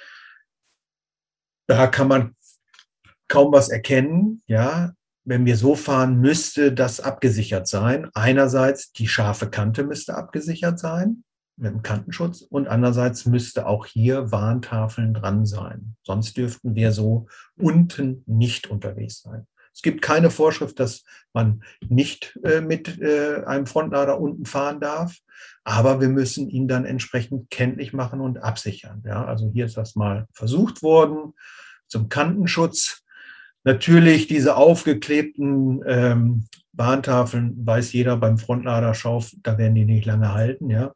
Da kann man kaum was erkennen. Ja, wenn wir so fahren, müsste das abgesichert sein. Einerseits die scharfe Kante müsste abgesichert sein mit dem Kantenschutz und andererseits müsste auch hier Warntafeln dran sein. Sonst dürften wir so unten nicht unterwegs sein. Es gibt keine Vorschrift, dass man nicht äh, mit äh, einem Frontlader unten fahren darf, aber wir müssen ihn dann entsprechend kenntlich machen und absichern. Ja, also hier ist das mal versucht worden zum Kantenschutz. Natürlich diese aufgeklebten ähm, Bahntafeln, weiß jeder beim Frontladerschauf, da werden die nicht lange halten. Ja,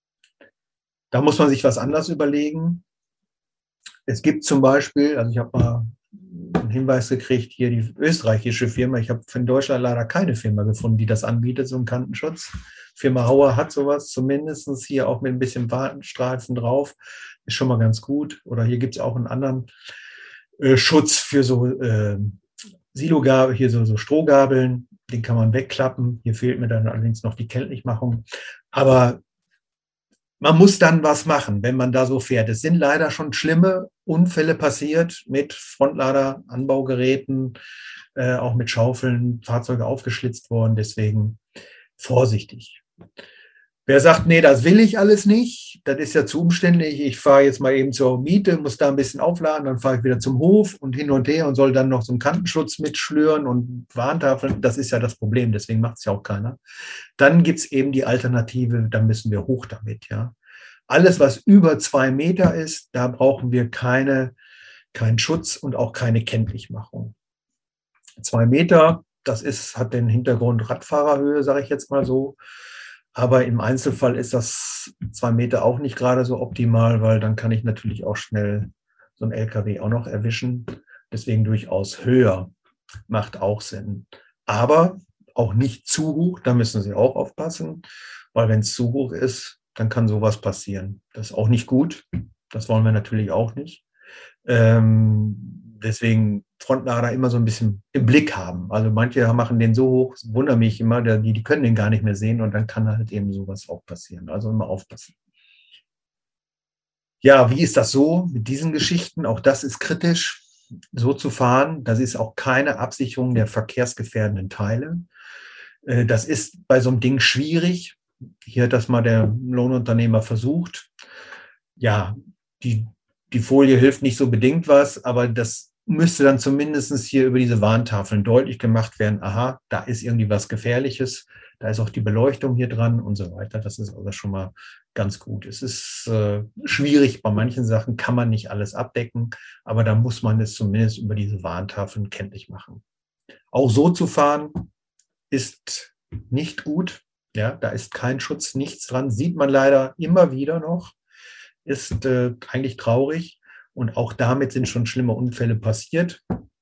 da muss man sich was anderes überlegen. Es gibt zum Beispiel, also ich habe mal einen Hinweis gekriegt, hier die österreichische Firma, ich habe in Deutschland leider keine Firma gefunden, die das anbietet, so einen Kantenschutz. Firma Hauer hat sowas zumindest hier auch mit ein bisschen Warnstreifen drauf, ist schon mal ganz gut. Oder hier gibt es auch einen anderen äh, Schutz für so äh, Silogabel, hier so, so Strohgabeln, den kann man wegklappen. Hier fehlt mir dann allerdings noch die Kenntlichmachung. Aber man muss dann was machen, wenn man da so fährt. Es sind leider schon schlimme Unfälle passiert mit Frontlader, Anbaugeräten, äh, auch mit Schaufeln, Fahrzeuge aufgeschlitzt worden. Deswegen vorsichtig. Wer sagt, nee, das will ich alles nicht, das ist ja zu umständlich. Ich fahre jetzt mal eben zur Miete, muss da ein bisschen aufladen, dann fahre ich wieder zum Hof und hin und her und soll dann noch so einen Kantenschutz mitschlüren und Warntafeln. Das ist ja das Problem, deswegen macht es ja auch keiner. Dann gibt es eben die Alternative, da müssen wir hoch damit. Ja. Alles, was über zwei Meter ist, da brauchen wir keine, keinen Schutz und auch keine Kenntlichmachung. Zwei Meter, das ist, hat den Hintergrund Radfahrerhöhe, sage ich jetzt mal so. Aber im Einzelfall ist das zwei Meter auch nicht gerade so optimal, weil dann kann ich natürlich auch schnell so einen L K W auch noch erwischen. Deswegen durchaus höher macht auch Sinn. Aber auch nicht zu hoch, da müssen Sie auch aufpassen, weil wenn es zu hoch ist, dann kann sowas passieren. Das ist auch nicht gut. Das wollen wir natürlich auch nicht. Ähm, deswegen Frontlader immer so ein bisschen im Blick haben. Also manche machen den so hoch, wundere mich immer, die, die können den gar nicht mehr sehen und dann kann halt eben sowas auch passieren. Also immer aufpassen. Ja, wie ist das so mit diesen Geschichten? Auch das ist kritisch, so zu fahren. Das ist auch keine Absicherung der verkehrsgefährdenden Teile. Das ist bei so einem Ding schwierig. Hier hat das mal der Lohnunternehmer versucht. Ja, die, die Folie hilft nicht so bedingt was, aber das müsste dann zumindest hier über diese Warntafeln deutlich gemacht werden, aha, da ist irgendwie was Gefährliches, da ist auch die Beleuchtung hier dran und so weiter. Das ist also schon mal ganz gut. Es ist äh, schwierig, bei manchen Sachen kann man nicht alles abdecken, aber da muss man es zumindest über diese Warntafeln kenntlich machen. Auch so zu fahren ist nicht gut. Ja, da ist kein Schutz, nichts dran. Sieht man leider immer wieder noch. Ist äh, eigentlich traurig. Und auch damit sind schon schlimme Unfälle passiert.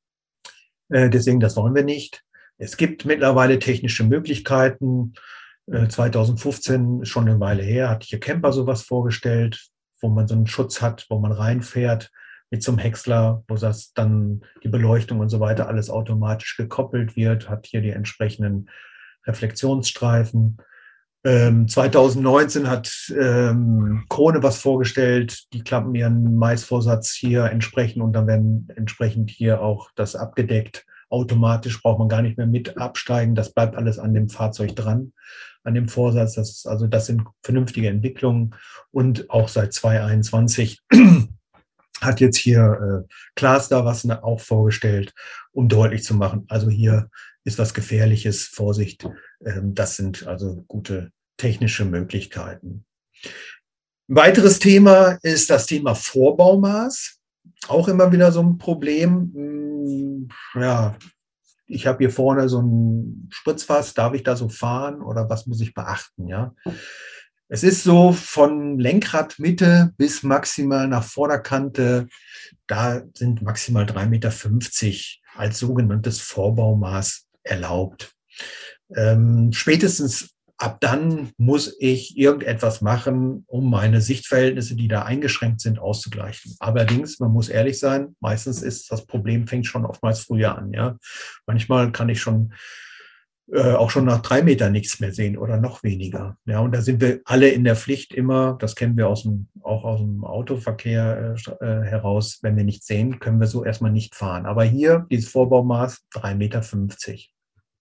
Äh, deswegen, das wollen wir nicht. Es gibt mittlerweile technische Möglichkeiten. Äh, zweitausendfünfzehn, schon eine Weile her, hatte hier Camper sowas vorgestellt, wo man so einen Schutz hat, wo man reinfährt mit so einem Häcksler, wo das dann die Beleuchtung und so weiter alles automatisch gekoppelt wird, hat hier die entsprechenden Reflexionsstreifen. Ähm, zweitausendneunzehn hat ähm, Krone was vorgestellt, die klappen ihren Maisvorsatz hier entsprechend und dann werden entsprechend hier auch das abgedeckt. Automatisch braucht man gar nicht mehr mit absteigen, das bleibt alles an dem Fahrzeug dran, an dem Vorsatz. Das ist, also das sind vernünftige Entwicklungen und auch seit zweitausendeinundzwanzig hat jetzt hier äh, Klaas da was auch vorgestellt, um deutlich zu machen, also hier ist was Gefährliches, Vorsicht. Das sind also gute technische Möglichkeiten. Ein weiteres Thema ist das Thema Vorbaumaß. Auch immer wieder so ein Problem. Ja, ich habe hier vorne so ein Spritzfass, darf ich da so fahren oder was muss ich beachten? Ja, es ist so von Lenkradmitte bis maximal nach Vorderkante, da sind maximal drei Meter fünfzig als sogenanntes Vorbaumaß erlaubt. Ähm, spätestens ab dann muss ich irgendetwas machen, um meine Sichtverhältnisse, die da eingeschränkt sind, auszugleichen. Allerdings, man muss ehrlich sein, meistens ist das Problem, fängt schon oftmals früher an. Ja? Manchmal kann ich schon äh, auch schon nach drei Metern nichts mehr sehen oder noch weniger. Ja? Und da sind wir alle in der Pflicht immer, das kennen wir aus dem, auch aus dem Autoverkehr äh, heraus, wenn wir nichts sehen, können wir so erstmal nicht fahren. Aber hier, dieses Vorbaumaß, drei Meter fünfzig.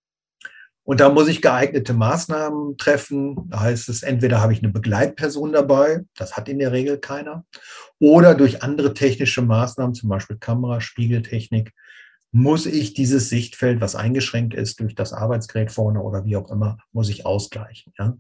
Und da muss ich geeignete Maßnahmen treffen. Da heißt es, entweder habe ich eine Begleitperson dabei, das hat in der Regel keiner, oder durch andere technische Maßnahmen, zum Beispiel Kamera, Spiegeltechnik, muss ich dieses Sichtfeld, was eingeschränkt ist durch das Arbeitsgerät vorne oder wie auch immer, muss ich ausgleichen. Ja?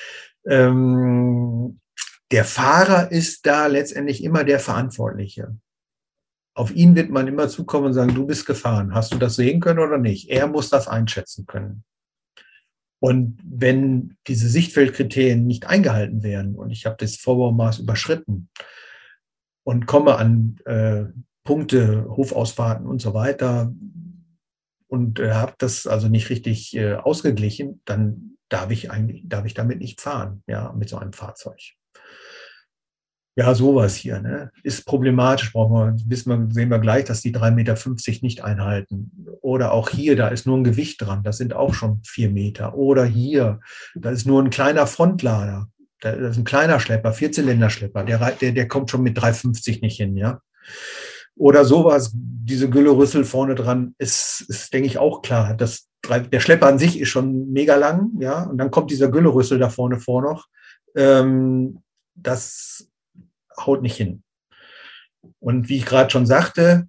Ähm, der Fahrer ist da letztendlich immer der Verantwortliche. Auf ihn wird man immer zukommen und sagen, du bist gefahren. Hast du das sehen können oder nicht? Er muss das einschätzen können. Und wenn diese Sichtfeldkriterien nicht eingehalten werden und ich habe das Vorbaumaß überschritten und komme an äh, Punkte, Hofausfahrten und so weiter und äh, habe das also nicht richtig äh, ausgeglichen, dann darf ich eigentlich, darf ich damit nicht fahren, ja, mit so einem Fahrzeug. Ja, sowas hier, ne? Ist problematisch, brauchen wir, wissen wir, sehen wir gleich, dass die drei Meter fünfzig nicht einhalten. Oder auch hier, da ist nur ein Gewicht dran, das sind auch schon vier Meter. Oder hier, da ist nur ein kleiner Frontlader, da ist ein kleiner Schlepper, Vierzylinderschlepper, der, der, der kommt schon mit drei fünfzig nicht hin, ja. Oder sowas, diese Güllerüssel vorne dran, ist, ist denke ich, auch klar. Das, der Schlepper an sich ist schon mega lang, ja, und dann kommt dieser Güllerüssel da vorne vor noch. Ähm, das haut nicht hin. Und wie ich gerade schon sagte,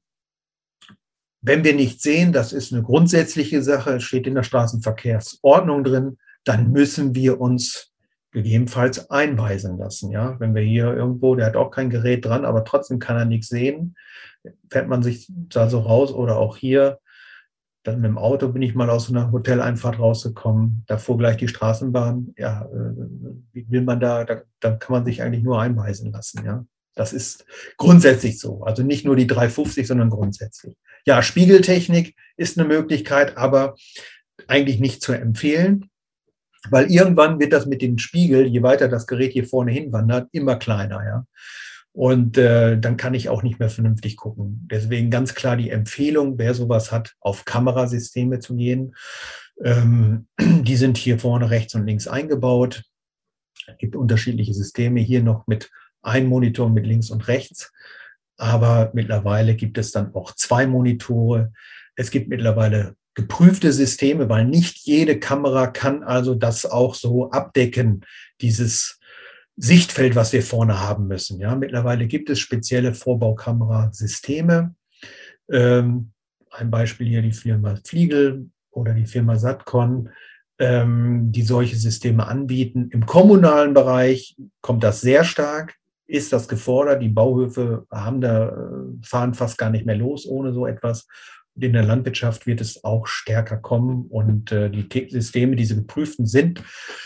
wenn wir nicht sehen, das ist eine grundsätzliche Sache, steht in der Straßenverkehrsordnung drin, dann müssen wir uns gegebenenfalls einweisen lassen. Ja? Wenn wir hier irgendwo, der hat auch kein Gerät dran, aber trotzdem kann er nichts sehen, fährt man sich da so raus oder auch hier. Dann mit dem Auto bin ich mal aus so einer Hoteleinfahrt rausgekommen, da fuhr gleich die Straßenbahn. Ja, wie will man da, da, da kann man sich eigentlich nur einweisen lassen. Ja, das ist grundsätzlich so. Also nicht nur die drei fünfzig, sondern grundsätzlich. Ja, Spiegeltechnik ist eine Möglichkeit, aber eigentlich nicht zu empfehlen, weil irgendwann wird das mit dem Spiegel, je weiter das Gerät hier vorne hinwandert, immer kleiner. Ja. Und äh, dann kann ich auch nicht mehr vernünftig gucken. Deswegen ganz klar die Empfehlung, wer sowas hat, auf Kamerasysteme zu gehen. Ähm, die sind hier vorne rechts und links eingebaut. Es gibt unterschiedliche Systeme, hier noch mit einem Monitor mit links und rechts. Aber mittlerweile gibt es dann auch zwei Monitore. Es gibt mittlerweile geprüfte Systeme, weil nicht jede Kamera kann also das auch so abdecken, dieses Sichtfeld, was wir vorne haben müssen. Ja, mittlerweile gibt es spezielle Vorbaukamerasysteme. Ähm, ein Beispiel hier die Firma Fliegel oder die Firma Satcon, ähm, die solche Systeme anbieten. Im kommunalen Bereich kommt das sehr stark, ist das gefordert. Die Bauhöfe haben da, fahren fast gar nicht mehr los ohne so etwas. Und in der Landwirtschaft wird es auch stärker kommen und äh, die Systeme, diese geprüften sind,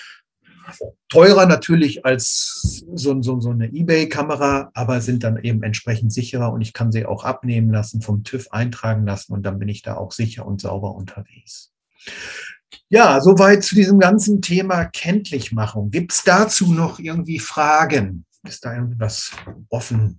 teurer natürlich als so, so, so eine eBay-Kamera, aber sind dann eben entsprechend sicherer und ich kann sie auch abnehmen lassen, vom TÜV eintragen lassen und dann bin ich da auch sicher und sauber unterwegs. Ja, soweit zu diesem ganzen Thema Kenntlichmachung. Gibt es dazu noch irgendwie Fragen? Ist da irgendwas offen?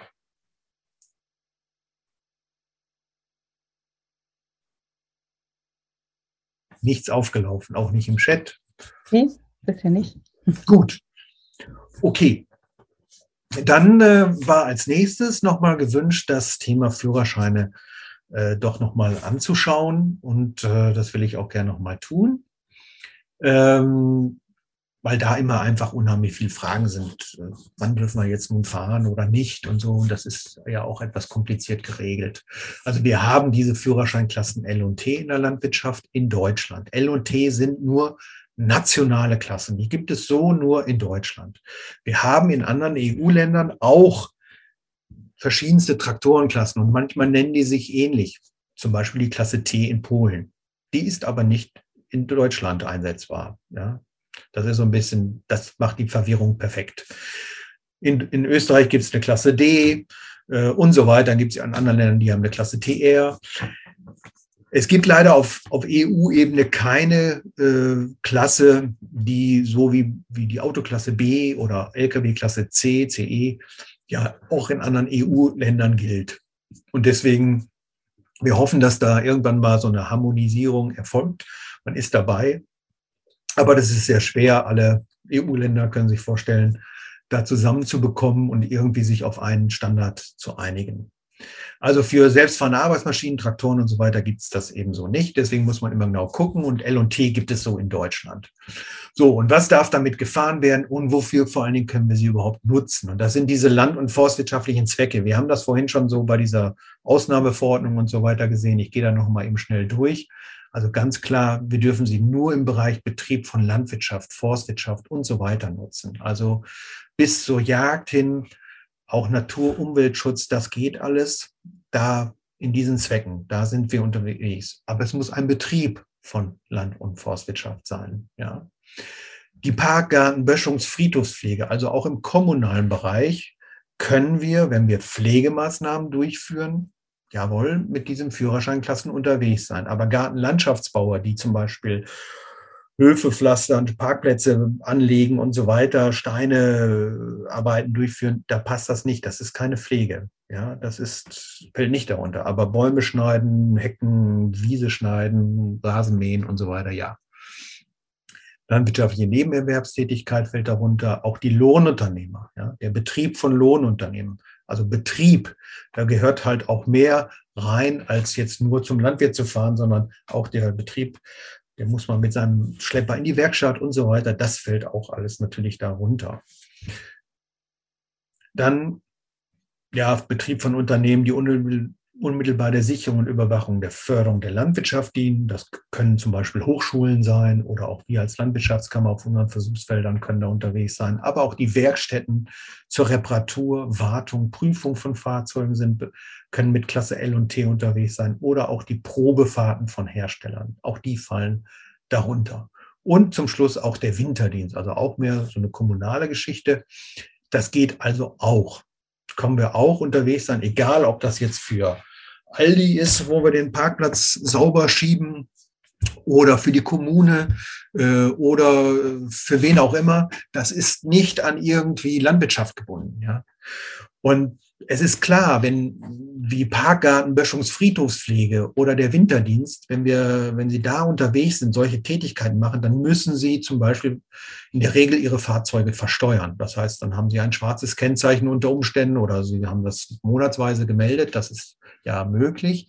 Nichts aufgelaufen, auch nicht im Chat. Nee. Bisher nicht. Gut. Okay. Dann äh, war als nächstes nochmal gewünscht, das Thema Führerscheine äh, doch nochmal anzuschauen. Und äh, das will ich auch gerne nochmal tun. Ähm, weil da immer einfach unheimlich viele Fragen sind. Äh, wann dürfen wir jetzt nun fahren oder nicht und so. Und das ist ja auch etwas kompliziert geregelt. Also wir haben diese Führerscheinklassen L und T in der Landwirtschaft in Deutschland. L und T sind nur nationale Klassen, die gibt es so nur in Deutschland. Wir haben in anderen E U-Ländern auch verschiedenste Traktorenklassen und manchmal nennen die sich ähnlich. Zum Beispiel die Klasse T in Polen. Die ist aber nicht in Deutschland einsetzbar. Ja, das ist so ein bisschen, das macht die Verwirrung perfekt. In, in Österreich gibt es eine Klasse D äh, und so weiter. Dann gibt es in anderen Ländern, die haben eine Klasse T R. Es gibt leider auf, auf E U-Ebene keine äh, Klasse, die so wie, wie die Autoklasse B oder L K W-Klasse C, C E, ja auch in anderen E U-Ländern gilt. Und deswegen, wir hoffen, dass da irgendwann mal so eine Harmonisierung erfolgt. Man ist dabei, aber das ist sehr schwer. Alle E U-Länder können sich vorstellen, da zusammenzubekommen und irgendwie sich auf einen Standard zu einigen. Also für selbstfahrende Arbeitsmaschinen, Traktoren und so weiter gibt es das eben so nicht. Deswegen muss man immer genau gucken. Und L und T gibt es so in Deutschland. So, und was darf damit gefahren werden und wofür vor allen Dingen können wir sie überhaupt nutzen? Und das sind diese land- und forstwirtschaftlichen Zwecke. Wir haben das vorhin schon so bei dieser Ausnahmeverordnung und so weiter gesehen. Ich gehe da noch mal eben schnell durch. Also ganz klar, wir dürfen sie nur im Bereich Betrieb von Landwirtschaft, Forstwirtschaft und so weiter nutzen. Also bis zur Jagd hin, auch Natur-, Umweltschutz, das geht alles. Da in diesen Zwecken, da sind wir unterwegs. Aber es muss ein Betrieb von Land- und Forstwirtschaft sein. Ja. Die Parkgarten-, Böschungs-, Friedhofspflege, also auch im kommunalen Bereich, können wir, wenn wir Pflegemaßnahmen durchführen, jawohl, mit diesem Führerscheinklassen unterwegs sein. Aber Gartenlandschaftsbauer, die zum Beispiel Höfe pflastern, Parkplätze anlegen und so weiter, Steine Arbeiten durchführen, da passt das nicht. Das ist keine Pflege. Ja, das ist, fällt nicht darunter. Aber Bäume schneiden, Hecken, Wiese schneiden, Rasen mähen und so weiter, ja. Landwirtschaftliche Nebenerwerbstätigkeit fällt darunter. Auch die Lohnunternehmer, ja, der Betrieb von Lohnunternehmen. Also Betrieb, da gehört halt auch mehr rein, als jetzt nur zum Landwirt zu fahren, sondern auch der Betrieb, der muss man mit seinem Schlepper in die Werkstatt und so weiter. Das fällt auch alles natürlich darunter. Dann, ja, Betrieb von Unternehmen, die unmittelbar der Sicherung und Überwachung der Förderung der Landwirtschaft dienen. Das können zum Beispiel Hochschulen sein oder auch wir als Landwirtschaftskammer auf unseren Versuchsfeldern können da unterwegs sein. Aber auch die Werkstätten zur Reparatur, Wartung, Prüfung von Fahrzeugen sind, können mit Klasse L und T unterwegs sein oder auch die Probefahrten von Herstellern. Auch die fallen darunter. Und zum Schluss auch der Winterdienst, also auch mehr so eine kommunale Geschichte. Das geht also auch. Können wir auch unterwegs sein, egal ob das jetzt für Aldi ist, wo wir den Parkplatz sauber schieben oder für die Kommune äh, oder für wen auch immer. Das ist nicht an irgendwie Landwirtschaft gebunden. Ja? Und es ist klar, wenn wie Parkgarten, Böschungs-, Friedhofspflege oder der Winterdienst, wenn wir, wenn Sie da unterwegs sind, solche Tätigkeiten machen, dann müssen Sie zum Beispiel in der Regel Ihre Fahrzeuge versteuern. Das heißt, dann haben Sie ein schwarzes Kennzeichen unter Umständen oder Sie haben das monatsweise gemeldet. Das ist ja möglich.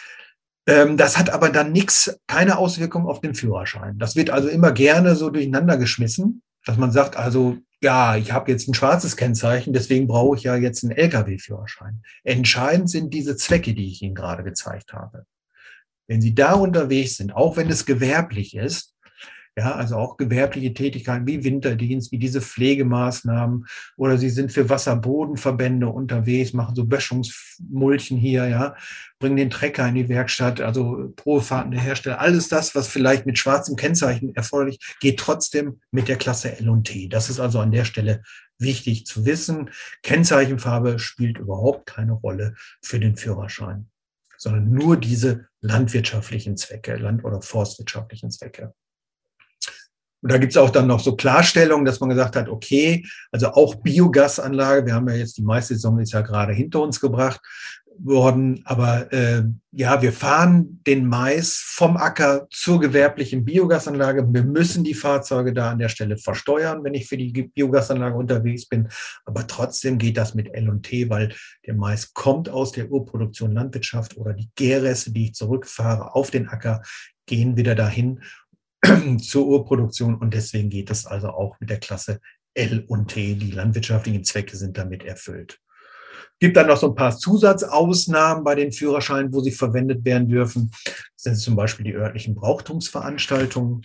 Das hat aber dann nichts, keine Auswirkung auf den Führerschein. Das wird also immer gerne so durcheinander geschmissen, dass man sagt, also ja, ich habe jetzt ein schwarzes Kennzeichen, deswegen brauche ich ja jetzt einen L K W-Führerschein. Entscheidend sind diese Zwecke, die ich Ihnen gerade gezeigt habe. Wenn Sie da unterwegs sind, auch wenn es gewerblich ist, ja, also auch gewerbliche Tätigkeiten wie Winterdienst, wie diese Pflegemaßnahmen oder Sie sind für Wasserbodenverbände unterwegs, machen so Böschungsmulchen hier, ja, bringen den Trecker in die Werkstatt, also Probefahrten der Hersteller, alles das, was vielleicht mit schwarzem Kennzeichen erforderlich, geht trotzdem mit der Klasse L und T. Das ist also an der Stelle wichtig zu wissen. Kennzeichenfarbe spielt überhaupt keine Rolle für den Führerschein, sondern nur diese landwirtschaftlichen Zwecke, land- oder forstwirtschaftlichen Zwecke. Und da gibt es auch dann noch so Klarstellungen, dass man gesagt hat, okay, also auch Biogasanlage, wir haben ja jetzt die meiste Saison ist ja gerade hinter uns gebracht worden, aber äh, ja, wir fahren den Mais vom Acker zur gewerblichen Biogasanlage. Wir müssen die Fahrzeuge da an der Stelle versteuern, wenn ich für die Biogasanlage unterwegs bin, aber trotzdem geht das mit L und T, weil der Mais kommt aus der Urproduktion Landwirtschaft oder die Gärreste, die ich zurückfahre auf den Acker, gehen wieder dahin zur Urproduktion und deswegen geht es also auch mit der Klasse L und T. Die landwirtschaftlichen Zwecke sind damit erfüllt. Es gibt dann noch so ein paar Zusatzausnahmen bei den Führerscheinen, wo sie verwendet werden dürfen. Das sind zum Beispiel die örtlichen Brauchtumsveranstaltungen.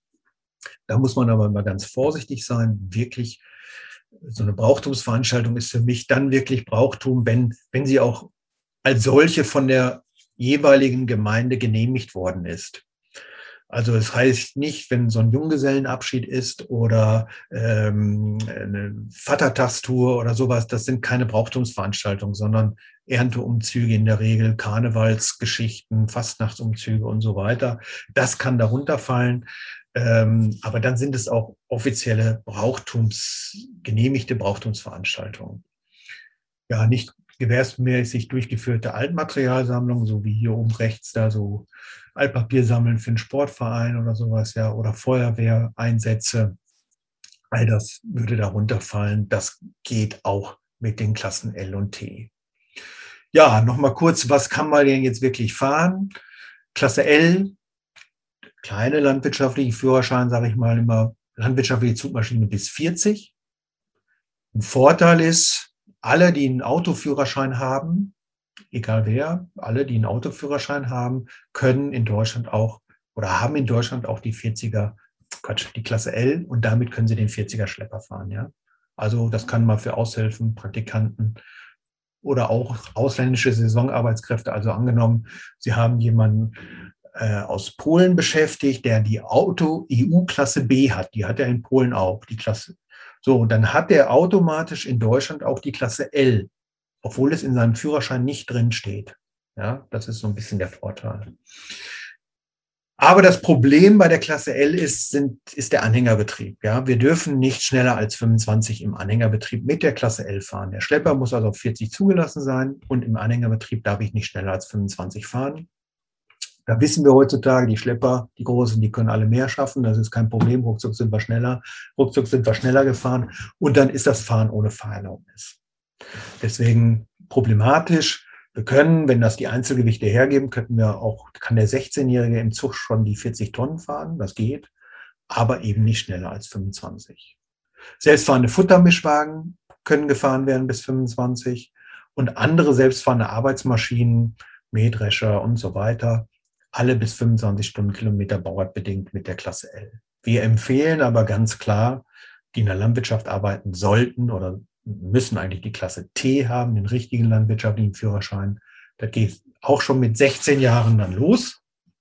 Da muss man aber immer ganz vorsichtig sein. Wirklich, so eine Brauchtumsveranstaltung ist für mich dann wirklich Brauchtum, wenn, wenn sie auch als solche von der jeweiligen Gemeinde genehmigt worden ist. Also es heißt nicht, wenn so ein Junggesellenabschied ist oder ähm, eine Vatertagstour oder sowas, das sind keine Brauchtumsveranstaltungen, sondern Ernteumzüge in der Regel, Karnevalsgeschichten, Fastnachtsumzüge und so weiter. Das kann darunter fallen, ähm, aber dann sind es auch offizielle Brauchtums, genehmigte Brauchtumsveranstaltungen. Ja, nicht gewährsmäßig durchgeführte Altmaterialsammlungen, so wie hier oben rechts da so Altpapier sammeln für einen Sportverein oder sowas, ja, oder Feuerwehreinsätze. All das würde darunter fallen. Das geht auch mit den Klassen L und T. Ja, nochmal kurz, was kann man denn jetzt wirklich fahren? Klasse L, kleine landwirtschaftliche Führerschein, sage ich mal immer, landwirtschaftliche Zugmaschine bis vierzig. Ein Vorteil ist, alle, die einen Autoführerschein haben, egal wer, alle, die einen Autoführerschein haben, können in Deutschland auch oder haben in Deutschland auch die vierziger, Quatsch, die Klasse L und damit können sie den vierziger Schlepper fahren. Ja? Also das kann man für Aushilfen, Praktikanten oder auch ausländische Saisonarbeitskräfte, also angenommen, Sie haben jemanden äh, aus Polen beschäftigt, der die Auto-E U-Klasse B hat, die hat er in Polen auch, die Klasse. So, und dann hat er automatisch in Deutschland auch die Klasse L, obwohl es in seinem Führerschein nicht drin steht. Ja, das ist so ein bisschen der Vorteil. Aber das Problem bei der Klasse L ist, sind, ist der Anhängerbetrieb. Ja, wir dürfen nicht schneller als fünfundzwanzig im Anhängerbetrieb mit der Klasse L fahren. Der Schlepper muss also auf vierzig zugelassen sein und im Anhängerbetrieb darf ich nicht schneller als fünfundzwanzig fahren. Da wissen wir heutzutage, die Schlepper, die Großen, die können alle mehr schaffen. Das ist kein Problem. Ruckzuck sind wir schneller. Ruckzuck sind wir schneller gefahren. Und dann ist das Fahren ohne Fahrerlaubnis. Deswegen problematisch. Wir können, wenn das die Einzelgewichte hergeben, könnten wir auch, kann der sechzehnjährige im Zug schon die vierzig Tonnen fahren. Das geht. Aber eben nicht schneller als fünfundzwanzig. Selbstfahrende Futtermischwagen können gefahren werden bis fünfundzwanzig. Und andere selbstfahrende Arbeitsmaschinen, Mähdrescher und so weiter, alle bis fünfundzwanzig Stundenkilometer bauartbedingt mit der Klasse L. Wir empfehlen aber ganz klar, die in der Landwirtschaft arbeiten sollten oder müssen eigentlich die Klasse T haben, den richtigen landwirtschaftlichen Führerschein. Das geht auch schon mit sechzehn Jahren dann los.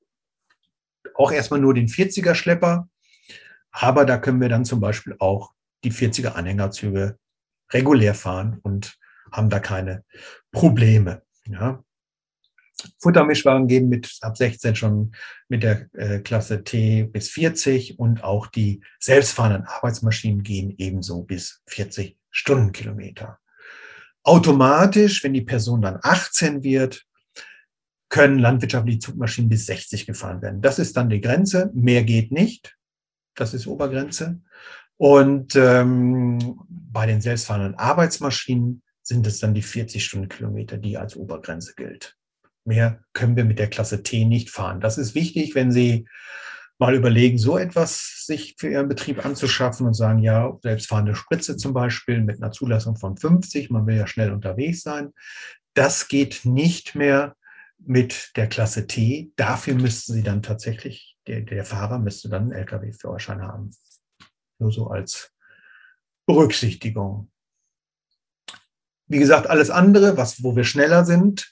Auch erstmal nur den vierziger Schlepper. Aber da können wir dann zum Beispiel auch die vierziger Anhängerzüge regulär fahren und haben da keine Probleme. Ja. Futtermischwagen gehen mit ab sechzehn schon mit der äh, Klasse T bis vierzig und auch die selbstfahrenden Arbeitsmaschinen gehen ebenso bis vierzig Stundenkilometer. Automatisch, wenn die Person dann achtzehn wird, können landwirtschaftliche Zugmaschinen bis sechzig gefahren werden. Das ist dann die Grenze. Mehr geht nicht. Das ist Obergrenze. Und ähm, bei den selbstfahrenden Arbeitsmaschinen sind es dann die vierzig Stundenkilometer, die als Obergrenze gilt. Mehr können wir mit der Klasse T nicht fahren. Das ist wichtig, wenn Sie mal überlegen, so etwas sich für Ihren Betrieb anzuschaffen und sagen, ja, selbstfahrende Spritze zum Beispiel mit einer Zulassung von fünfzig, man will ja schnell unterwegs sein. Das geht nicht mehr mit der Klasse T. Dafür müssten Sie dann tatsächlich, der, der Fahrer müsste dann einen L K W-Führerschein haben. Nur so als Berücksichtigung. Wie gesagt, alles andere, was, wo wir schneller sind,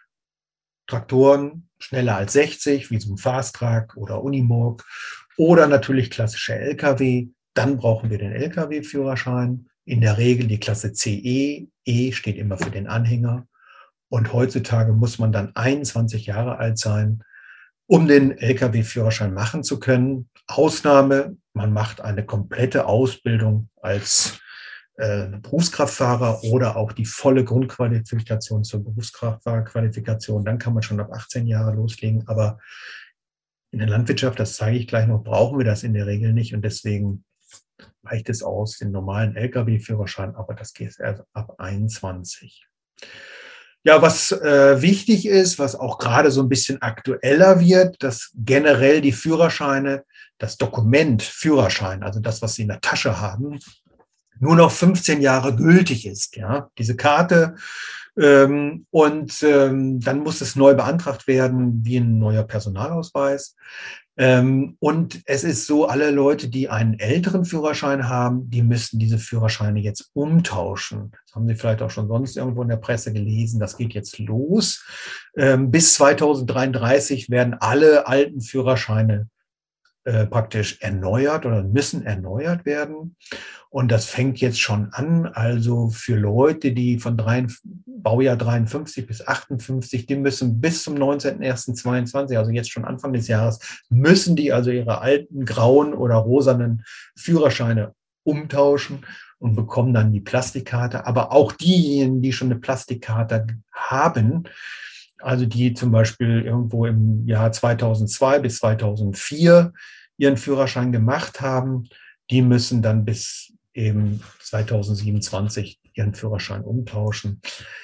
Traktoren schneller als sechzig, wie so ein Fast-Track oder Unimog oder natürlich klassische L K W. Dann brauchen wir den L K W-Führerschein. In der Regel die Klasse C E. E steht immer für den Anhänger. Und heutzutage muss man dann einundzwanzig Jahre alt sein, um den L K W-Führerschein machen zu können. Ausnahme, man macht eine komplette Ausbildung als äh, Berufskraftfahrer oder auch die volle Grundqualifikation zur Berufskraftfahrerqualifikation. Dann kann man schon ab achtzehn Jahre loslegen. Aber in der Landwirtschaft, das zeige ich gleich noch, brauchen wir das in der Regel nicht. Und deswegen reicht es aus, den normalen L K W-Führerschein, aber das geht erst ab einundzwanzig. Ja, was äh, wichtig ist, was auch gerade so ein bisschen aktueller wird, dass generell die Führerscheine, das Dokument Führerschein, also das, was Sie in der Tasche haben, nur noch fünfzehn Jahre gültig ist. Ja, diese Karte. Ähm, und ähm, dann muss es neu beantragt werden, wie ein neuer Personalausweis. Ähm, und es ist so, alle Leute, die einen älteren Führerschein haben, die müssen diese Führerscheine jetzt umtauschen. Das haben Sie vielleicht auch schon sonst irgendwo in der Presse gelesen. Das geht jetzt los. Ähm, bis zweitausenddreiunddreißig werden alle alten Führerscheine äh, praktisch erneuert oder müssen erneuert werden. Und das fängt jetzt schon an. Also für Leute, die von drei, Baujahr dreiundfünfzig bis achtundfünfzig, die müssen bis zum neunzehnten ersten zweiundzwanzig, also jetzt schon Anfang des Jahres, müssen die also ihre alten grauen oder rosanen Führerscheine umtauschen und bekommen dann die Plastikkarte. Aber auch diejenigen, die schon eine Plastikkarte haben, also die zum Beispiel irgendwo im Jahr zweitausendzwei bis zweitausendvier ihren Führerschein gemacht haben, die müssen dann bis eben zweitausendsiebenundzwanzig ihren Führerschein umtauschen.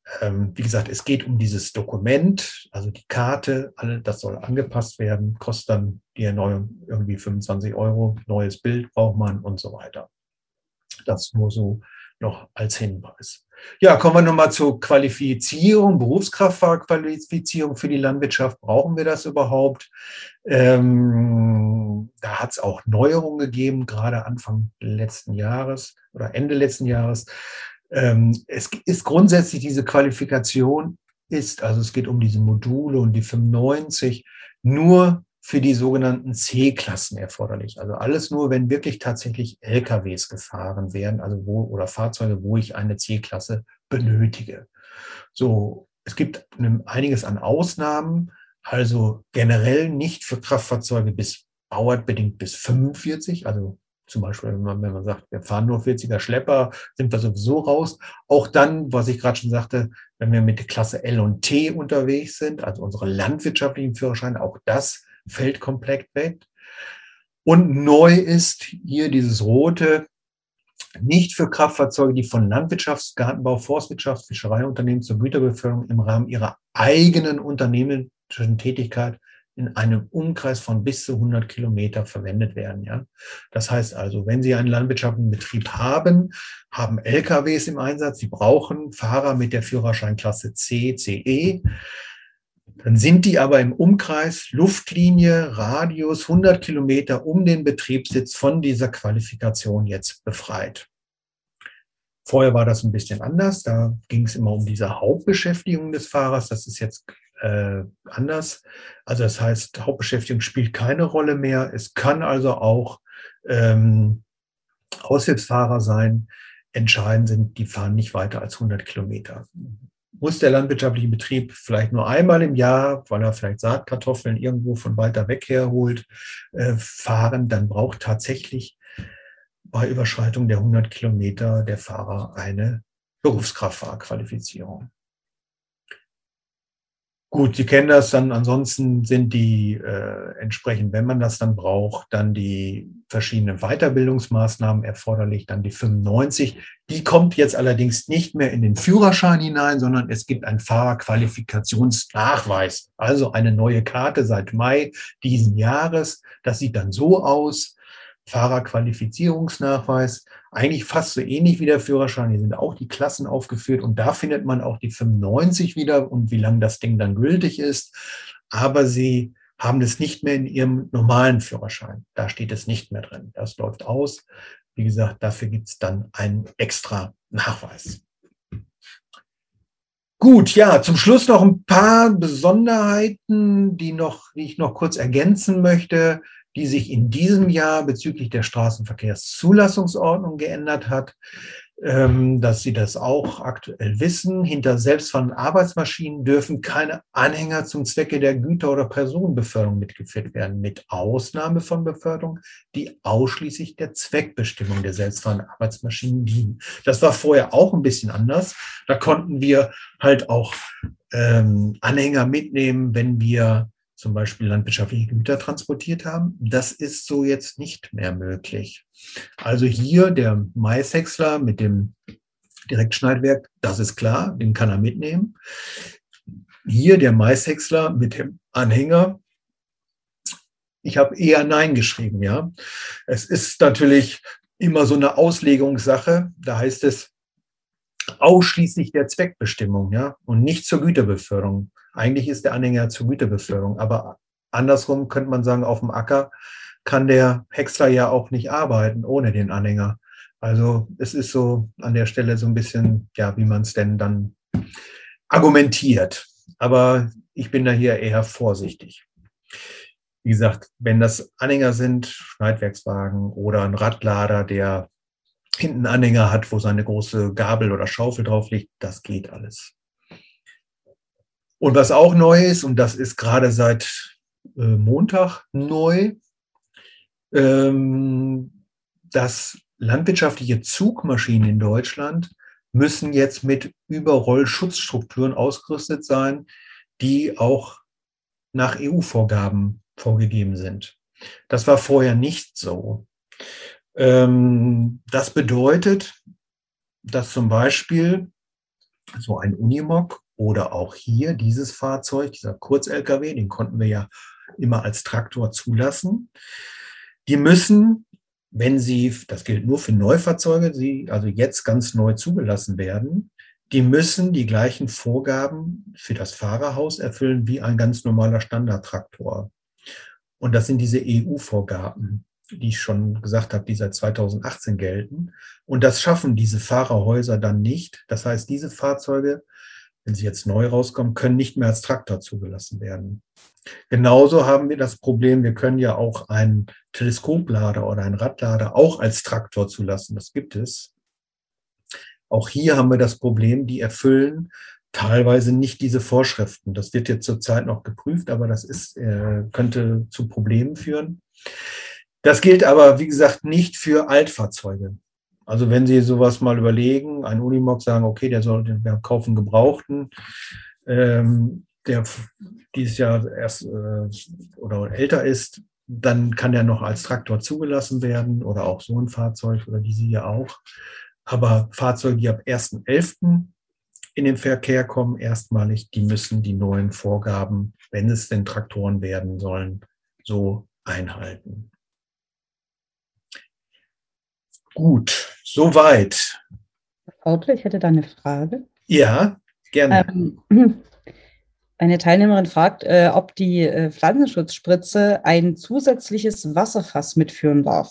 Ähm, wie gesagt, es geht um dieses Dokument, also die Karte, alle, das soll angepasst werden, kostet dann die neue irgendwie fünfundzwanzig Euro, neues Bild braucht man und so weiter. Das nur so noch als Hinweis. Ja, kommen wir nochmal zur Qualifizierung, Berufskraftfahrerqualifizierung für die Landwirtschaft. Brauchen wir das überhaupt? Ähm, da hat es auch Neuerungen gegeben, gerade Anfang letzten Jahres oder Ende letzten Jahres. Ähm, es ist grundsätzlich diese Qualifikation ist, also es geht um diese Module und die fünfundneunzig, nur für die sogenannten C-Klassen erforderlich. Also alles nur, wenn wirklich tatsächlich L K Ws gefahren werden, also wo, oder Fahrzeuge, wo ich eine C-Klasse benötige. So, es gibt einiges an Ausnahmen, also generell nicht für Kraftfahrzeuge bis bauartbedingt bis fünfundvierzig, also zum Beispiel, wenn man, wenn man sagt, wir fahren nur vierziger Schlepper, sind wir sowieso raus. Auch dann, was ich gerade schon sagte, wenn wir mit der Klasse L und T unterwegs sind, also unsere landwirtschaftlichen Führerscheine, auch das fällt komplett weg. Und neu ist hier dieses rote, nicht für Kraftfahrzeuge, die von Landwirtschafts-, Gartenbau-, Forstwirtschaft, Fischereiunternehmen zur Güterbeförderung im Rahmen ihrer eigenen unternehmerischen Tätigkeit in einem Umkreis von bis zu hundert Kilometer verwendet werden. Ja? Das heißt also, wenn Sie einen landwirtschaftlichen Betrieb haben, haben L K Ws im Einsatz, Sie brauchen Fahrer mit der Führerscheinklasse C, C E, dann sind die aber im Umkreis, Luftlinie, Radius hundert Kilometer um den Betriebssitz von dieser Qualifikation jetzt befreit. Vorher war das ein bisschen anders, da ging es immer um diese Hauptbeschäftigung des Fahrers, das ist jetzt äh, anders. Also das heißt, Hauptbeschäftigung spielt keine Rolle mehr. Es kann also auch ähm, Aushilfsfahrer sein. Entscheidend sind, die fahren nicht weiter als hundert Kilometer. Muss der landwirtschaftliche Betrieb vielleicht nur einmal im Jahr, weil er vielleicht Saatkartoffeln irgendwo von weiter weg herholt, äh, fahren, dann braucht tatsächlich bei Überschreitung der hundert Kilometer der Fahrer eine Berufskraftfahrerqualifizierung. Gut, Sie kennen das dann, ansonsten sind die äh, entsprechend, wenn man das dann braucht, dann die verschiedenen Weiterbildungsmaßnahmen erforderlich, dann die fünfundneunzig. Die kommt jetzt allerdings nicht mehr in den Führerschein hinein, sondern es gibt einen Fahrerqualifikationsnachweis, also eine neue Karte seit Mai diesen Jahres. Das sieht dann so aus. Fahrerqualifizierungsnachweis, eigentlich fast so ähnlich wie der Führerschein. Hier sind auch die Klassen aufgeführt und da findet man auch die fünfundneunzig wieder und wie lange das Ding dann gültig ist. Aber Sie haben es nicht mehr in Ihrem normalen Führerschein. Da steht es nicht mehr drin. Das läuft aus. Wie gesagt, dafür gibt es dann einen extra Nachweis. Gut, ja, zum Schluss noch ein paar Besonderheiten, die, noch, die ich noch kurz ergänzen möchte, die sich in diesem Jahr bezüglich der Straßenverkehrszulassungsordnung geändert hat, ähm, dass Sie das auch aktuell wissen. Hinter selbstfahrenden Arbeitsmaschinen dürfen keine Anhänger zum Zwecke der Güter- oder Personenbeförderung mitgeführt werden, mit Ausnahme von Beförderung, die ausschließlich der Zweckbestimmung der selbstfahrenden Arbeitsmaschinen dienen. Das war vorher auch ein bisschen anders. Da konnten wir halt auch ähm, Anhänger mitnehmen, wenn wir zum Beispiel landwirtschaftliche Güter transportiert haben. Das ist so jetzt nicht mehr möglich. Also hier der Maishäcksler mit dem Direktschneidwerk, das ist klar, den kann er mitnehmen. Hier der Maishäcksler mit dem Anhänger. Ich habe eher Nein geschrieben, ja. Es ist natürlich immer so eine Auslegungssache. Da heißt es ausschließlich der Zweckbestimmung, ja, und nicht zur Güterbeförderung. Eigentlich ist der Anhänger zur Güterbeförderung, aber andersrum könnte man sagen, auf dem Acker kann der Häcksler ja auch nicht arbeiten ohne den Anhänger. Also es ist so an der Stelle so ein bisschen, ja, wie man es denn dann argumentiert. Aber ich bin da hier eher vorsichtig. Wie gesagt, wenn das Anhänger sind, Schneidwerkswagen oder ein Radlader, der hinten einen Anhänger hat, wo seine große Gabel oder Schaufel drauf liegt, das geht alles. Und was auch neu ist, und das ist gerade seit äh, Montag neu, ähm, dass landwirtschaftliche Zugmaschinen in Deutschland müssen jetzt mit Überrollschutzstrukturen ausgerüstet sein, die auch nach E U-Vorgaben vorgegeben sind. Das war vorher nicht so. Ähm, das bedeutet, dass zum Beispiel so ein Unimog oder auch hier dieses Fahrzeug, dieser Kurz-L K W, den konnten wir ja immer als Traktor zulassen. Die müssen, wenn sie, das gilt nur für Neufahrzeuge, sie also jetzt ganz neu zugelassen werden, die müssen die gleichen Vorgaben für das Fahrerhaus erfüllen wie ein ganz normaler Standardtraktor. Und das sind diese E U-Vorgaben, die ich schon gesagt habe, die seit zweitausendachtzehn gelten. Und das schaffen diese Fahrerhäuser dann nicht. Das heißt, diese Fahrzeuge, wenn sie jetzt neu rauskommen, können nicht mehr als Traktor zugelassen werden. Genauso haben wir das Problem, wir können ja auch einen Teleskoplader oder einen Radlader auch als Traktor zulassen. Das gibt es. Auch hier haben wir das Problem, die erfüllen teilweise nicht diese Vorschriften. Das wird jetzt zurzeit noch geprüft, aber das ist, äh, könnte zu Problemen führen. Das gilt aber, wie gesagt, nicht für Altfahrzeuge. Also wenn Sie sowas mal überlegen, ein Unimog sagen, okay, der soll, wir kaufen Gebrauchten, ähm, der dieses Jahr erst äh, oder älter ist, dann kann der noch als Traktor zugelassen werden oder auch so ein Fahrzeug oder diese hier auch. Aber Fahrzeuge, die ab ersten elften in den Verkehr kommen, erstmalig, die müssen die neuen Vorgaben, wenn es denn Traktoren werden sollen, so einhalten. Gut, soweit. Auto, ich hätte da eine Frage. Ja, gerne. Ähm, eine Teilnehmerin fragt, äh, ob die äh, Pflanzenschutzspritze ein zusätzliches Wasserfass mitführen darf.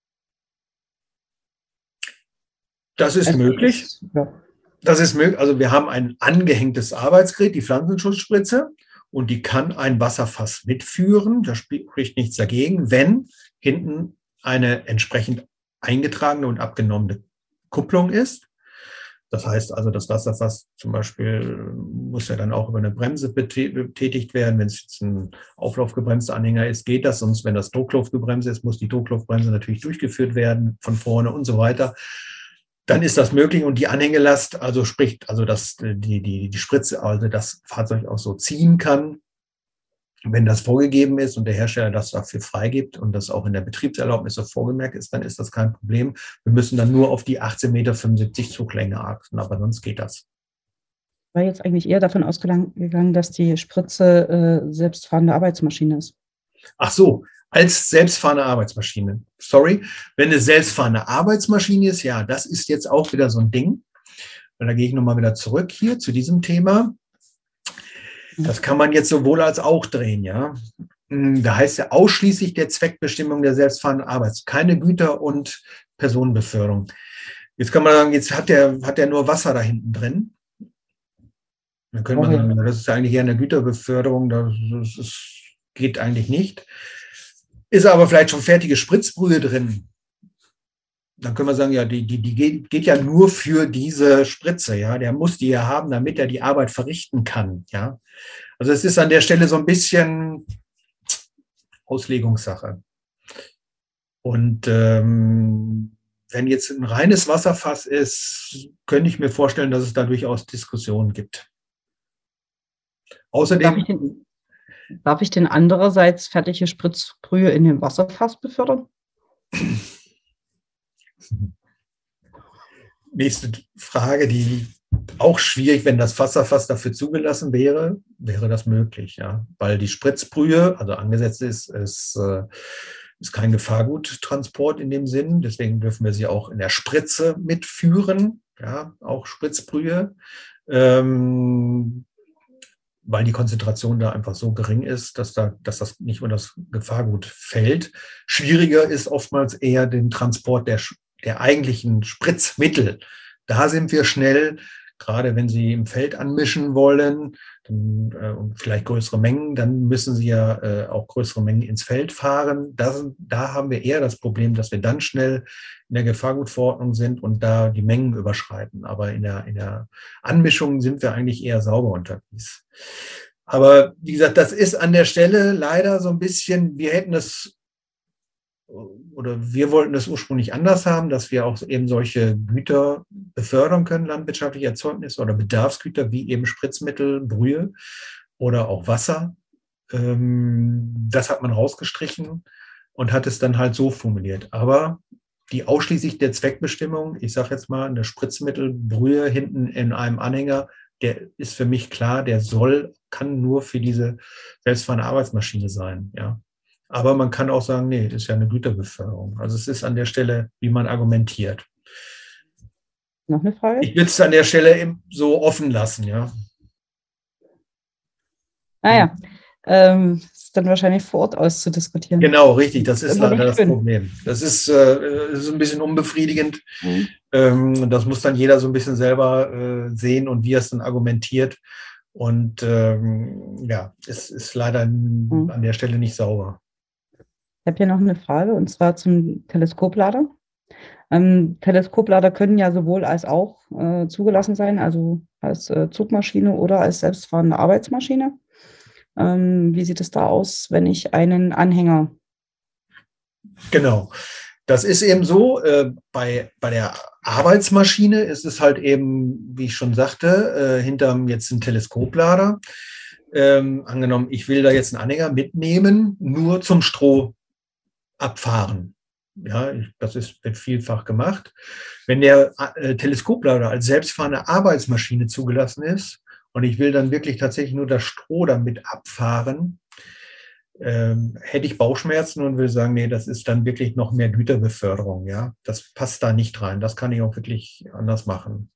Das ist Also, möglich. Das, ja. Das ist möglich. Also wir haben ein angehängtes Arbeitsgerät, die Pflanzenschutzspritze, und die kann ein Wasserfass mitführen. Da spricht nichts dagegen, wenn hinten eine entsprechend eingetragene und abgenommene Kupplung ist. Das heißt also, das Wasserfass zum Beispiel muss ja dann auch über eine Bremse betätigt werden. Wenn es jetzt ein auflaufgebremster Anhänger ist, geht das. Sonst, wenn das Drucklaufgebremse ist, muss die Drucklaufbremse natürlich durchgeführt werden von vorne und so weiter. Dann ist das möglich und die Anhängelast, also spricht, also dass die, die, die Spritze, also das Fahrzeug auch so ziehen kann, wenn das vorgegeben ist und der Hersteller das dafür freigibt und das auch in der Betriebserlaubnis so vorgemerkt ist, dann ist das kein Problem. Wir müssen dann nur auf die achtzehn Meter fünfundsiebzig Zuglänge achten, aber sonst geht das. Ich war jetzt eigentlich eher davon ausgegangen, dass die Spritze äh, selbstfahrende Arbeitsmaschine ist. Ach so, als selbstfahrende Arbeitsmaschine. Sorry, wenn es selbstfahrende Arbeitsmaschine ist, ja, das ist jetzt auch wieder so ein Ding. Und da gehe ich nochmal wieder zurück hier zu diesem Thema. Das kann man jetzt sowohl als auch drehen, ja. Da heißt ja ausschließlich der Zweckbestimmung der selbstfahrenden Arbeit, keine Güter- und Personenbeförderung. Jetzt kann man sagen, jetzt hat der, hat der nur Wasser da hinten drin. Dann könnte man sagen, das ist eigentlich eher eine Güterbeförderung, das, ist, geht eigentlich nicht. Ist aber vielleicht schon fertige Spritzbrühe drin. Dann können wir sagen, ja, die, die, die geht, geht ja nur für diese Spritze, ja. Der muss die ja haben, damit er die Arbeit verrichten kann, ja. Also es ist an der Stelle so ein bisschen Auslegungssache. Und ähm, wenn jetzt ein reines Wasserfass ist, könnte ich mir vorstellen, dass es da durchaus Diskussionen gibt. Außerdem. Darf ich den, darf ich denn andererseits fertige Spritzbrühe in dem Wasserfass befördern? Nächste Frage, die auch schwierig, wenn das Wasserfass dafür zugelassen wäre, wäre das möglich, ja, weil die Spritzbrühe, also angesetzt ist, ist, äh, ist kein Gefahrguttransport in dem Sinn, deswegen dürfen wir sie auch in der Spritze mitführen, ja, auch Spritzbrühe, ähm, weil die Konzentration da einfach so gering ist, dass, da, dass das nicht unter das Gefahrgut fällt. Schwieriger ist oftmals eher den Transport der der eigentlichen Spritzmittel. Da sind wir schnell, gerade wenn Sie im Feld anmischen wollen, dann, äh, und vielleicht größere Mengen, dann müssen Sie ja äh, auch größere Mengen ins Feld fahren. Das, da haben wir eher das Problem, dass wir dann schnell in der Gefahrgutverordnung sind und da die Mengen überschreiten. Aber in der, in der Anmischung sind wir eigentlich eher sauber unterwegs. Aber wie gesagt, das ist an der Stelle leider so ein bisschen, wir hätten es oder wir wollten das ursprünglich anders haben, dass wir auch eben solche Güter befördern können, landwirtschaftliche Erzeugnisse oder Bedarfsgüter wie eben Spritzmittel, Brühe oder auch Wasser. Das hat man rausgestrichen und hat es dann halt so formuliert. Aber die ausschließlich der Zweckbestimmung, ich sage jetzt mal, eine Spritzmittelbrühe hinten in einem Anhänger, der ist für mich klar, der soll, kann nur für diese selbstfahrende Arbeitsmaschine sein, ja. Aber man kann auch sagen, nee, das ist ja eine Güterbeförderung. Also es ist an der Stelle, wie man argumentiert. Noch eine Frage? Ich würde es an der Stelle so offen lassen, ja. Ah ja, ähm, ist dann wahrscheinlich vor Ort auszudiskutieren. Genau, richtig, das ist Immer leider nicht das schön. Problem. Das ist, äh, ist ein bisschen unbefriedigend. Mhm. Ähm, das muss dann jeder so ein bisschen selber äh, sehen und wie er es dann argumentiert. Und ähm, ja, es ist leider Mhm. an der Stelle nicht sauber. Ich habe hier noch eine Frage, und zwar zum Teleskoplader. Ähm, Teleskoplader können ja sowohl als auch äh, zugelassen sein, also als äh, Zugmaschine oder als selbstfahrende Arbeitsmaschine. Ähm, wie sieht es da aus, wenn ich einen Anhänger? Genau. Das ist eben so, äh, bei, bei der Arbeitsmaschine ist es halt eben, wie ich schon sagte, äh, hinterm jetzt ein Teleskoplader. Ähm, angenommen, ich will da jetzt einen Anhänger mitnehmen, nur zum Stroh abfahren. Ja, ich, das ist, wird vielfach gemacht. Wenn der äh, Teleskoplader als selbstfahrende Arbeitsmaschine zugelassen ist und ich will dann wirklich tatsächlich nur das Stroh damit abfahren, ähm, hätte ich Bauchschmerzen und will sagen, nee, das ist dann wirklich noch mehr Güterbeförderung. Ja, das passt da nicht rein. Das kann ich auch wirklich anders machen.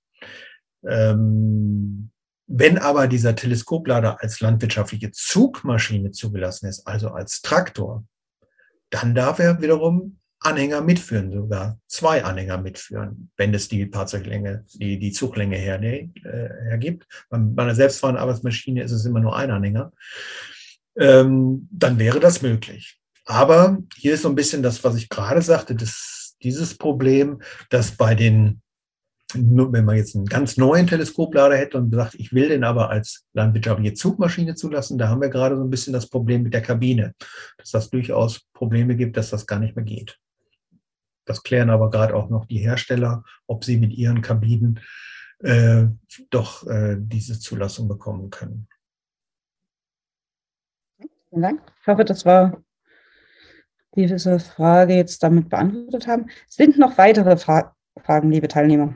Ähm, wenn aber dieser Teleskoplader als landwirtschaftliche Zugmaschine zugelassen ist, also als Traktor, dann darf er wiederum Anhänger mitführen, sogar zwei Anhänger mitführen, wenn es die Fahrzeuglänge, die, die Zuglänge her, äh, hergibt. Bei einer selbstfahrenden Arbeitsmaschine ist es immer nur ein Anhänger. Ähm, dann wäre das möglich. Aber hier ist so ein bisschen das, was ich gerade sagte, das, dieses Problem, dass bei den, wenn man jetzt einen ganz neuen Teleskoplader hätte und sagt, ich will den aber als landwirtschaftliche Zugmaschine zulassen, da haben wir gerade so ein bisschen das Problem mit der Kabine, dass das durchaus Probleme gibt, dass das gar nicht mehr geht. Das klären aber gerade auch noch die Hersteller, ob sie mit ihren Kabinen äh, doch äh, diese Zulassung bekommen können. Vielen Dank. Ich hoffe, das war diese Frage jetzt damit beantwortet haben. Sind noch weitere Fra- Fragen, liebe Teilnehmer?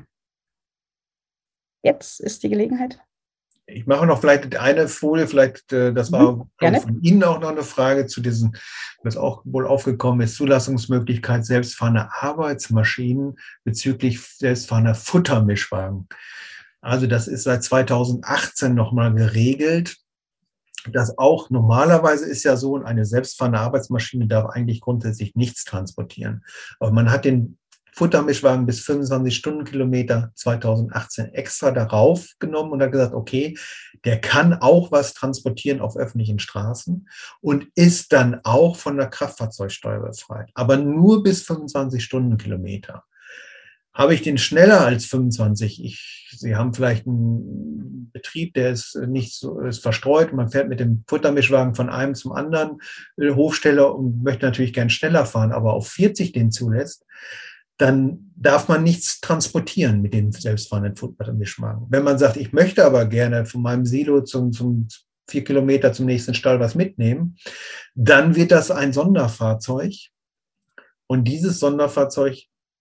Jetzt ist die Gelegenheit. Ich mache noch vielleicht eine Folie, vielleicht, das war Mhm, gerne. von Ihnen auch noch eine Frage zu diesen, was auch wohl aufgekommen ist, Zulassungsmöglichkeit selbstfahrender Arbeitsmaschinen bezüglich selbstfahrender Futtermischwagen. Also das ist seit zweitausendachtzehn nochmal geregelt. Das auch normalerweise ist ja so, eine selbstfahrende Arbeitsmaschine darf eigentlich grundsätzlich nichts transportieren. Aber man hat den Futtermischwagen bis fünfundzwanzig Stundenkilometer zweitausendachtzehn extra darauf genommen und hat gesagt, okay, der kann auch was transportieren auf öffentlichen Straßen und ist dann auch von der Kraftfahrzeugsteuer befreit, aber nur bis fünfundzwanzig Stundenkilometer. Habe ich den schneller als fünfundzwanzig? Ich, Sie haben vielleicht einen Betrieb, der ist nicht so, ist verstreut. Man fährt mit dem Futtermischwagen von einem zum anderen Hofsteller und möchte natürlich gern schneller fahren, aber auf vierzig den zulässt, dann darf man nichts transportieren mit dem selbstfahrenden Futtermischwagen. Wenn man sagt, ich möchte aber gerne von meinem Silo zum, zum vier Kilometer zum nächsten Stall was mitnehmen, dann wird das ein Sonderfahrzeug. Und dieses Sonderfahrzeug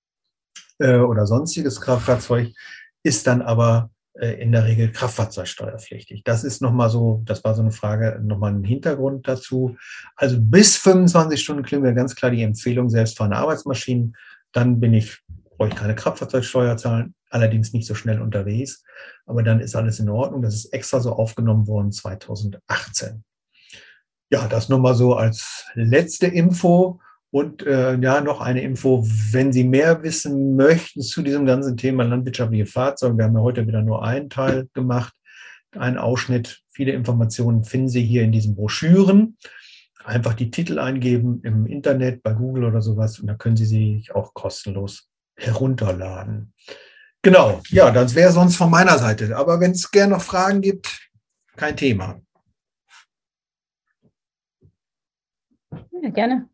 oder sonstiges Kraftfahrzeug ist dann aber in der Regel kraftfahrzeugsteuerpflichtig. Das ist nochmal so, das war so eine Frage, nochmal ein Hintergrund dazu. Also bis fünfundzwanzig Stundenkilometer ganz klar die Empfehlung, selbstfahrende Arbeitsmaschinen, dann bin ich, brauche ich keine Kraftfahrzeugsteuer zahlen, allerdings nicht so schnell unterwegs, aber dann ist alles in Ordnung. Das ist extra so aufgenommen worden zweitausendachtzehn. Ja, das nochmal so als letzte Info. Und äh, ja, noch eine Info, wenn Sie mehr wissen möchten zu diesem ganzen Thema landwirtschaftliche Fahrzeuge. Wir haben ja heute wieder nur einen Teil gemacht, einen Ausschnitt. Viele Informationen finden Sie hier in diesen Broschüren. Einfach die Titel eingeben im Internet, bei Google oder sowas. Und da können Sie sie auch kostenlos herunterladen. Genau, ja, das wäre sonst von meiner Seite. Aber wenn es gerne noch Fragen gibt, kein Thema. Ja, gerne.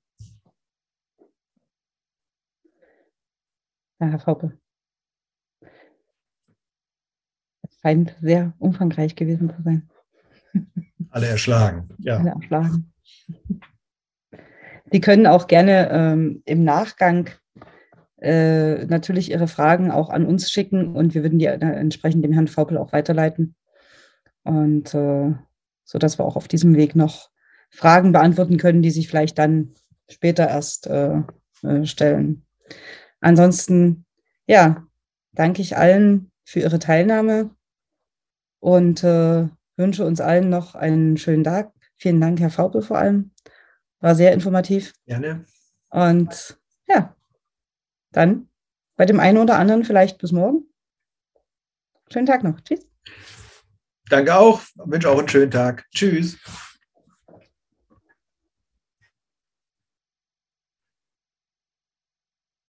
Ja, Herr Faupe. Es scheint sehr umfangreich gewesen zu sein. Alle erschlagen, ja. Alle erschlagen. Sie können auch gerne ähm, im Nachgang äh, natürlich ihre Fragen auch an uns schicken und wir würden die äh, entsprechend dem Herrn Vaupel auch weiterleiten. Und äh, so dass wir auch auf diesem Weg noch Fragen beantworten können, die sich vielleicht dann später erst äh, äh, stellen. Ansonsten, ja, danke ich allen für ihre Teilnahme und äh, wünsche uns allen noch einen schönen Tag. Vielen Dank, Herr Vaupel, vor allem. War sehr informativ. Gerne. Und ja, dann bei dem einen oder anderen vielleicht bis morgen. Schönen Tag noch. Tschüss. Danke auch. Ich wünsche auch einen schönen Tag. Tschüss.